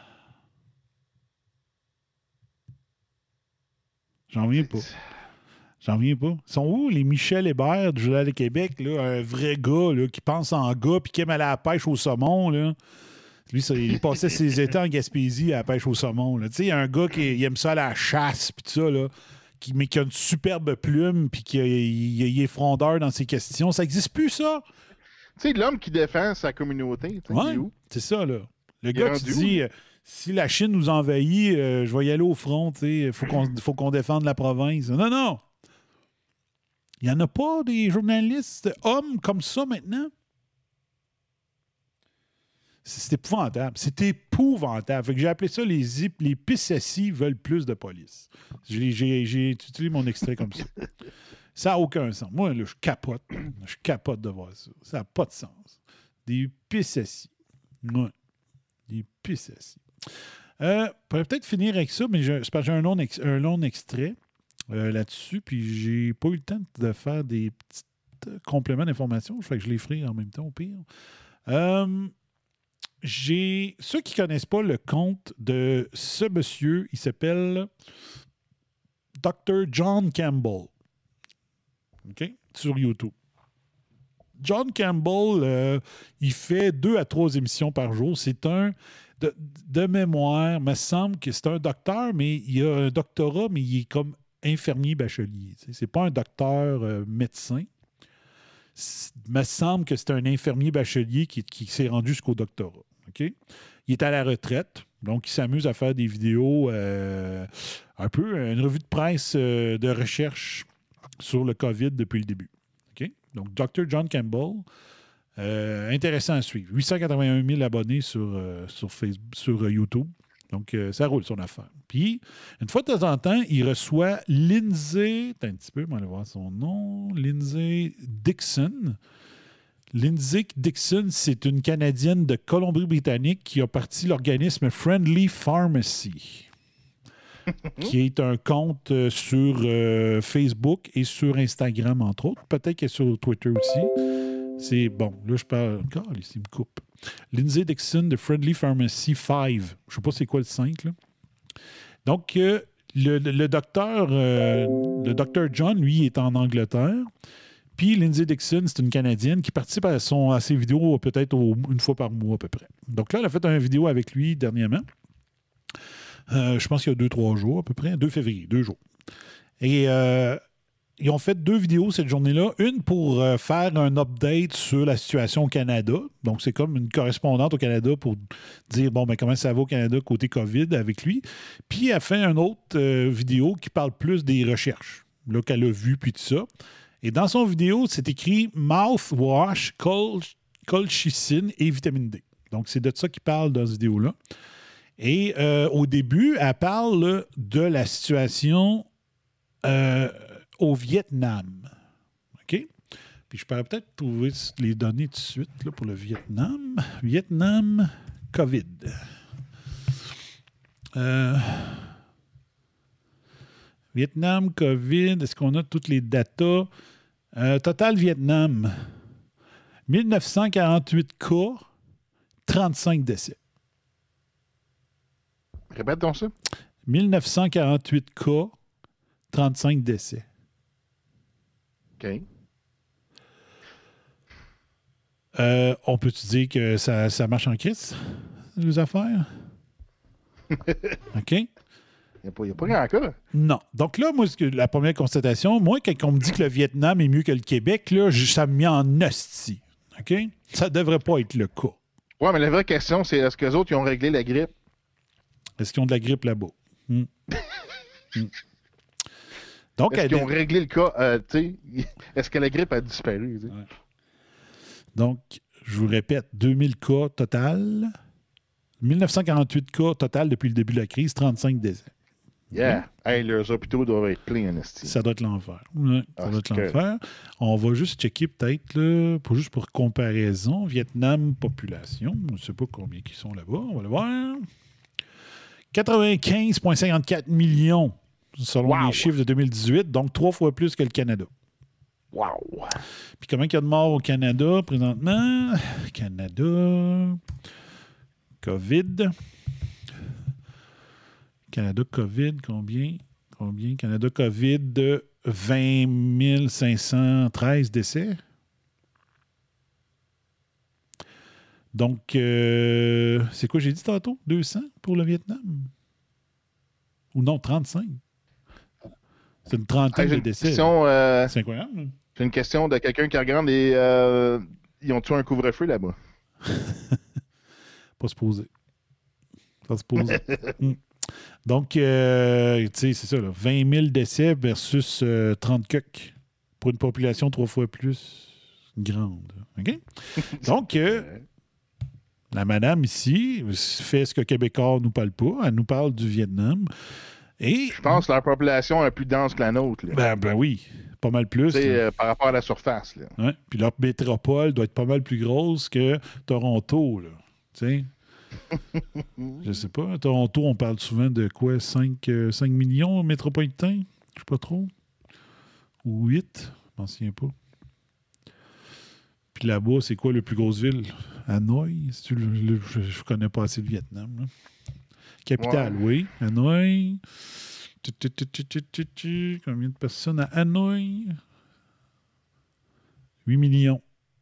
J'en reviens pas. Ils sont où, les Michel Hébert du Journal de Québec, là, un vrai gars là, qui pense en gars puis qui aime aller à la pêche au saumon, là. Lui, ça, il passait ses étés en Gaspésie à la pêche au saumon. Tu sais, il y a un gars qui aime ça à la chasse puis tout ça, là, mais qui a une superbe plume puis qui est frondeur dans ses questions. Ça n'existe plus, ça? Tu sais, l'homme qui défend sa communauté, ouais, c'est ça, là. Le gars qui dit... si la Chine nous envahit, je vais y aller au front, il faut qu'on défende la province. Non, non! Il n'y en a pas des journalistes hommes comme ça maintenant? C'est épouvantable. C'est épouvantable. Fait que j'ai appelé ça les PSSI veulent plus de police. J'ai utilisé mon extrait comme ça. Ça n'a aucun sens. Moi, là, je capote. Je capote de voir ça. Ça n'a pas de sens. Des PSSI. Ouais. Des PSSI. Je pourrais peut-être finir avec ça, mais c'est parce que j'ai un long extrait là-dessus, puis j'ai pas eu le temps de faire des petits compléments d'informations. Fait que je les ferai en même temps, au pire. Ceux qui ne connaissent pas le compte de ce monsieur, il s'appelle Dr. John Campbell. OK? Sur YouTube. John Campbell, il fait 2 à 3 émissions par jour. C'est un... De mémoire, il me semble que c'est un docteur, mais il a un doctorat, mais il est comme infirmier bachelier. C'est pas un docteur médecin. Il me semble que c'est un infirmier bachelier qui s'est rendu jusqu'au doctorat. Okay? Il est à la retraite, donc il s'amuse à faire des vidéos, un peu une revue de presse de recherche sur le COVID depuis le début. Okay? Donc, Dr. John Campbell, intéressant à suivre. 881 000 abonnés sur Facebook, sur YouTube. Donc, ça roule son affaire. Puis, une fois de temps en temps, il reçoit Lindsay... Attends un petit peu, on va aller voir son nom. Lindsay Dixon. Lindsay Dixon, c'est une Canadienne de Colombie-Britannique qui a parti l'organisme Friendly Pharmacy, qui est un compte sur Facebook et sur Instagram, entre autres. Peut-être qu'elle est sur Twitter aussi. C'est bon. Là, je parle... Oh, il me coupe. Lindsay Dixon de Friendly Pharmacy 5. Je ne sais pas c'est quoi le 5, là. Donc, le docteur John, lui, est en Angleterre. Puis Lindsay Dixon, c'est une Canadienne qui participe à ses vidéos peut-être une fois par mois à peu près. Donc là, elle a fait une vidéo avec lui dernièrement. Je pense qu'il y a 2-3 jours à peu près. 2 février, 2 jours. Et ils ont fait 2 vidéos cette journée-là. Une pour faire un update sur la situation au Canada. Donc, c'est comme une correspondante au Canada pour dire, bon, ben comment ça va au Canada côté COVID avec lui. Puis, elle fait une autre vidéo qui parle plus des recherches là, qu'elle a vues, puis tout ça. Et dans son vidéo, c'est écrit « Mouthwash, colchicine et vitamine D ». Donc, c'est de ça qu'il parle dans cette vidéo-là. Et au début, elle parle de la situation au Vietnam. OK? Puis je pourrais peut-être trouver les données tout de suite là, pour le Vietnam. Vietnam, COVID. Vietnam, COVID, est-ce qu'on a toutes les datas? Total Vietnam, 1948 cas, 35 décès. Répète donc ça. 1948 cas, 35 décès. OK. On peut-tu dire que ça marche en crise, les affaires? OK. Il n'y a pas grand cas. Non. Donc là, moi, la première constatation, moi, quand on me dit que le Vietnam est mieux que le Québec, là, ça me met en hostie. OK? Ça ne devrait pas être le cas. Oui, mais la vraie question, c'est est-ce qu'eux autres, ils ont réglé la grippe? Est-ce qu'ils ont de la grippe là-bas? Donc, est-ce qu'ils ont réglé le cas? Est-ce que la grippe a disparu? Ouais. Donc, je vous répète, 2000 cas total. 1948 cas total depuis le début de la crise, 35 décès. Yeah. Hey, leurs hôpitaux doivent être pleins, esti. Ça doit être l'enfer. Ouais, ça doit être l'enfer. On va juste checker peut-être, là, juste pour comparaison, Vietnam, population. On ne sait pas combien ils sont là-bas. On va le voir. 95,54 millions selon les chiffres de 2018, donc 3 fois plus que le Canada. Wow! Puis combien il y a de morts au Canada présentement? Canada... COVID. Canada COVID, combien? Canada COVID de 20 513 décès. Donc, c'est quoi j'ai dit tantôt? 200 pour le Vietnam? Ou non, 35? C'est une trentaine de décès. C'est incroyable. J'ai une question de quelqu'un qui regarde et ils ont-tu un couvre-feu là-bas? Pas se poser. Donc, tu sais, c'est ça, là, 20 000 décès versus 30 coques pour une population 3 fois plus grande. OK? Donc, la madame ici fait ce que Québécois nous parle pas. Elle nous parle du Vietnam. Et je pense que leur population est plus dense que la nôtre. Là. Ben oui, pas mal plus. Par rapport à la surface. Là. Ouais. Puis leur métropole doit être pas mal plus grosse que Toronto. Là. Tu sais? Je sais pas. À Toronto, on parle souvent de quoi? 5 millions métropolitains? Je sais pas trop. Ou 8? Je m'en souviens pas. Puis là-bas, c'est quoi la plus grosse ville? Hanoï? Je connais pas assez le Vietnam. Là. Capitale, oui. Hanoï. Combien de personnes à Hanoï? 8 millions.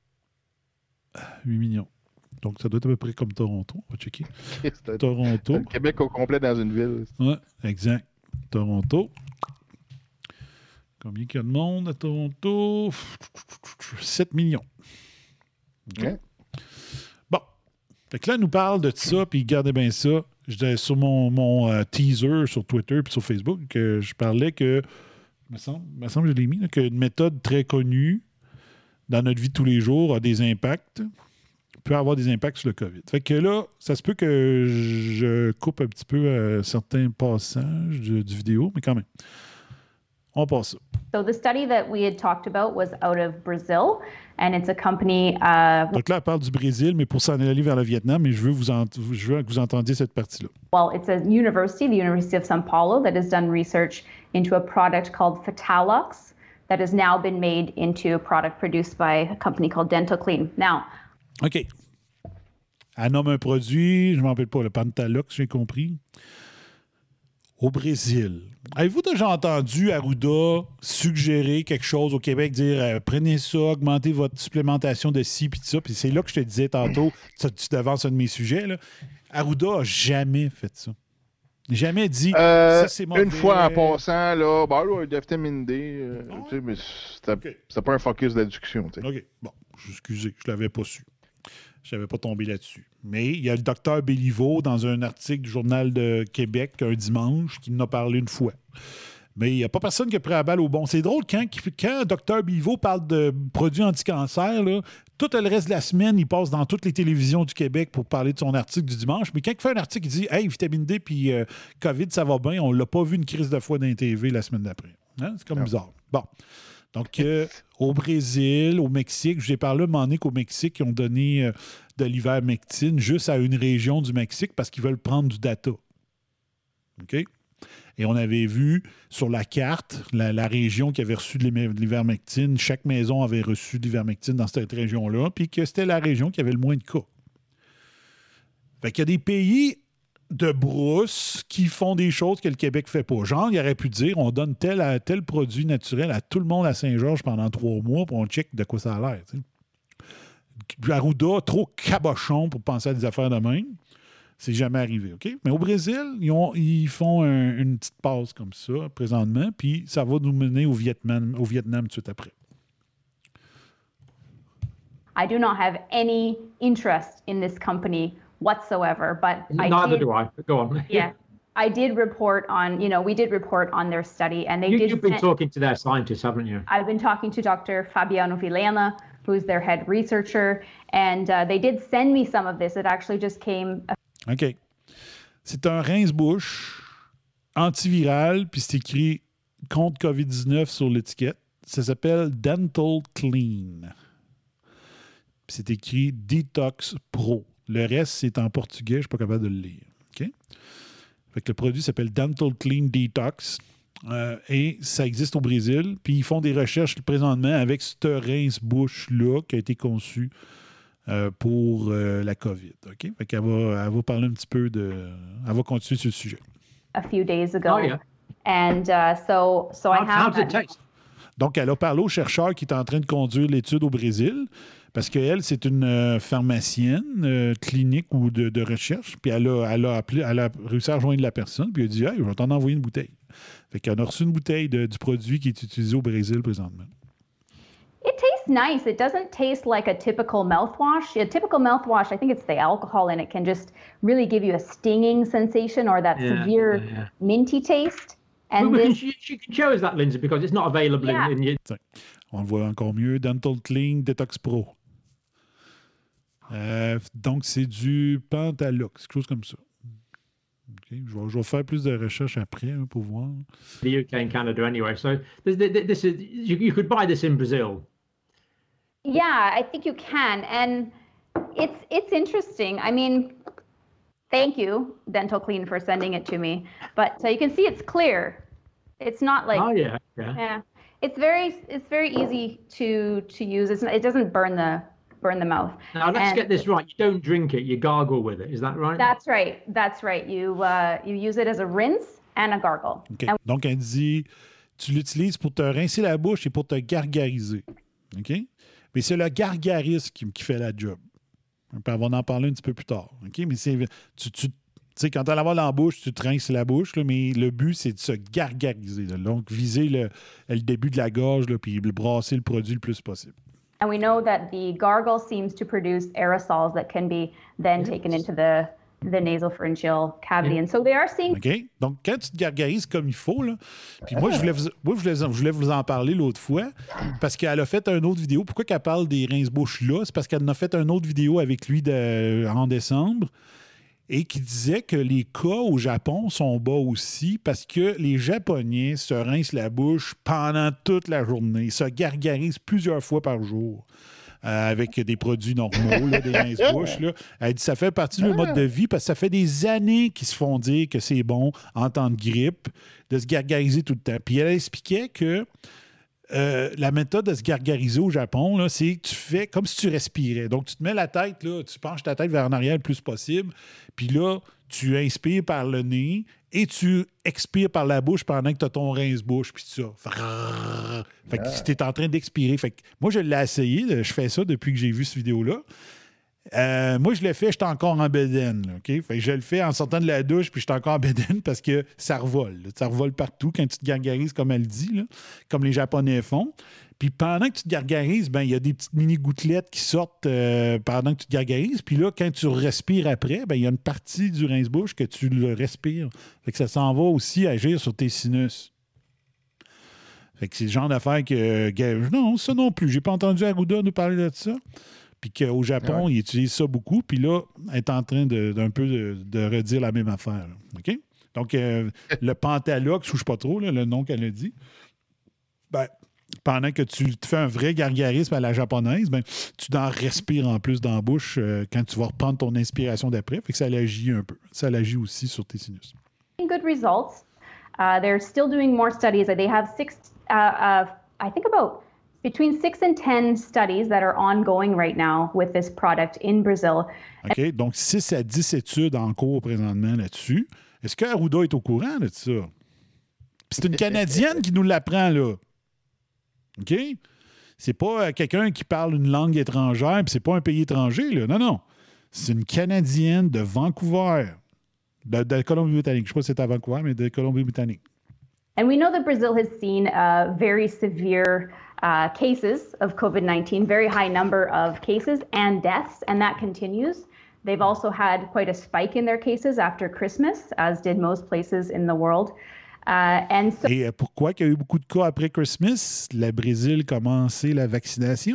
8 millions. Donc, ça doit être à peu près comme Toronto. On va checker. Toronto. Le Québec au complet dans une ville. Oui, exact. Toronto. Combien il y a de monde à Toronto? 7 millions. OK. Ouais. Bon. Fait que là, elle nous parle de ça, puis gardez bien ça. Sur mon teaser sur Twitter puis sur Facebook, que je parlais que, me semble que je l'ai mis, qu'une méthode très connue dans notre vie de tous les jours a des impacts, peut avoir des impacts sur le COVID. Fait que là, ça se peut que je coupe un petit peu certains passages du vidéo, mais quand même. On passe ça. So the study that we had talked about was out of Brazil, and it's a company. Donc là, elle parle du Brésil, mais pour s'en aller vers le Vietnam, mais je veux que vous entendiez cette partie-là. Well, it's a university, the University of São Paulo, that has done research into a product called Fatalox that has now been made into a product produced by a company called Dental Clean. Now. OK. Elle nomme un produit, je ne m'en rappelle pas, le Pantalox, j'ai compris. Au Brésil. Avez-vous déjà entendu Arruda suggérer quelque chose au Québec, dire prenez ça, augmentez votre supplémentation de ci puis de ça, puis c'est là que je te disais tantôt, tu devances un de mes sujets, là. Arruda n'a jamais fait ça. Jamais dit ça c'est mauvais. Une fois en passant, là, de vitamine D, mais c'était pas un focus de la discussion. T'sais. OK. Bon, excusez, je l'avais pas su. Je n'avais pas tombé là-dessus. Mais il y a le docteur Béliveau dans un article du Journal de Québec un dimanche qui en a parlé une fois. Mais il n'y a pas personne qui a pris la balle au bon. C'est drôle, quand le docteur Béliveau parle de produits anti-cancer, là, tout le reste de la semaine, il passe dans toutes les télévisions du Québec pour parler de son article du dimanche. Mais quand il fait un article, il dit « Hey, vitamine D puis COVID, ça va bien. » On ne l'a pas vu une crise de foie dans la TV la semaine d'après. Hein? C'est comme bizarre. Bon. Donc, au Brésil, au Mexique, je vous ai parlé à un moment donné qu'au Mexique, ils ont donné de l'ivermectine juste à une région du Mexique parce qu'ils veulent prendre du data. OK? Et on avait vu sur la carte la région qui avait reçu de l'ivermectine. Chaque maison avait reçu de l'ivermectine dans cette région-là, puis que c'était la région qui avait le moins de cas. Fait qu'il y a des pays de brousse qui font des choses que le Québec ne fait pas. Genre, il aurait pu dire, on donne tel produit naturel à tout le monde à Saint-Georges pendant 3 mois, puis on check de quoi ça a l'air. T'sais. Arruda, trop cabochon pour penser à des affaires de même. C'est jamais arrivé, OK? Mais au Brésil, ils font une petite passe comme ça, présentement, puis ça va nous mener au Vietnam tout de suite après. I do not have any interest in this company whatsoever, but neither do I. Go on. Yeah. I did report on, we did report on their study, and You've been talking to their scientists, haven't you? I've been talking to Dr. Fabiano Vilhena, who's their head researcher, and they did send me some of this. It actually just came. OK. C'est un rince-bouche antiviral, puis c'est écrit contre COVID-19 sur l'étiquette. Ça s'appelle Dental Clean. Puis c'est écrit Detox Pro. Le reste, c'est en portugais, je ne suis pas capable de le lire. OK? Fait que le produit s'appelle Dental Clean Detox. Et ça existe au Brésil. Puis ils font des recherches présentement avec ce rince-bouche-là qui a été conçu pour la COVID. OK? Fait qu'elle va parler un petit peu Elle va continuer sur le sujet. A few days ago. Oh, yeah. And so I have. How's it taste? Donc, elle a parlé au chercheur qui est en train de conduire l'étude au Brésil, parce qu'elle, c'est une pharmacienne clinique ou de recherche, puis elle a réussi à rejoindre la personne, puis elle a dit « Hey, je vais t'en envoyer une bouteille ». Fait qu'elle a reçu une bouteille du produit qui est utilisé au Brésil présentement. It tastes nice. It doesn't taste like a typical mouthwash. A typical mouthwash, I think it's the alcohol in it, can just really give you a stinging sensation or that severe minty taste. And you can show us that, Lindsay, because it's not available in your... On le voit encore mieux. Dental Clean Detox Pro. Donc, c'est du Pentalox, quelque chose comme ça. Okay. Je vais faire plus de recherches après pour voir. The UK and Canada anyway. So this is, you could buy this in Brazil. Yeah, I think you can. And it's interesting. I mean, thank you, Dental Clean, for sending it to me. But so you can see it's clear. It's not like... Oh, yeah. It's very easy to use. It doesn't burn the mouth. Now let's get this right. You don't drink it. You gargle with it. Is that right? That's right. You use it as a rinse and a gargle. Okay. Donc elle dit, tu l'utilises pour te rincer la bouche et pour te gargariser. OK? Mais c'est le gargarisme qui fait la job. On va en parler un petit peu plus tard. OK? Mais c'est tu sais, quand tu as la voix dans la bouche, tu te rinces la bouche, là, mais le but, c'est de se gargariser. Là. Donc, viser le début de la gorge, là, puis brasser le produit le plus possible. And we know that the gargle seems to produce aerosols that can be then taken into the nasopharyngeal cavity. And so they are seeing... OK? Donc, quand tu te gargarises comme il faut, là, puis moi, je voulais vous en parler l'autre fois, parce qu'elle a fait une autre vidéo. Pourquoi qu'elle parle des rince-bouches là? C'est parce qu'elle en a fait une autre vidéo avec lui en décembre, et qui disait que les cas au Japon sont bas aussi parce que les Japonais se rincent la bouche pendant toute la journée. Ils se gargarisent plusieurs fois par jour avec des produits normaux, là, des rince-bouches. Là. Elle dit que ça fait partie de leur mode de vie parce que ça fait des années qu'ils se font dire que c'est bon en temps de grippe de se gargariser tout le temps. Puis elle expliquait que la méthode de se gargariser au Japon, là, c'est que tu fais comme si tu respirais. Donc, tu te mets la tête, là, tu penches ta tête vers en arrière le plus possible, puis là, tu inspires par le nez et tu expires par la bouche pendant que tu as ton rince-bouche, puis ça. Fait que tu es en train d'expirer. Fait que moi, je l'ai essayé, je fais ça depuis que j'ai vu cette vidéo-là. Moi, je l'ai fait, j'étais encore en bédaine. Là, OK? Fait que je le fais en sortant de la douche, puis j'étais encore en bédaine parce que ça revole. Là. Ça revole partout quand tu te gargarises, comme elle dit, là, comme les Japonais font. Puis pendant que tu te gargarises, ben il y a des petites mini-gouttelettes qui sortent pendant que tu te gargarises. Puis là, quand tu respires après, ben il y a une partie du rince-bouche que tu le respires. Fait que ça s'en va aussi agir sur tes sinus. Fait que c'est le genre d'affaire que... Non, ça non plus. J'ai pas entendu Arruda nous parler de ça. Puis qu'au Japon, ils utilisent ça beaucoup. Puis là, elle est en train d'un peu de redire la même affaire. Là. OK? Donc, le Pentalox, je ne sais pas trop là, le nom qu'elle a dit, ben, pendant que tu te fais un vrai gargarisme à la japonaise, ben, tu en respires en plus dans la bouche quand tu vas reprendre ton inspiration d'après. Fait que ça l'agit un peu. Ça l'agit aussi sur tes sinus. Good results. They're still doing more studies. They have I think about between 6 and 10 studies that are ongoing right now with this product in Brazil. OK, donc 6 à 10 études en cours présentement là-dessus. Est-ce que Arruda est au courant de ça? Puis c'est une Canadienne qui nous l'apprend, là. OK? C'est pas quelqu'un qui parle une langue étrangère, puis c'est pas un pays étranger, là. Non, non. C'est une Canadienne de Vancouver, de Colombie-Britannique. Je sais pas si c'est à Vancouver, mais de Colombie-Britannique. And we know that Brazil has seen very severe cases of COVID-19, very high number of cases and deaths, and that continues. They've also had quite a spike in their cases after Christmas, as did most places in the world. Et pourquoi il y a eu beaucoup de cas après Christmas? Le Brésil a commencé la vaccination.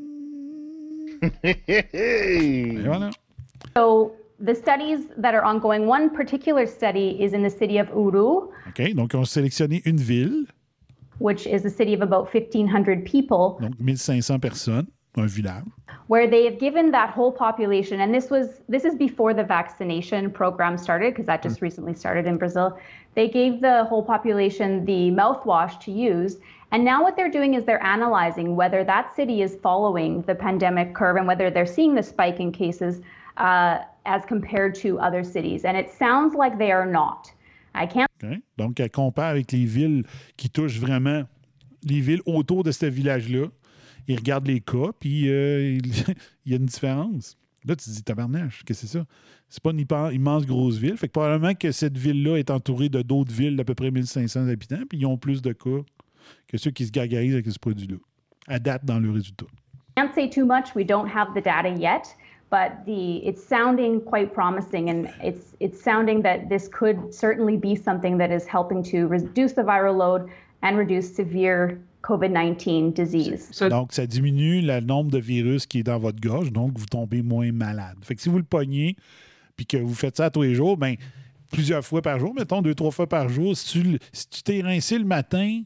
Et voilà. So the studies that are ongoing, one particular study is in the city of Ouro. OK, donc on a sélectionné une ville. Which is a city of about 1,500 people. Donc 1500 personnes, un village. Where they have given that whole population, and this is before the vaccination program started, because that just recently started in Brazil. They gave the whole population the mouthwash to use. And now what they're doing is they're analyzing whether that city is following the pandemic curve and whether they're seeing the spike in cases as compared to other cities. And it sounds like they are not. I can't... Okay. Donc, elle compare avec les villes qui touchent vraiment les villes autour de ce village-là. Ils regardent les cas, puis il y a une différence. Là, tu te dis, tabarnache, qu'est-ce que c'est ça? C'est pas une immense grosse ville. Fait que probablement que cette ville-là est entourée de d'autres villes d'à peu près 1500 habitants, puis ils ont plus de cas que ceux qui se gargarisent avec ce produit-là, à date dans le résultat. I can't say too much. We don't have the data yet, but it's sounding quite promising, and it's sounding that this could certainly be something that is helping to reduce the viral load and reduce severe COVID-19 disease. Donc, ça diminue le nombre de virus qui est dans votre gorge, donc vous tombez moins malade. Fait que si vous le pognez, puis que vous faites ça tous les jours, bien, plusieurs fois par jour, mettons 2-3 fois par jour, si tu t'es rincé le matin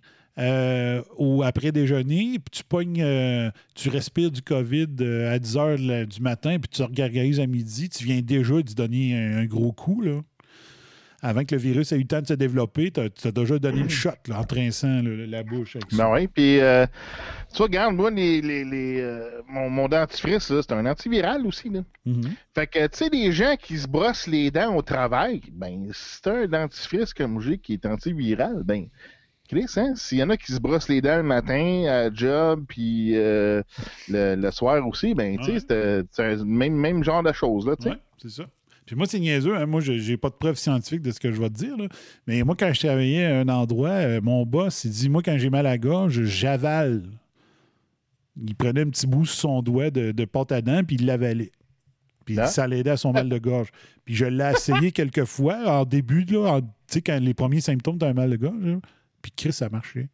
ou après déjeuner, puis tu pognes, tu respires du COVID à 10 h du matin, puis tu regargarises à midi, tu viens déjà de donner un gros coup, là. Avant que le virus ait eu le temps de se développer, tu as déjà donné une shot là, en trinçant la bouche. Ben oui, puis tu vois, regarde, moi, mon dentifrice, c'est un antiviral aussi. Là. Mm-hmm. Fait que, tu sais, les gens qui se brossent les dents au travail, ben, si t'as un dentifrice comme j'ai qui est antiviral, ben, Chris, hein, s'il y en a qui se brossent les dents le matin à job, puis le soir aussi, ben, tu sais, c'est un même genre de choses, là, tu sais. Ouais, c'est ça. Puis moi, c'est niaiseux. Hein? Moi, j'ai pas de preuves scientifiques de ce que je vais te dire. Là. Mais moi, quand je travaillais à un endroit, mon boss, il dit, moi, quand j'ai mal à la gorge, j'avale. Il prenait un petit bout sur son doigt de pâte à dents, puis il l'avalait. Puis ça l'aidait à son mal de gorge. Puis je l'ai essayé quelques fois, en début, là, tu sais, quand les premiers symptômes d'un mal de gorge, là, puis Chris, ça marchait.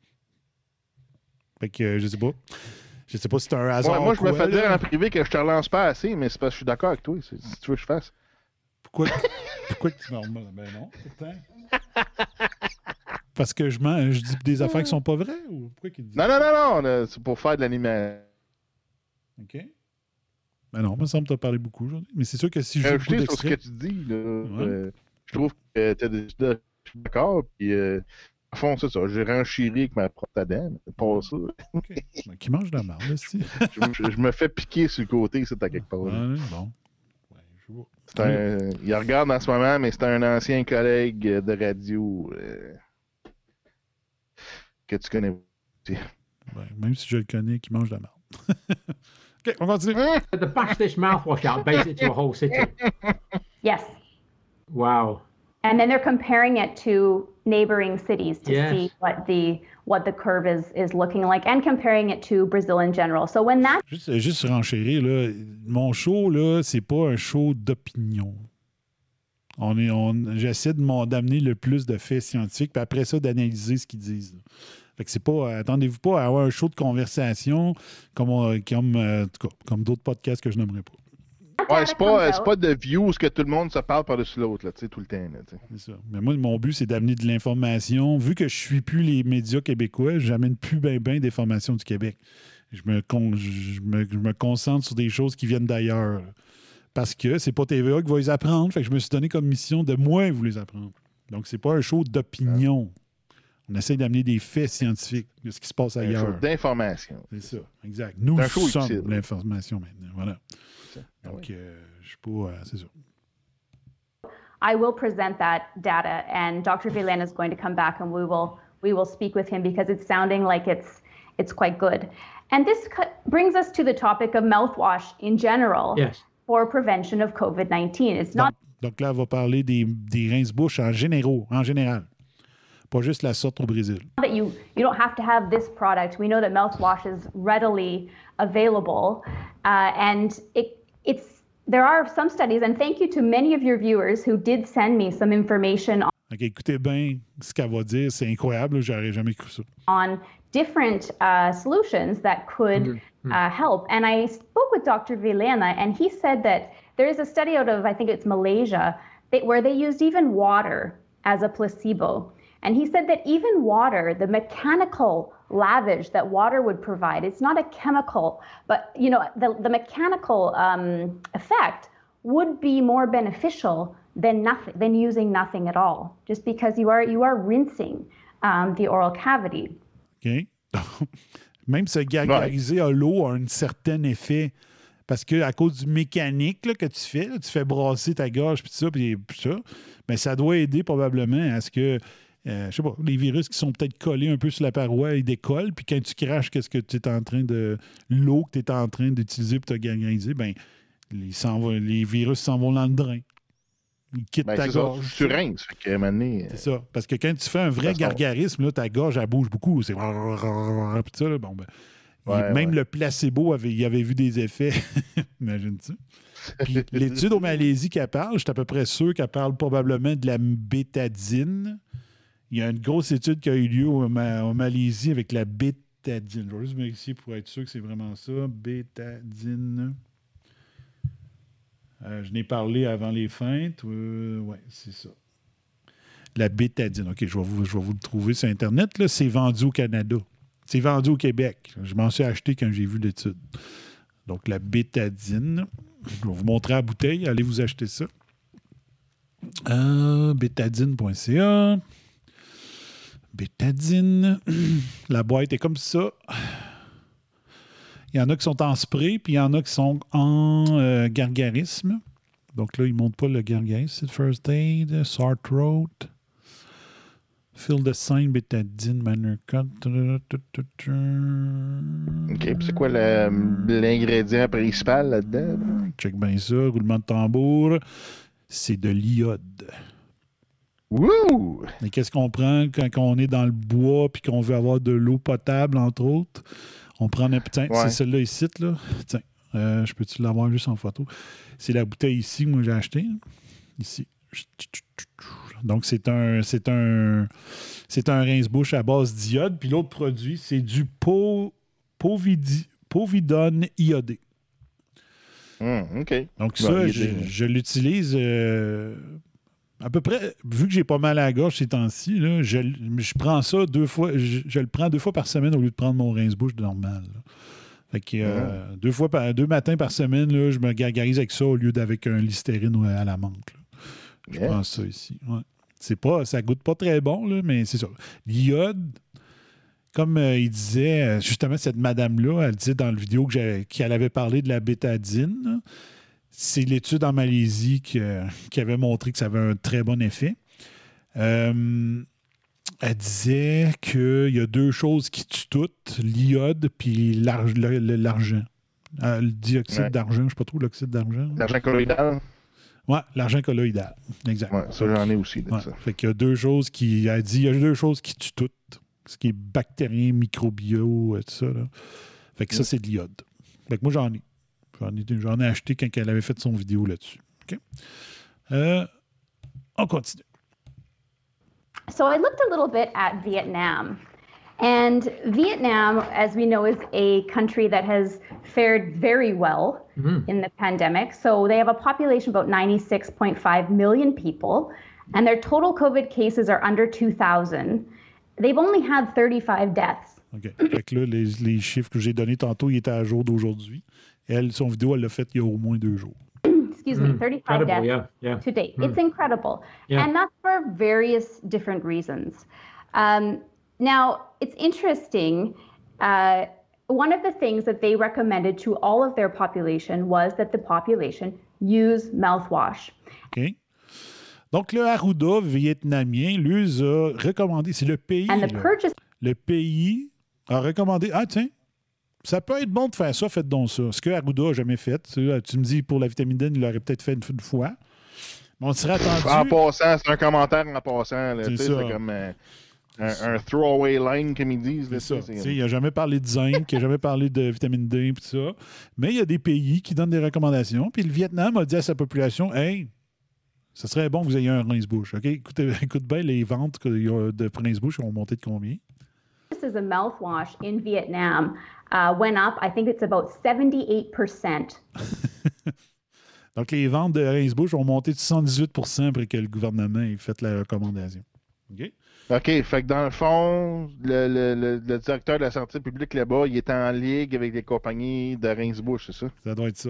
Fait que, je sais pas. Je sais pas si c'est un hasard. Moi, je me fais dire en privé que je te relance pas assez, mais c'est parce que je suis d'accord avec toi. Si tu veux que je fasse. Pourquoi tu m'en remontes? Ben non, pourtant. Parce que je dis des affaires qui sont pas vraies? Ou pourquoi qu'il dit? Non. C'est pour faire de l'animation. OK. Ben non, il me semble que tu as parlé beaucoup aujourd'hui. Mais c'est sûr que si je joue beaucoup sur ce que tu dis, là, je trouve que je suis d'accord. Puis, à fond, c'est ça. J'ai renchiri avec ma propre dent. Pas ça. OK. Ben, qui mange de la merde, aussi. je me fais piquer sur le côté, c'est à quelque part. Bon. Il regarde en ce moment, mais c'est un ancien collègue de radio que tu connais. Ouais, même si je le connais, qui mange de la merde. OK, on continue. To bash this mouthwash out, base it to a whole city. Yes. Wow. And then they're comparing it to neighboring cities to see what the curve is looking like, and comparing it to Brazil in general. So when that... Juste renchérir, là, mon show, là, c'est pas un show d'opinion. J'essaie d'amener le plus de faits scientifiques, puis après ça, d'analyser ce qu'ils disent. Là. Fait que c'est pas... Attendez-vous pas à avoir un show de conversation comme d'autres podcasts que je n'aimerais pas. Ouais, c'est pas de views que tout le monde se parle par-dessus l'autre, tu sais, tout le temps. Là, c'est ça. Mais moi, mon but, c'est d'amener de l'information. Vu que je suis plus les médias québécois, j'amène plus bien d'informations du Québec. Je me concentre sur des choses qui viennent d'ailleurs. Parce que c'est pas TVA qui va les apprendre. Fait que je me suis donné comme mission de moi vous les apprendre. Donc, c'est pas un show d'opinion. On essaie d'amener des faits scientifiques de ce qui se passe ailleurs. Un show d'information. C'est ça, exact. Nous sommes l'information maintenant. Voilà. Donc, je sais pas, c'est ça. I will present that data, and Dr. Villain is going to come back, and we will speak with him because it's sounding like it's quite good. And this brings us to the topic of mouthwash in general for prevention of COVID-19. It's not. Donc là, on va parler des rince-bouches en général. Pas juste la sorte au Brésil. That you don't have to have this product. We know that mouthwash is readily available, and there are some studies, and thank you to many of your viewers who did send me some information OK, écoutez bien ce qu'elle va dire. C'est incroyable. J'aurais jamais cru ça. on different solutions that could help. And I spoke with Dr. Vilena, and he said that there is a study out of, I think it's Malaysia, where they used even water as a placebo. And he said that even water, the mechanical lavage that water would provide, it's not a chemical, but you know, the mechanical effect would be more beneficial than using nothing at all, just because you are rinsing the oral cavity. OK. Même se gargariser à l'eau a un certain effet. Parce que à cause du mécanique là, que tu fais, là, tu fais brasser ta gorge puis ça, mais ça doit aider probablement à ce que, je sais pas, les virus qui sont peut-être collés un peu sur la paroi, ils décollent, puis quand tu craches qu'est-ce que tu es en train de... l'eau que tu es en train d'utiliser pour te gargariser, bien, les virus s'en vont dans le drain. Ils quittent ta gorge. Tu rinces, fait qu'à un moment donné, c'est ça. Parce que quand tu fais un vrai gargarisme, là, ta gorge, elle bouge beaucoup. C'est... Puis ça, là, bon, ben... même le placebo, il avait vu des effets. Imagine-tu. Puis l'étude au Malaisie qu'elle parle, je suis à peu près sûr qu'elle parle probablement de la bétadine. Il y a une grosse étude qui a eu lieu au Malaisie avec la bétadine. Je vais juste vérifier pour être sûr que c'est vraiment ça. Bétadine. Je n'ai parlé avant les fêtes. Oui, c'est ça. La bétadine. OK, je vais vous le trouver sur Internet. Là. C'est vendu au Canada. C'est vendu au Québec. Je m'en suis acheté quand j'ai vu l'étude. Donc, la bétadine. Je vais vous montrer la bouteille. Allez vous acheter ça. Bétadine.ca. Bétadine. La boîte est comme ça. Il y en a qui sont en spray, puis il y en a qui sont en gargarisme. Donc là, ils ne montrent pas le gargarisme. C'est First Aid, Sore Throat. Feel the sign, bétadine, manner cut. OK, puis c'est quoi l'ingrédient principal là-dedans? Check bien ça, roulement de tambour. C'est de l'iode. Wouh! Et qu'est-ce qu'on prend quand on est dans le bois puis qu'on veut avoir de l'eau potable, entre autres? On prend un petit... C'est celle-là ici, là. Tiens, je peux-tu l'avoir juste en photo? C'est la bouteille ici que moi j'ai achetée. Ici. Donc, c'est un rince-bouche à base d'iode. Puis l'autre produit, c'est du povidone iodé. OK. Donc, ça, je l'utilise à peu près, vu que j'ai pas mal à la gorge ces temps-ci, là, je prends ça 2 fois. Je le prends 2 fois par semaine au lieu de prendre mon rince-bouche normal. Là. Fait que 2 matins par semaine, là, je me gargarise avec ça au lieu d'avec un Listerine à la menthe. Là. Je prends ça ici. Ouais. Ça goûte pas très bon, là, mais c'est ça. L'iode, comme il disait, justement, cette madame-là, elle disait dans la vidéo qu'elle avait parlé de la bétadine. Là. C'est l'étude en Malaisie qui avait montré que ça avait un très bon effet. Elle disait qu'il y a 2 choses qui tuent toutes, l'iode puis l'argent. Le dioxyde d'argent, je ne sais pas trop, l'oxyde d'argent. L'argent colloïdal. Oui, l'argent colloïdal. Exact. Ouais, ça, j'en ai aussi. Ça. Fait qu'il y a 2 choses qui... Elle dit il y a 2 choses qui tuent toutes. Ce qui est bactérien, microbio, tout ça. Là. Fait que ça, c'est de l'iode. Fait que moi, j'en ai. J'en ai acheté quand elle avait fait son vidéo là-dessus. OK? On continue. So I looked a little bit at Vietnam. And Vietnam, as we know, is a country that has fared very well in the pandemic. So they have a population of about 96.5 million people, and their total COVID cases are under 2,000. They've only had 35 deaths. OK. Fait que là, les chiffres que j'ai donnés tantôt, ils étaient à jour d'aujourd'hui. Elle, son vidéo, elle l'a faite il y a au moins 2 jours. Excuse me, 35 deaths to date. It's incredible. And that's for various different reasons. Now, it's interesting. One of the things that they recommended to all of their population was that the population use mouthwash. OK. Donc, le Arruda vietnamien lui a recommandé, c'est le pays. Le pays a recommandé, tiens, ça peut être bon de faire ça, faites donc ça. Ce que Arruda n'a jamais fait. Tu me dis, pour la vitamine D, il l'aurait peut-être fait une fois. Mais on serait attendu. En passant, c'est un commentaire en passant. Là, c'est ça. Comme, Un throwaway line, comme ils disent. Là, c'est ça. Il n'a jamais parlé de zinc, il n'a jamais parlé de vitamine D et tout ça. Mais il y a des pays qui donnent des recommandations. Puis le Vietnam a dit à sa population, hey, ça serait bon que vous ayez un rince-bouche. OK? Écoute bien, les ventes de rince-bouche ont monté de combien? This is a mouthwash in Vietnam went up, I think it's about 78%. Donc, les ventes de rince-bouche ont monté de 78% après que le gouvernement ait fait la recommandation. OK? OK, fait que dans le fond, le directeur de la santé publique là-bas, il est en ligue avec des compagnies de rince-bouche, c'est ça? Ça doit être ça.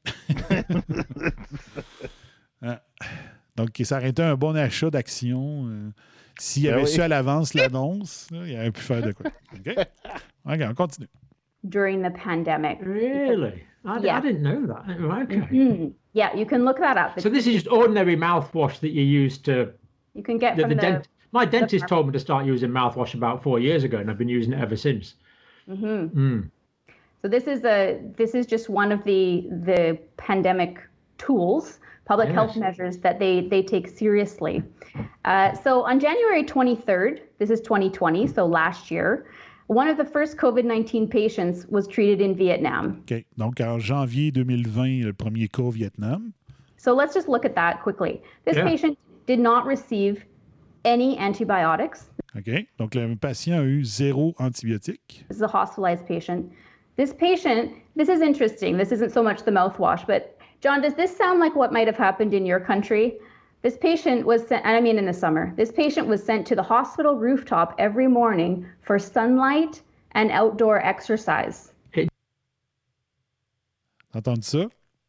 Donc, ça aurait été un bon achat d'actions. S'il avait su à l'avance l'annonce, là, il aurait pu faire de quoi. OK? OK, on continue. During the pandemic. Really? I didn't know that. Okay. Mm-hmm. Yeah, you can look that up. So this is just ordinary mouthwash that you use to... You can get from My dentist told me to start using mouthwash about 4 years ago, and I've been using it ever since. Mm-hmm. So this is just one of the pandemic tools, public health measures that they take seriously. So on January 23rd, this is 2020, so last year, one of the first COVID-19 patients was treated in Vietnam. OK. Donc, en janvier 2020, le premier cas au Vietnam. So let's just look at that quickly. This patient did not receive any antibiotics. OK. Donc, le patient a eu 0 antibiotique. This is a hospitalized patient. This patient, this is interesting. This isn't so much the mouthwash, but John, does this sound like what might have happened in your country? This patient was sent, and I mean in the summer, this patient was sent to the hospital rooftop every morning for sunlight and outdoor exercise. Entendu ça?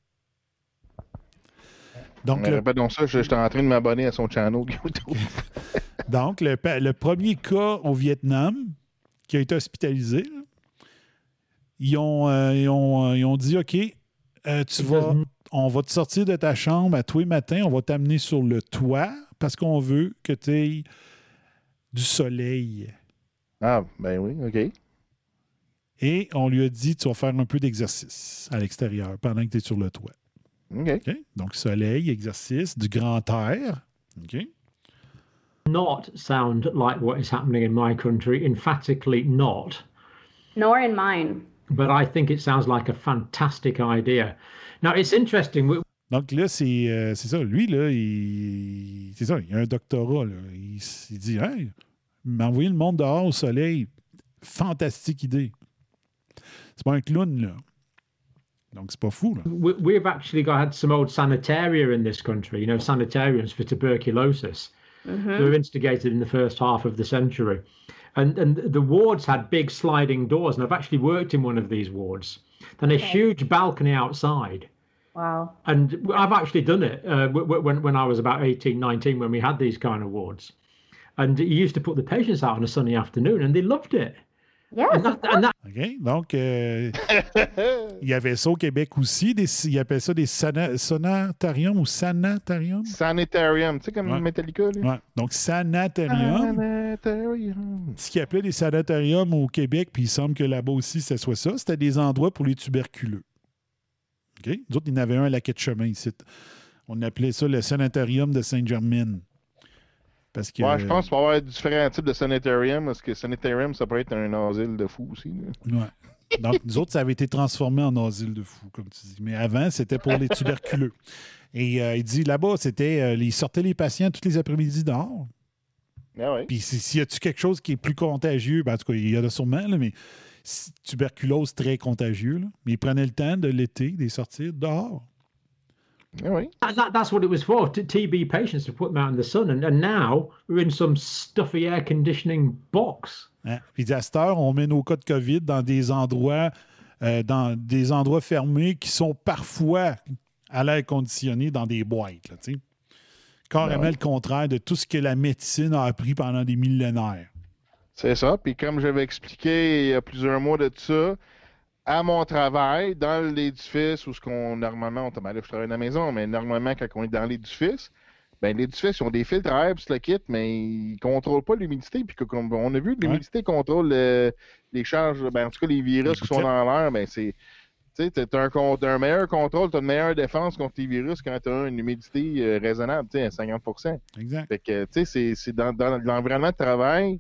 Donc, répète-donc ça, j'étais en train de m'abonner à son channel YouTube. Donc, le premier cas au Vietnam qui a été hospitalisé, là, ils ont dit, OK, on va te sortir de ta chambre à tous les matins, on va t'amener sur le toit parce qu'on veut que tu aies du soleil. Ah, ben oui, OK. Et on lui a dit, tu vas faire un peu d'exercice à l'extérieur pendant que tu es sur le toit. OK. Donc, soleil, exercice, du grand air. OK. Not sound like what is happening in my country, emphatically not. Nor in mine. But I think it sounds like a fantastic idea. Now, it's interesting. Donc là, c'est ça. Lui, là, il a un doctorat. Là. Il dit, hey, m'envoyer le monde dehors au soleil, fantastique idée. C'est pas un clown, là. Donc, c'est pas fou, là. We've actually had some old sanitaria in this country, sanitariums for tuberculosis. Mm-hmm. They were instigated in the first half of the century. And the wards had big sliding doors, and I've actually worked in one of these wards. Then a huge balcony outside. Wow. And I've actually done it when I was about 18, 19, when we had these kind of wards. And you used to put the patients out on a sunny afternoon, and they loved it. Yes. OK. Donc, il y avait ça au Québec aussi. Ils appellent ça des sanatariums ou sanatariums? Sanitarium. Tu sais, comme Metallica, là? Ouais. Donc, sanatarium. Ce qu'ils appelaient des sanatariums au Québec, puis il semble que là-bas aussi, ça soit ça, c'était des endroits pour les tuberculeux. OK? Nous autres, il y en avait un à la quai de chemin ici. On appelait ça le sanatarium de Saint-Germain. Parce que, je pense qu'il va y avoir différents types de sanitarium, parce que sanitarium, ça peut être un asile de fous aussi. Oui. Donc, nous autres, ça avait été transformé en asile de fous, comme tu dis. Mais avant, c'était pour les tuberculeux. Et il dit, là-bas, c'était, ils sortaient les patients tous les après-midi dehors. Ah oui. Puis s'il y a-tu quelque chose qui est plus contagieux, ben, en tout cas, il y en a sûrement, là, mais tuberculose très contagieux, là. Mais ils prenaient le temps de l'été, de les sortir dehors. Oui. That's what it was for, TB patients, to put them out in the sun. And now we're in some stuffy air conditioning box. Hein? Puis à cette heure, on met nos cas de COVID dans des endroits fermés qui sont parfois à l'air conditionné dans des boîtes. Là, carrément le contraire de tout ce que la médecine a appris pendant des millénaires. C'est ça. Puis comme j'avais expliqué il y a plusieurs mois de ça, à mon travail, dans l'édifice où normalement, là, je travaille à la maison, mais normalement, quand on est dans l'édifice, ben l'édifice, ils ont des filtres à air, puis le kit, mais ils ne contrôlent pas l'humidité. Puis on a vu que l'humidité contrôle les charges, ben, en tout cas, les virus qui sont dans l'air, ben c'est. Tu sais, tu as un meilleur contrôle, tu as une meilleure défense contre les virus quand tu as une humidité raisonnable, tu sais, à 50%. Exact. Fait que, tu sais, c'est dans l'environnement de travail,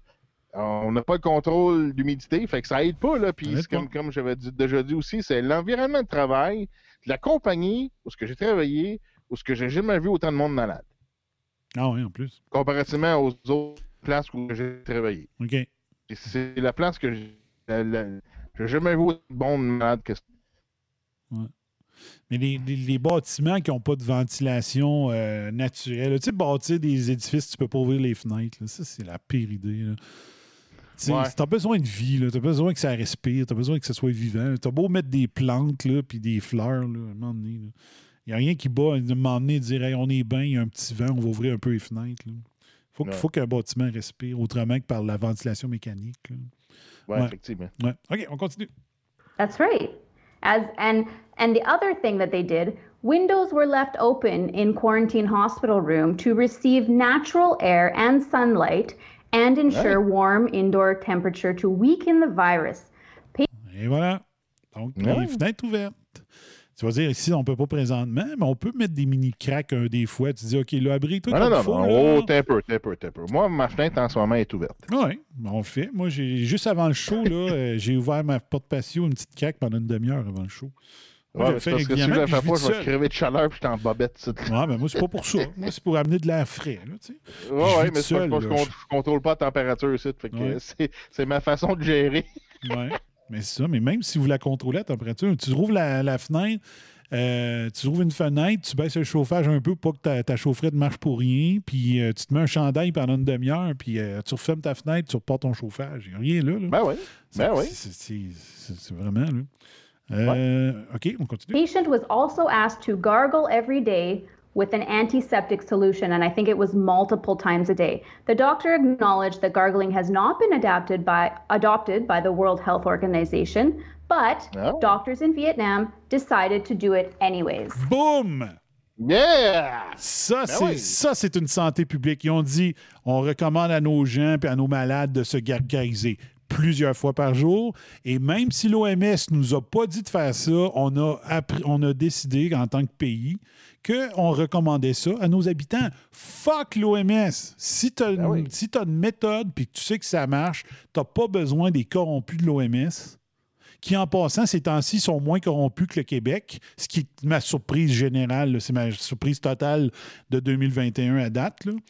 on n'a pas le contrôle d'humidité, fait que ça aide pas, là. Puis comme j'avais déjà dit aussi, c'est l'environnement de travail de la compagnie où ce que j'ai travaillé, où ce que j'ai jamais vu autant de monde malade. Ah oui, en plus. Comparativement aux autres places où j'ai travaillé. OK. Et c'est la place que j'ai jamais vu autant de monde malade que ça. Ouais. Mais les bâtiments qui n'ont pas de ventilation naturelle, tu sais, bâtir des édifices, tu peux pas ouvrir les fenêtres. Là. Ça, c'est la pire idée. Là. Tu as besoin de vie, tu as besoin que ça respire, tu as besoin que ça soit vivant. Tu as beau mettre des plantes puis des fleurs, là, à un moment donné. Il n'y a rien qui bat à un moment donné dire hey, on est bien, il y a un petit vent, on va ouvrir un peu les fenêtres. Il faut qu'un bâtiment respire autrement que par la ventilation mécanique. Oui, effectivement. Ouais. OK, on continue. That's right. And the other thing that they did, windows were left open in quarantine hospital room to receive natural air and sunlight and ensure warm indoor temperature to weaken the virus. Et voilà. Donc, les fenêtres ouvertes. Tu vas dire, ici, on ne peut pas présentement, mais on peut mettre des mini-cracks des fois. Tu dis, OK, là, abris-toi comme il faut. Non, t'es un peu. Moi, ma fenêtre, en ce moment, est ouverte. Oui, on le fait. Moi, juste avant le show, là, j'ai ouvert ma porte patio, une petite craque pendant une demi-heure avant le show. Moi, parce que si je le fais pas, je vais crever de chaleur puis je suis en bobette. Ouais, mais moi, c'est pas pour ça. Moi, c'est pour amener de l'air frais. Oui, mais c'est parce que je contrôle pas la température ici. Fait que c'est ma façon de gérer. Oui, mais c'est ça. Mais même si vous la contrôlez, la température, tu rouvres la fenêtre, tu rouvres une fenêtre, tu baisses le chauffage un peu pour pas que ta chaufferette marche pour rien, puis tu te mets un chandail pendant une demi-heure, puis tu refermes ta fenêtre, tu repars ton chauffage. Il n'y a rien là. Ben oui. C'est vraiment là. OK, on continue. Patient was also asked to gargle every day with an antiseptic solution, and I think it was multiple times a day. The doctor acknowledged that gargling has not been adopted by the World Health Organization, but doctors in Vietnam decided to do it anyways. Boom! Yeah! Ça, c'est une santé publique. Ils ont dit, on recommande à nos gens et à nos malades de se gargariser plusieurs fois par jour. Et même si l'OMS nous a pas dit de faire ça, on a décidé en tant que pays qu'on recommandait ça à nos habitants. Fuck l'OMS! Si tu as une méthode et que tu sais que ça marche, tu n'as pas besoin des corrompus de l'OMS, qui, en passant, ces temps-ci, sont moins corrompus que le Québec, ce qui est ma surprise générale, là, c'est ma surprise totale de 2021 à date, là.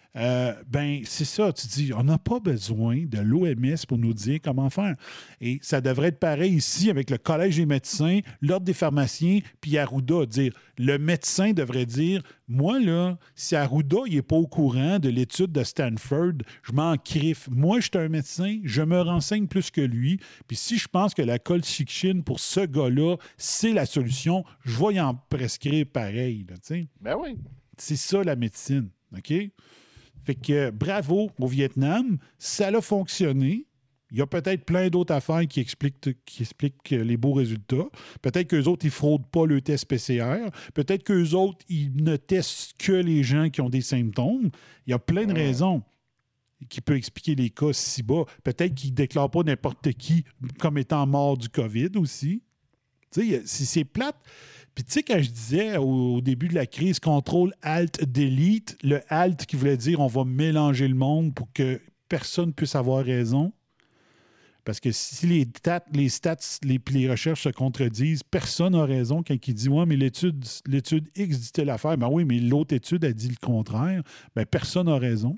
C'est ça, tu dis, on n'a pas besoin de l'OMS pour nous dire comment faire. Et ça devrait être pareil ici avec le Collège des médecins, l'Ordre des pharmaciens, puis Arruda, dire, le médecin devrait dire, moi, là, si Arruda, il n'est pas au courant de l'étude de Stanford, je m'en criffe. Moi, je suis un médecin, je me renseigne plus que lui, puis si je pense que la colchicine pour ce gars-là, c'est la solution, je vais y en prescrire pareil, là, tu sais. Ben oui. C'est ça, la médecine, OK? Fait que bravo au Vietnam, ça a fonctionné. Il y a peut-être plein d'autres affaires qui expliquent les beaux résultats. Peut-être qu'eux autres, ils ne fraudent pas le test PCR. Peut-être qu'eux autres, ils ne testent que les gens qui ont des symptômes. Il y a plein de raisons qui peuvent expliquer les cas si bas. Peut-être qu'ils ne déclarent pas n'importe qui comme étant mort du COVID aussi. Tu sais, c'est plate. Puis tu sais, quand je disais au début de la crise, contrôle Alt-Delete, le Alt qui voulait dire on va mélanger le monde pour que personne puisse avoir raison. Parce que si les stats, les recherches se contredisent, personne n'a raison quand il dit ouais, mais l'étude X dit telle affaire. Ben oui, mais l'autre étude a dit le contraire. Ben personne n'a raison.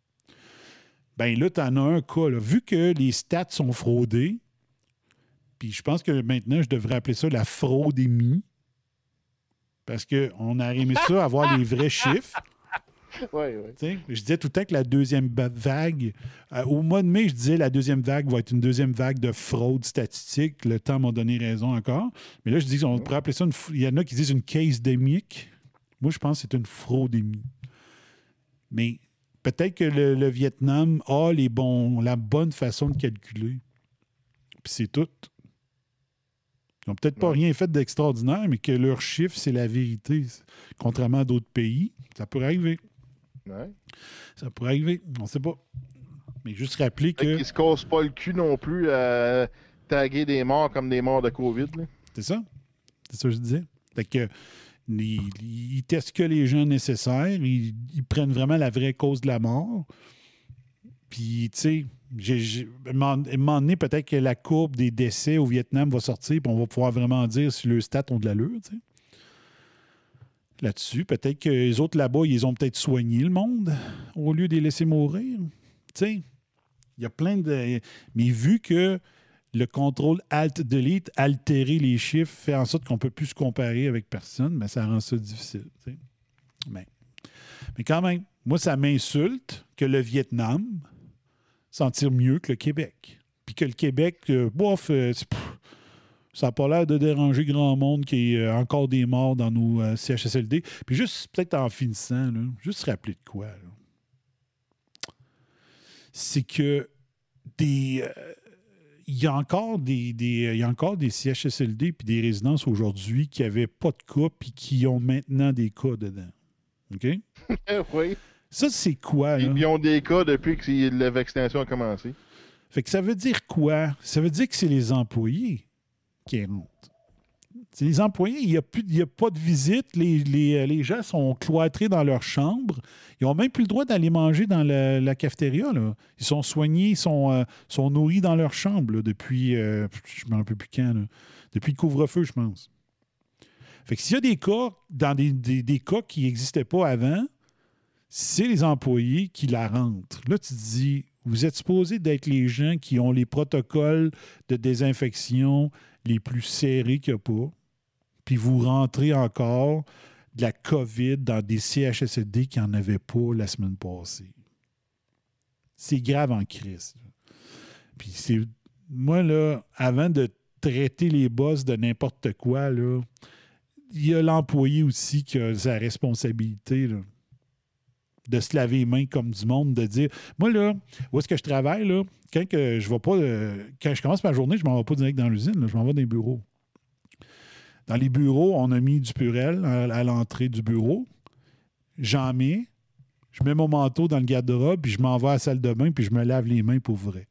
Ben là, tu en as un cas. Là. Vu que les stats sont fraudés, puis je pense que maintenant, je devrais appeler ça la fraudémie. Parce qu'on a aimé ça, avoir des vrais chiffres. Oui. Je disais tout le temps que la deuxième vague, au mois de mai, je disais la deuxième vague va être une deuxième vague de fraude statistique. Le temps m'a donné raison encore. Mais là, je dis qu'on pourrait appeler ça il y en a qui disent une case-démique. Moi, je pense que c'est une fraudémie. Mais peut-être que le Vietnam a la bonne façon de calculer. Puis c'est tout. Ils n'ont peut-être pas rien fait d'extraordinaire, mais que leur chiffre, c'est la vérité. Contrairement à d'autres pays, ça pourrait arriver. Ouais. Ça pourrait arriver. On ne sait pas. Mais juste rappeler que... Ils ne se cassent pas le cul non plus à taguer des morts comme des morts de COVID. Là. C'est ça. C'est ça que je disais. Fait que ils testent que les gens nécessaires. Ils prennent vraiment la vraie cause de la mort. Puis, tu sais, à un moment donné, peut-être que la courbe des décès au Vietnam va sortir, puis on va pouvoir vraiment dire si les stats ont de l'allure, tu sais. Là-dessus, peut-être que les autres là-bas, ils ont peut-être soigné le monde au lieu de les laisser mourir. Tu sais, il y a plein de... Mais vu que le contrôle Alt-Delete, altérer les chiffres, fait en sorte qu'on ne peut plus se comparer avec personne, mais ça rend ça difficile. Tu sais. Mais quand même, moi, ça m'insulte que le Vietnam s'en tire mieux que le Québec. Puis que le Québec, ça n'a pas l'air de déranger grand monde qu'il y ait encore des morts dans nos CHSLD. Puis juste, peut-être en finissant, là, juste rappeler de quoi. Là. C'est que il y a encore des CHSLD puis des résidences aujourd'hui qui n'avaient pas de cas puis qui ont maintenant des cas dedans. OK? Oui. Ça, c'est quoi, là? Ils ont des cas depuis que la vaccination a commencé. Fait que ça veut dire quoi? Ça veut dire que c'est les employés qui rentrent. C'est les employés, il n'y a pas de visite. Les gens sont cloîtrés dans leur chambre. Ils n'ont même plus le droit d'aller manger dans la cafétéria. Là. Ils sont soignés, ils sont nourris dans leur chambre là, depuis, je ne me rappelle plus quand, là, depuis le couvre-feu, je pense. Fait que s'il y a des cas, dans des cas qui n'existaient pas avant, c'est les employés qui la rentrent. Là, tu te dis, vous êtes supposés d'être les gens qui ont les protocoles de désinfection les plus serrés qu'il n'y a pas, puis vous rentrez encore de la COVID dans des CHSLD qui n'en avaient pas la semaine passée. C'est grave en crise. Puis c'est... Moi, là, avant de traiter les boss de n'importe quoi, là, il y a l'employé aussi qui a sa responsabilité, là, de se laver les mains comme du monde, de dire... Moi, là, où est-ce que je travaille, là, quand je commence ma journée, je ne m'en vais pas direct dans l'usine, là, je m'en vais dans les bureaux. Dans les bureaux, on a mis du Purell à l'entrée du bureau. J'en mets, je mets mon manteau dans le garde-robe, puis je m'en vais à la salle de bain, puis je me lave les mains pour vrai.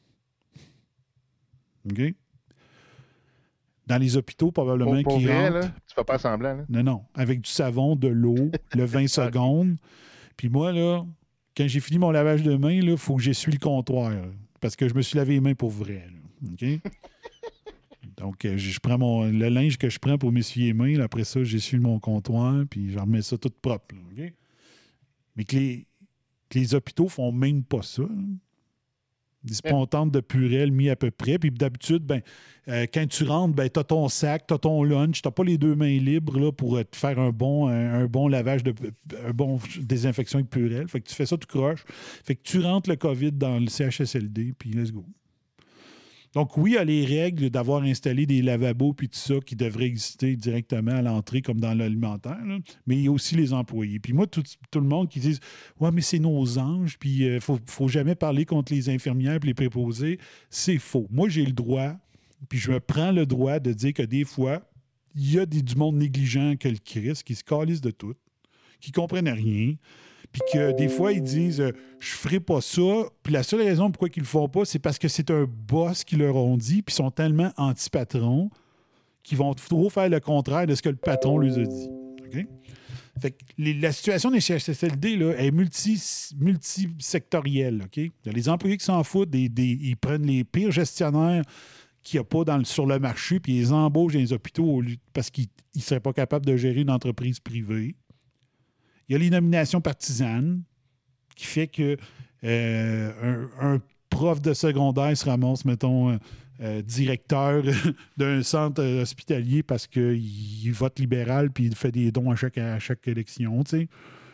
OK? Dans les hôpitaux, probablement pour qui vrai, rentrent... là, tu fais pas semblant. Là. Non. Avec du savon, de l'eau, le 20 secondes. Puis moi, là, quand j'ai fini mon lavage de mains, il faut que j'essuie le comptoir. Là, parce que je me suis lavé les mains pour vrai. Là, OK? Donc, je prends le linge que je prends pour m'essuyer les mains. Là, après ça, j'essuie mon comptoir, puis je remets ça tout propre. Là, OK? Mais que les hôpitaux font même pas ça. Là. Des spontantes de Purell mis à peu près. Puis d'habitude, quand tu rentres, tu as ton sac, tu as ton lunch, tu n'as pas les deux mains libres là, pour te faire un bon lavage, un bon désinfection avec Purell. Fait que tu fais ça tout croche. Fait que tu rentres le COVID dans le CHSLD, puis let's go. Donc oui, il y a les règles d'avoir installé des lavabos puis tout ça qui devraient exister directement à l'entrée comme dans l'alimentaire, là. Mais il y a aussi les employés. Puis moi, tout le monde qui dit « Ouais, mais c'est nos anges, puis faut jamais parler contre les infirmières et les préposés », c'est faux. Moi, j'ai le droit, puis je me prends le droit de dire que des fois, il y a du monde négligent que le Christ qui se calisse de tout, qui ne comprennent rien, puis que des fois, ils disent je ferai pas ça. Puis la seule raison pourquoi ils le font pas, c'est parce que c'est un boss qui leur ont dit, puis ils sont tellement anti-patrons qu'ils vont trop faire le contraire de ce que le patron leur a dit. OK? Fait que la situation des CHSLD là, est multisectorielle. OK? Il y a les employés qui s'en foutent, ils prennent les pires gestionnaires qu'il n'y a pas sur le marché, puis ils les embauchent dans les hôpitaux parce qu'ils ne seraient pas capables de gérer une entreprise privée. Il y a les nominations partisanes qui fait que un prof de secondaire se ramasse, mettons, directeur d'un centre hospitalier parce qu'il vote libéral puis il fait des dons à chaque élection. Tu sais.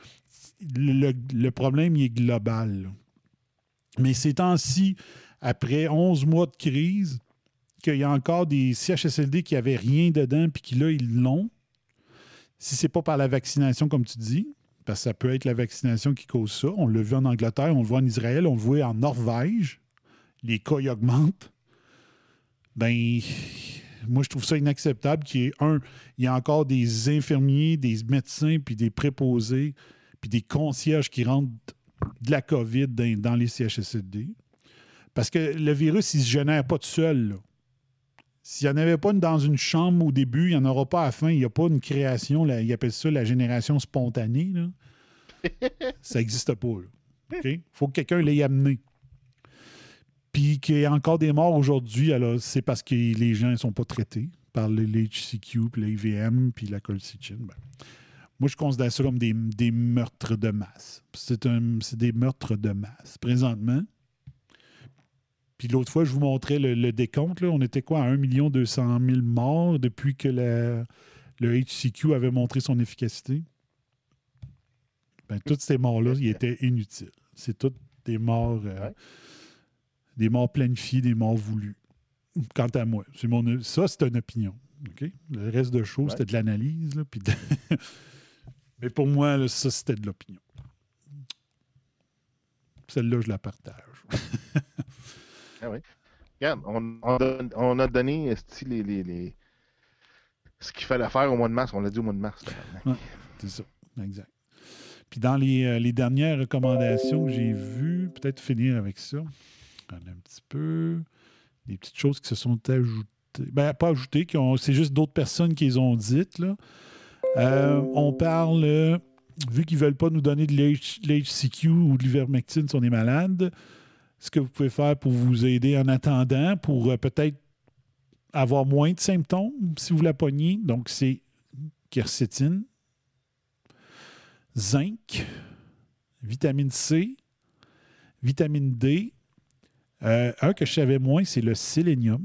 Le problème, il est global. Là. Mais ces temps-ci, après 11 mois de crise, qu'il y a encore des CHSLD qui n'avaient rien dedans puis qui, là, ils l'ont. Si c'est pas par la vaccination, comme tu dis, parce que ça peut être la vaccination qui cause ça. On l'a vu en Angleterre, on le voit en Israël, on le voit en Norvège. Les cas y augmentent. Moi, je trouve ça inacceptable qu'il y ait encore des infirmiers, des médecins, puis des préposés, puis des concierges qui rentrent de la COVID dans les CHSLD. Parce que le virus, il ne se génère pas tout seul, là. S'il n'y en avait pas dans une chambre au début, il n'y en aura pas à la fin. Il n'y a pas une création, ils appellent ça la génération spontanée. Là. Ça n'existe pas. Là. OK? Faut que quelqu'un l'ait amené. Puis qu'il y ait encore des morts aujourd'hui, alors c'est parce que les gens ne sont pas traités par l'HCQ, puis l'IVM, puis la colchicine. Ben, moi, je considère ça comme des meurtres de masse. C'est des meurtres de masse. Présentement, puis l'autre fois, je vous montrais le décompte. Là, on était quoi, à 1 200 000 morts depuis que le HCQ avait montré son efficacité? Ben, toutes ces morts-là, ils étaient inutiles. C'est toutes des morts... Des morts planifiées, des morts voulues. Quant à moi. Ça, c'est une opinion. Okay? Le reste de choses, c'était de l'analyse. Là, puis mais pour moi, là, ça, c'était de l'opinion. Celle-là, je la partage. Ah oui. Regarde, on a donné ce qu'il fallait faire au mois de mars. On l'a dit au mois de mars. Ouais, c'est ça. Exact. Puis dans les dernières recommandations que j'ai vues, peut-être finir avec ça. On a un petit peu des petites choses qui se sont ajoutées. Ben, pas ajoutées, c'est juste d'autres personnes qui les ont dites. Là. On parle, vu qu'ils ne veulent pas nous donner de l'HCQ ou de l'ivermectine si on est malade, ce que vous pouvez faire pour vous aider en attendant, pour peut-être avoir moins de symptômes si vous la pognez. Donc, c'est quercétine, zinc, vitamine C, vitamine D. Un que je savais moins, c'est le sélénium.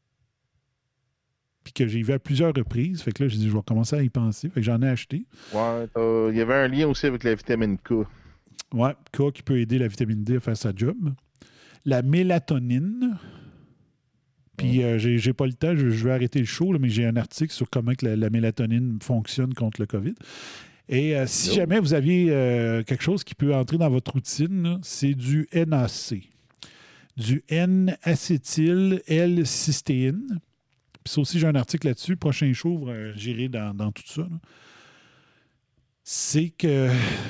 Puis que j'ai vu à plusieurs reprises. Fait que là, j'ai dit, je vais commencer à y penser. Fait que j'en ai acheté. Ouais, il y avait un lien aussi avec la vitamine K. Ouais, K qui peut aider la vitamine D à faire sa job. La mélatonine. Puis j'ai pas le temps, je vais arrêter le show, là, mais j'ai un article sur comment que la mélatonine fonctionne contre le COVID. Et si jamais vous aviez quelque chose qui peut entrer dans votre routine, là, c'est du NAC. Du N-acétyl-L-cystéine. Puis ça aussi, j'ai un article là-dessus. Prochain show, j'irai dans tout ça. Là. C'est que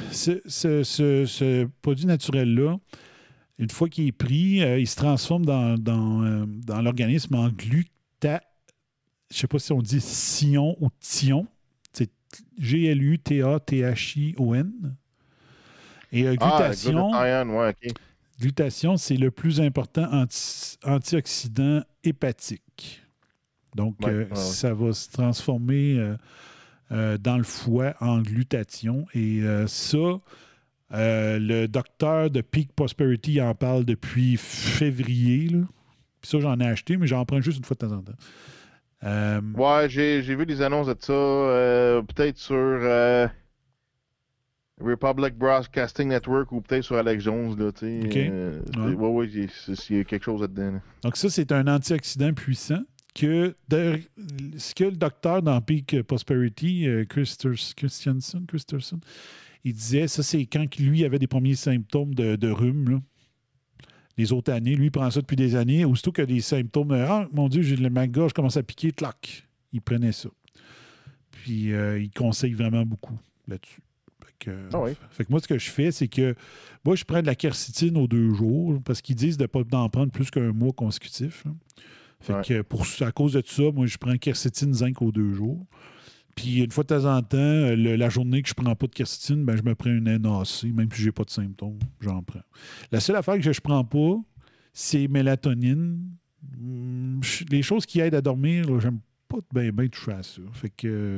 ce produit naturel-là, une fois qu'il est pris, il se transforme dans l'organisme en gluta... Je ne sais pas si on dit sion ou tion. C'est G-L-U-T-A-T-H-I-O-N. Et glutathion... Glutathion, c'est le plus important antioxydant hépatique. Donc, ça va se transformer dans le foie en glutathion. Et ça, le docteur de Peak Prosperity en parle depuis février. Là. Puis ça, j'en ai acheté, mais j'en prends juste une fois de temps en temps. Ouais, j'ai vu des annonces de ça, peut-être sur Republic Broadcasting Network ou peut-être sur Alex Jones. Là, okay. Ouais, il y a quelque chose là-dedans. Là. Donc ça, c'est un antioxydant puissant ce que le docteur dans Peak Prosperity, Christensen, il disait, ça c'est quand lui avait des premiers symptômes de rhume, là. Les autres années, lui, il prend ça depuis des années. Aussitôt qu'il y a des symptômes de « Ah, mon Dieu, ma gorge commence à piquer, clac! » Il prenait ça. Puis, il conseille vraiment beaucoup là-dessus. Fait que moi, ce que je fais, c'est que moi, je prends de la quercétine aux 2 jours parce qu'ils disent de ne pas en prendre plus qu'un mois consécutif. Hein. Fait que à cause de ça, moi, je prends quercétine zinc aux 2 jours. Puis, une fois de temps en temps, la journée que je ne prends pas de quercétine, ben, je me prends une NAC, même si je n'ai pas de symptômes, j'en prends. La seule affaire que je ne prends pas, c'est mélatonine. Les choses qui aident à dormir, là, j'aime pas bien toucher à ça. Fait que...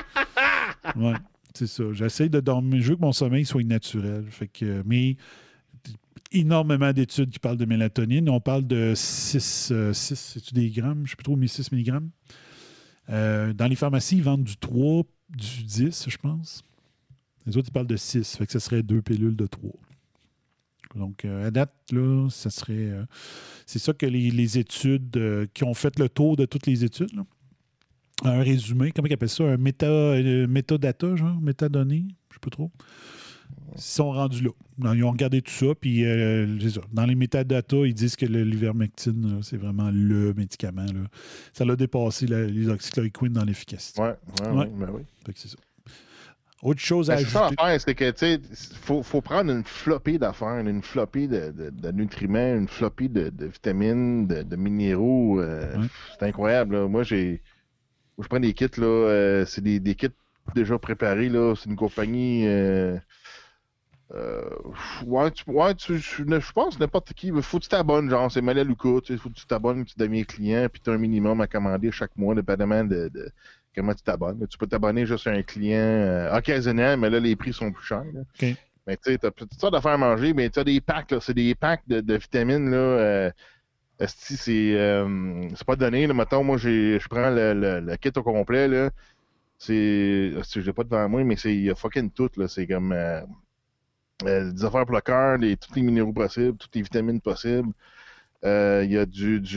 ouais, c'est ça. J'essaie de dormir. Je veux que mon sommeil soit naturel. Fait que... Mais énormément d'études qui parlent de mélatonine. On parle de 6 c'est-tu des grammes? Je ne sais plus trop, mais 6 mg. Dans les pharmacies, ils vendent du 3, du 10, je pense. Les autres, ils parlent de 6. Fait que ce serait 2 pilules de 3. Donc, à date, là, ça serait... c'est ça que les études qui ont fait le tour de toutes les études, là. Un résumé, comment ils appellent ça? Un métadata, genre? Métadonnées? Je ne sais pas trop. Ils sont rendus là. Ils ont regardé tout ça, puis dans les métadatas, ils disent que l'ivermectine, là, c'est vraiment le médicament. Là. Ça l'a dépassé les oxychloroquine dans l'efficacité. Ouais. Ben oui. Fait que c'est ça. Autre chose à ajouter. Ça à faire, c'est que, tu sais, faut prendre une flopée d'affaires, une flopée de nutriments, une flopée de vitamines, de minéraux. C'est incroyable. Là. Moi, je prends des kits, là. C'est des kits déjà préparés, là. C'est une compagnie... Je pense n'importe qui. Il faut que tu t'abonnes, genre, c'est Melaleuca, il faut que tu t'abonnes, tu deviens client, puis tu as un minimum à commander chaque mois, dépendamment de comment tu t'abonnes. Tu peux t'abonner juste à un client occasionnel, mais là, les prix sont plus chers. Okay. Mais tu sais, tu as toutes sortes d'affaires à manger, mais tu as des packs, là, c'est des packs de vitamines, là. C'est pas donné, là. Mettons, moi, je prends le kit au complet, là. Je l'ai pas devant moi, mais il y a fucking tout, là. C'est comme des affaires pour le cœur, tous les minéraux possibles, toutes les vitamines possibles. Il y a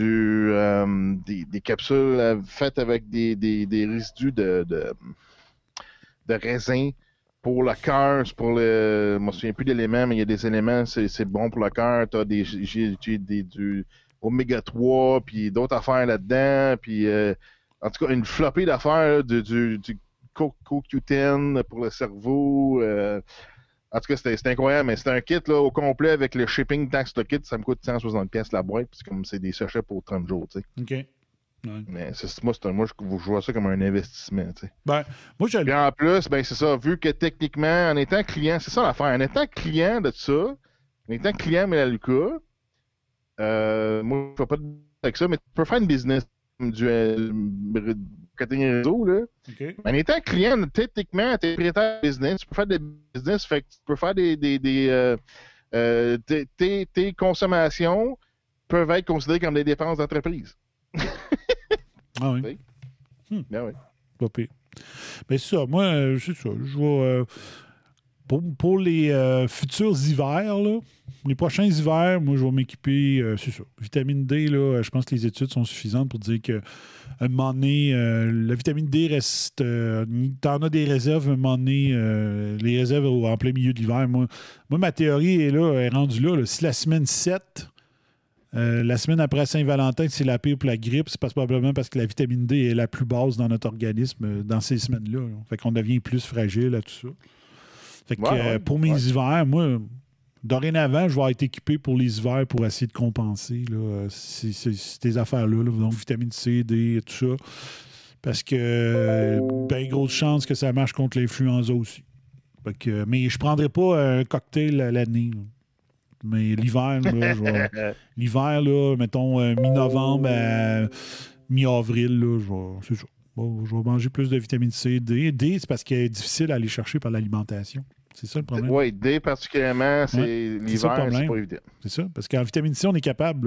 des capsules faites avec des résidus de raisin pour le cœur. Je ne me souviens plus d'éléments, mais il y a des éléments, c'est bon pour le cœur. Tu as du oméga 3, puis d'autres affaires là-dedans. Puis, en tout cas, une flopée d'affaires, du CoQ10 pour le cerveau. En tout cas, c'était incroyable, mais c'était un kit là, au complet avec le shipping tax le kit, ça me coûte 160$ la boîte, puis c'est des sachets pour 30 jours, tu sais. OK. Ouais. Mais moi, je vois ça comme un investissement, tu sais. Ben, moi, puis en plus, ben c'est ça, vu que techniquement, en étant client, c'est ça l'affaire, en étant client de ça, en étant client Melaleuca, moi, je ne fais pas de avec ça, mais tu peux faire une business du marketing réseau, là. Okay. En étant client, techniquement, tu es propriétaire de business, tu peux faire des business, fait que tu peux faire tes consommations peuvent être considérées comme des dépenses d'entreprise. Ah oui? Ben oui. Pas pire. Ben c'est ça, moi, c'est ça. Je vais... Pour les futurs hivers, là, les prochains hivers, moi, je vais m'équiper, c'est ça. Vitamine D, là, je pense que les études sont suffisantes pour dire qu'à un moment donné, la vitamine D reste... t'en as des réserves, à un moment donné, les réserves en plein milieu de l'hiver. Moi, ma théorie est rendue là. Si la semaine 7, la semaine après Saint-Valentin, c'est la pire pour la grippe, c'est probablement parce que la vitamine D est la plus basse dans notre organisme dans ces semaines-là. Fait qu'on devient plus fragile à tout ça. Fait que pour mes hivers, moi, dorénavant, je vais être équipé pour les hivers pour essayer de compenser là, ces affaires-là, là, donc vitamine C, D, et tout ça. Parce que bien grosse chance que ça marche contre l'influenza aussi. Fait que, mais je ne prendrai pas un cocktail à l'année. Là. Mais l'hiver, là, l'hiver, là, mettons mi-novembre à mi-avril, là, c'est ça. Bon, je vais manger plus de vitamine C, D. D, c'est parce qu'elle est difficile à aller chercher par l'alimentation. C'est ça le problème. Oui, D particulièrement, l'hiver, c'est pas évident. C'est ça, parce qu'en vitamine C, on est capable.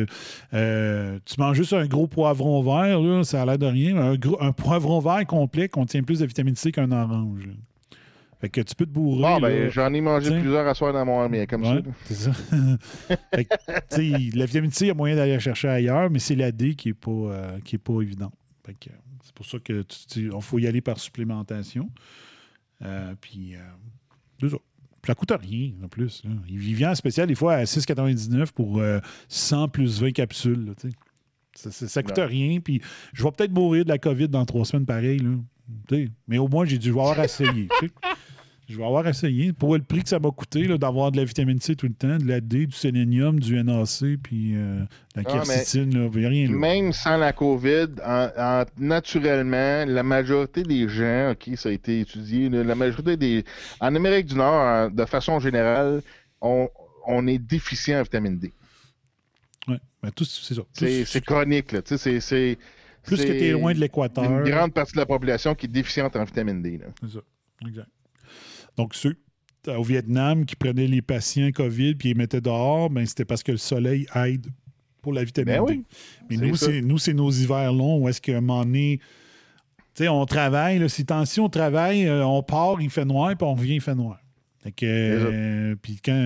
Tu manges juste un gros poivron vert, là, ça a l'air de rien. Un poivron vert complet contient plus de vitamine C qu'un orange. Là. Fait que tu peux te bourrer. Ah, ben, j'en ai mangé plusieurs à soir dans mon armée, comme ça. C'est ça. Fait que, la vitamine C, il y a moyen d'aller la chercher ailleurs, mais c'est la D qui n'est pas évidente. Fait que, c'est pour ça qu'il faut y aller par supplémentation. Puis, c'est ça. Puis ça coûte rien, en plus. Là. Il vient en spécial, des fois, à 6,99 pour 100 plus 20 capsules. Là, ça coûte rien. Puis, je vais peut-être mourir de la COVID dans 3 semaines, pareil. Là. Mais au moins, je vais avoir essayé. Je vais avoir essayé. Pour le prix que ça m'a coûté, là, d'avoir de la vitamine C tout le temps, de la D, du sélénium, du NAC, puis la quercétine, il n'y a rien là. Même sans la COVID, naturellement, la majorité des gens, OK, ça a été étudié, la majorité en Amérique du Nord, de façon générale, on est déficient en vitamine D. Oui, mais c'est ça. C'est chronique, là. C'est plus que tu es loin de l'équateur. Une grande partie de la population qui est déficiente en vitamine D. Là. C'est ça, exact. Donc, ceux au Vietnam qui prenaient les patients COVID puis les mettaient dehors, ben, c'était parce que le soleil aide pour la vitamine D. Oui. Mais nous, c'est nos hivers longs où est-ce qu'à un moment donné, on travaille, là, si on travaille, on part, il fait noir, puis on revient, il fait noir. Fait que, puis quand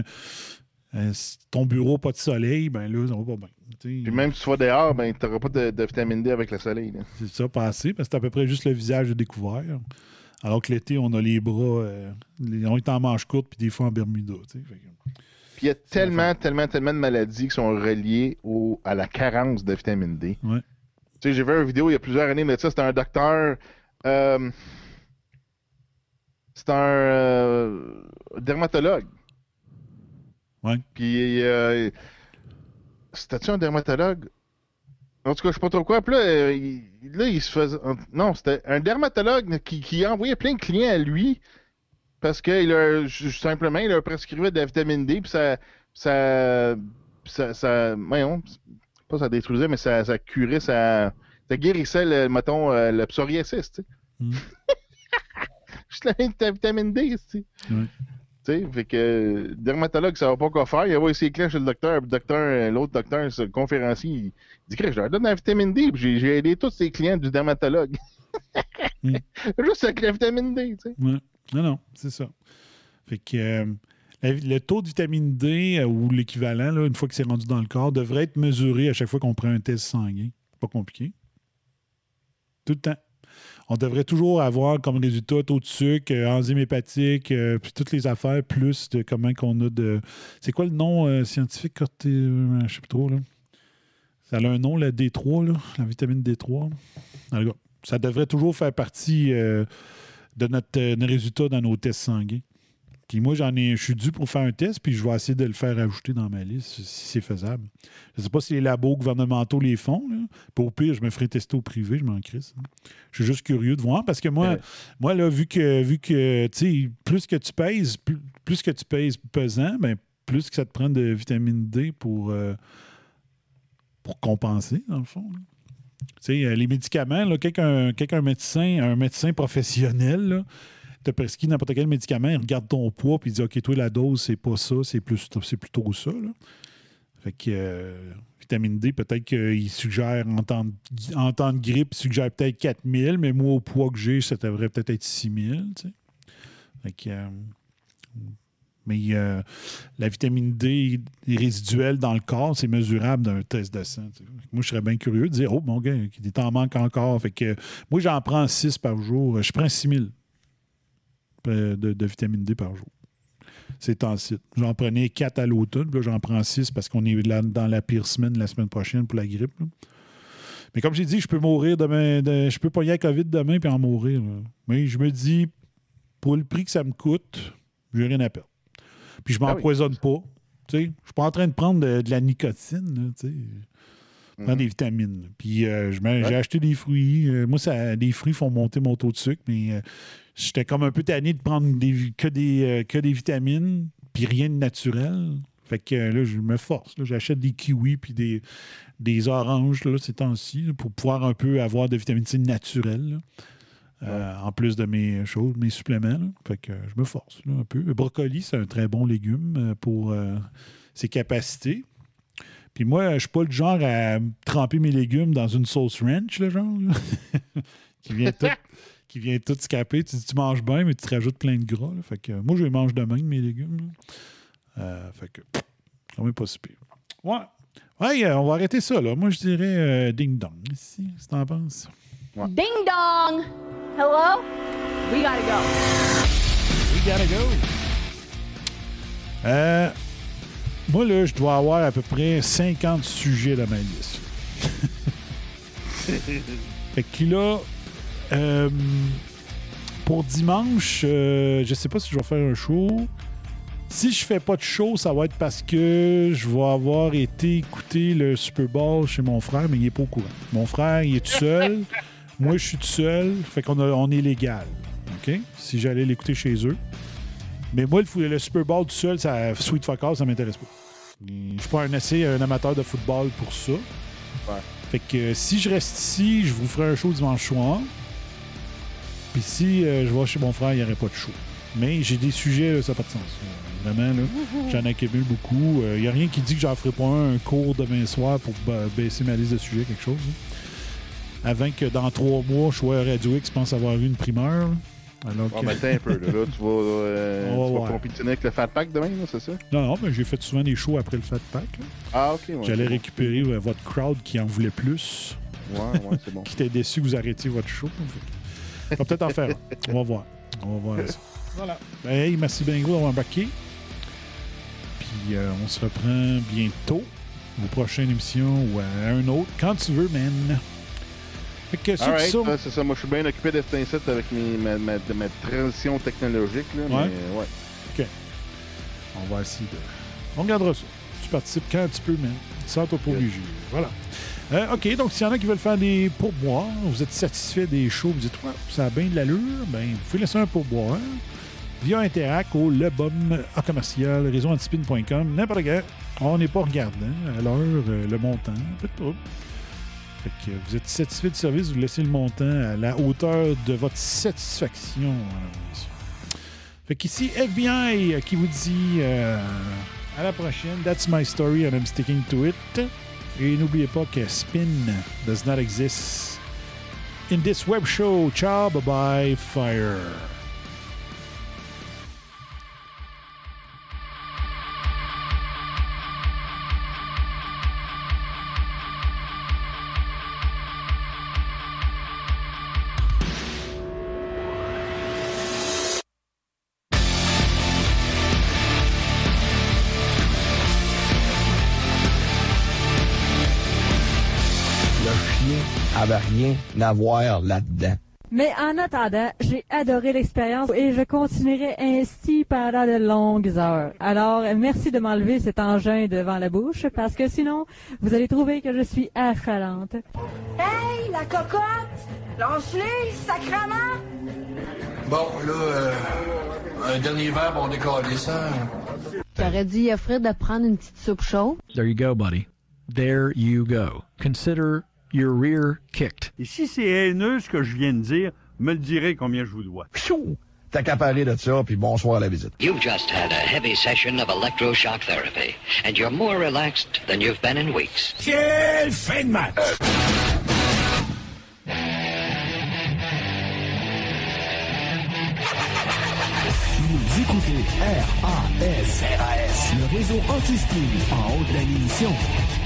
ton bureau pas de soleil, ben là, ça va pas bien. Puis même si tu vas dehors, ben, tu n'auras pas de vitamine D avec le soleil. Là. C'est ça, passé, parce que c'est à peu près juste le visage de découvert. Alors que l'été, on a les bras, on est en manche courte, puis des fois en Bermuda. Puis il y a tellement de maladies qui sont reliées à la carence de vitamine D. Ouais. J'ai vu une vidéo il y a plusieurs années de ça, c'était un docteur. C'était un dermatologue. Ouais. Puis, c'était-tu un dermatologue? En tout cas, je sais pas trop quoi. Puis là, il se faisait... Non, c'était un dermatologue qui envoyait plein de clients à lui parce que simplement, il leur prescrivait de la vitamine D, puis voyons, pas ça détruisait, mais ça curait, ça guérissait, mettons, le psoriasis, tu sais. Juste la vitamine D, tu sais. Tu sais, fait que le dermatologue, ça va pas quoi faire. Il va essayer clés chez le docteur, puis l'autre docteur, le conférencier, il dit que je leur donne la vitamine D, puis j'ai aidé tous ces clients du dermatologue. Juste avec la vitamine D, tu sais. Ouais. Non, c'est ça. Fait que le taux de vitamine D ou l'équivalent, là, une fois que c'est rendu dans le corps, devrait être mesuré à chaque fois qu'on prend un test sanguin. Pas compliqué. Tout le temps. On devrait toujours avoir comme résultat taux de sucre, enzyme hépatique, puis toutes les affaires, plus de comment qu'on a de... C'est quoi le nom scientifique? Je sais plus trop, là. Ça a un nom, la D3, là, la vitamine D3. Alors, ça devrait toujours faire partie de notre résultat dans nos tests sanguins. Puis moi, je suis dû pour faire un test, puis je vais essayer de le faire ajouter dans ma liste, si c'est faisable. Je ne sais pas si les labos gouvernementaux les font. Là. Puis au pire, je me ferai tester au privé, je m'en crisse. Je suis juste curieux de voir, parce que moi là, vu que tu sais, plus que tu pèses pesant, ben, plus que ça te prend de vitamine D pour compenser, dans le fond. Tu sais, les médicaments, là, un médecin professionnel, là, te prescrit n'importe quel médicament, il regarde ton poids puis il dit OK, toi, la dose, c'est pas ça, c'est plutôt ça. Là. Fait que vitamine D, peut-être qu'il suggère en temps de grippe, il suggère peut-être 4000, mais moi, au poids que j'ai, ça devrait peut-être être 6000. Tu sais. Fait que, mais la vitamine D résiduelle dans le corps, c'est mesurable d'un test de sang. Tu sais. Moi, je serais bien curieux de dire oh, mon gars, il t'en manque encore. Fait que moi, j'en prends 6 par jour. Je prends 6000. De vitamine D par jour. C'est en site. J'en prenais 4 à l'automne, puis là, j'en prends 6 parce qu'on est là dans la pire semaine la semaine prochaine pour la grippe. Là. Mais comme j'ai dit, je peux mourir demain. Je peux pogner la COVID demain puis en mourir. Là. Mais je me dis, pour le prix que ça me coûte, j'ai rien à perdre. Puis je m'empoisonne pas. Je suis pas en train de prendre de la nicotine. Là, je prends des vitamines. Puis j'ai acheté des fruits. Moi, les fruits font monter mon taux de sucre, mais j'étais comme un peu tanné de prendre que des vitamines, puis rien de naturel. Fait que là, je me force. Là, j'achète des kiwis puis des oranges là, ces temps-ci là, pour pouvoir un peu avoir de vitamine C naturelle. En plus de mes suppléments. Là. Fait que je me force là, un peu. Le brocoli, c'est un très bon légume pour ses capacités. Puis moi, je suis pas le genre à tremper mes légumes dans une sauce ranch, là, genre, là. qui vient tout scraper. Tu manges bien, mais tu te rajoutes plein de gras. Là. Fait que moi, je les mange de même, mes légumes. Fait que, quand même pas si pire. Ouais, on va arrêter ça, là. Moi, je dirais ding-dong, ici, si t'en penses. Ouais. Ding-dong! Hello? We gotta go. We gotta go. Moi, là, je dois avoir à peu près 50 sujets dans ma liste. Fait que là, pour dimanche, je sais pas si je vais faire un show. Si je fais pas de show, ça va être parce que je vais avoir été écouter le Super Bowl chez mon frère, mais il est pas au courant. Mon frère, il est tout seul. Moi, je suis tout seul. Fait qu'on est légal. OK? Si j'allais l'écouter chez eux. Mais moi, le Super Bowl tout seul, Sweet Fuck All, ça m'intéresse pas. Je suis pas un amateur de football pour ça. Ouais. Fait que si je reste ici, je vous ferai un show dimanche soir. Puis si je vais chez mon frère, il n'y aurait pas de show. Mais j'ai des sujets, là, ça n'a pas de sens. Vraiment, là, j'en accumule beaucoup. Il n'y a rien qui dit que j'en ferai pas un cours demain soir pour baisser ma liste de sujets, quelque chose. Là. Avant que dans 3 mois, je sois à Radio X, je pense avoir eu une primeur. Là. Alors que... attends un peu. Là, tu vas compétitionner avec le Fat Pack demain, là, c'est ça? Non, mais j'ai fait souvent des shows après le Fat Pack. Là. Ah, OK. Ouais, j'allais récupérer votre crowd qui en voulait plus. Ouais, c'est bon. Qui était déçu que vous arrêtiez votre show. On va peut-être en faire un. On va voir ça. Voilà. Hey, merci bien gros d'avoir embarqué. Puis on se reprend bientôt aux prochaines émissions ou à un autre, quand tu veux, man. Fait que c'est ça. Moi, je suis bien occupé de cet incite avec ma transition technologique. Là, ouais. Mais, ouais. OK. On va essayer de... On regardera ça. Tu participes quand tu peux, man. Sans toi pas obligé. Voilà. OK, donc s'il y en a qui veulent faire des pourboires, vous êtes satisfait des shows, vous dites, ouais, ça a bien de l'allure, ben vous pouvez laisser un pourboire. via Interac au lebum à commercial réseauantispin.com. N'importe quoi. On n'est pas regardant à l'heure, le montant, pas de trouble. Fait que vous êtes satisfait du service, vous laissez le montant à la hauteur de votre satisfaction. Fait qu'ici, FBI qui vous dit à la prochaine. That's my story and I'm sticking to it. Et n'oubliez pas que spin does not exist in this web show. Ciao, bye-bye, fire. avait rien à voir là-dedans. Mais en attendant, j'ai adoré l'expérience et je continuerai ainsi pendant de longues heures. Alors, merci de m'enlever cet engin devant la bouche parce que sinon, vous allez trouver que je suis affalante. Hey, la cocotte! Lâche-les, sacrement! Bon, là, un dernier verre, on décolle ça. T'aurais dû y offrir de prendre une petite soupe chaude. There you go, buddy. There you go. Consider your rear kicked. Et si c'est haineux ce que je viens de dire, me le direz combien je vous dois. Pfiou! T'as qu'à parler de ça, puis bonsoir à la visite. You've just had a heavy session of electroshock therapy, and you're more relaxed than you've been in weeks. Quelle fin de match! Vous écoutez RAS, le réseau anti-spin en haute de l'émission.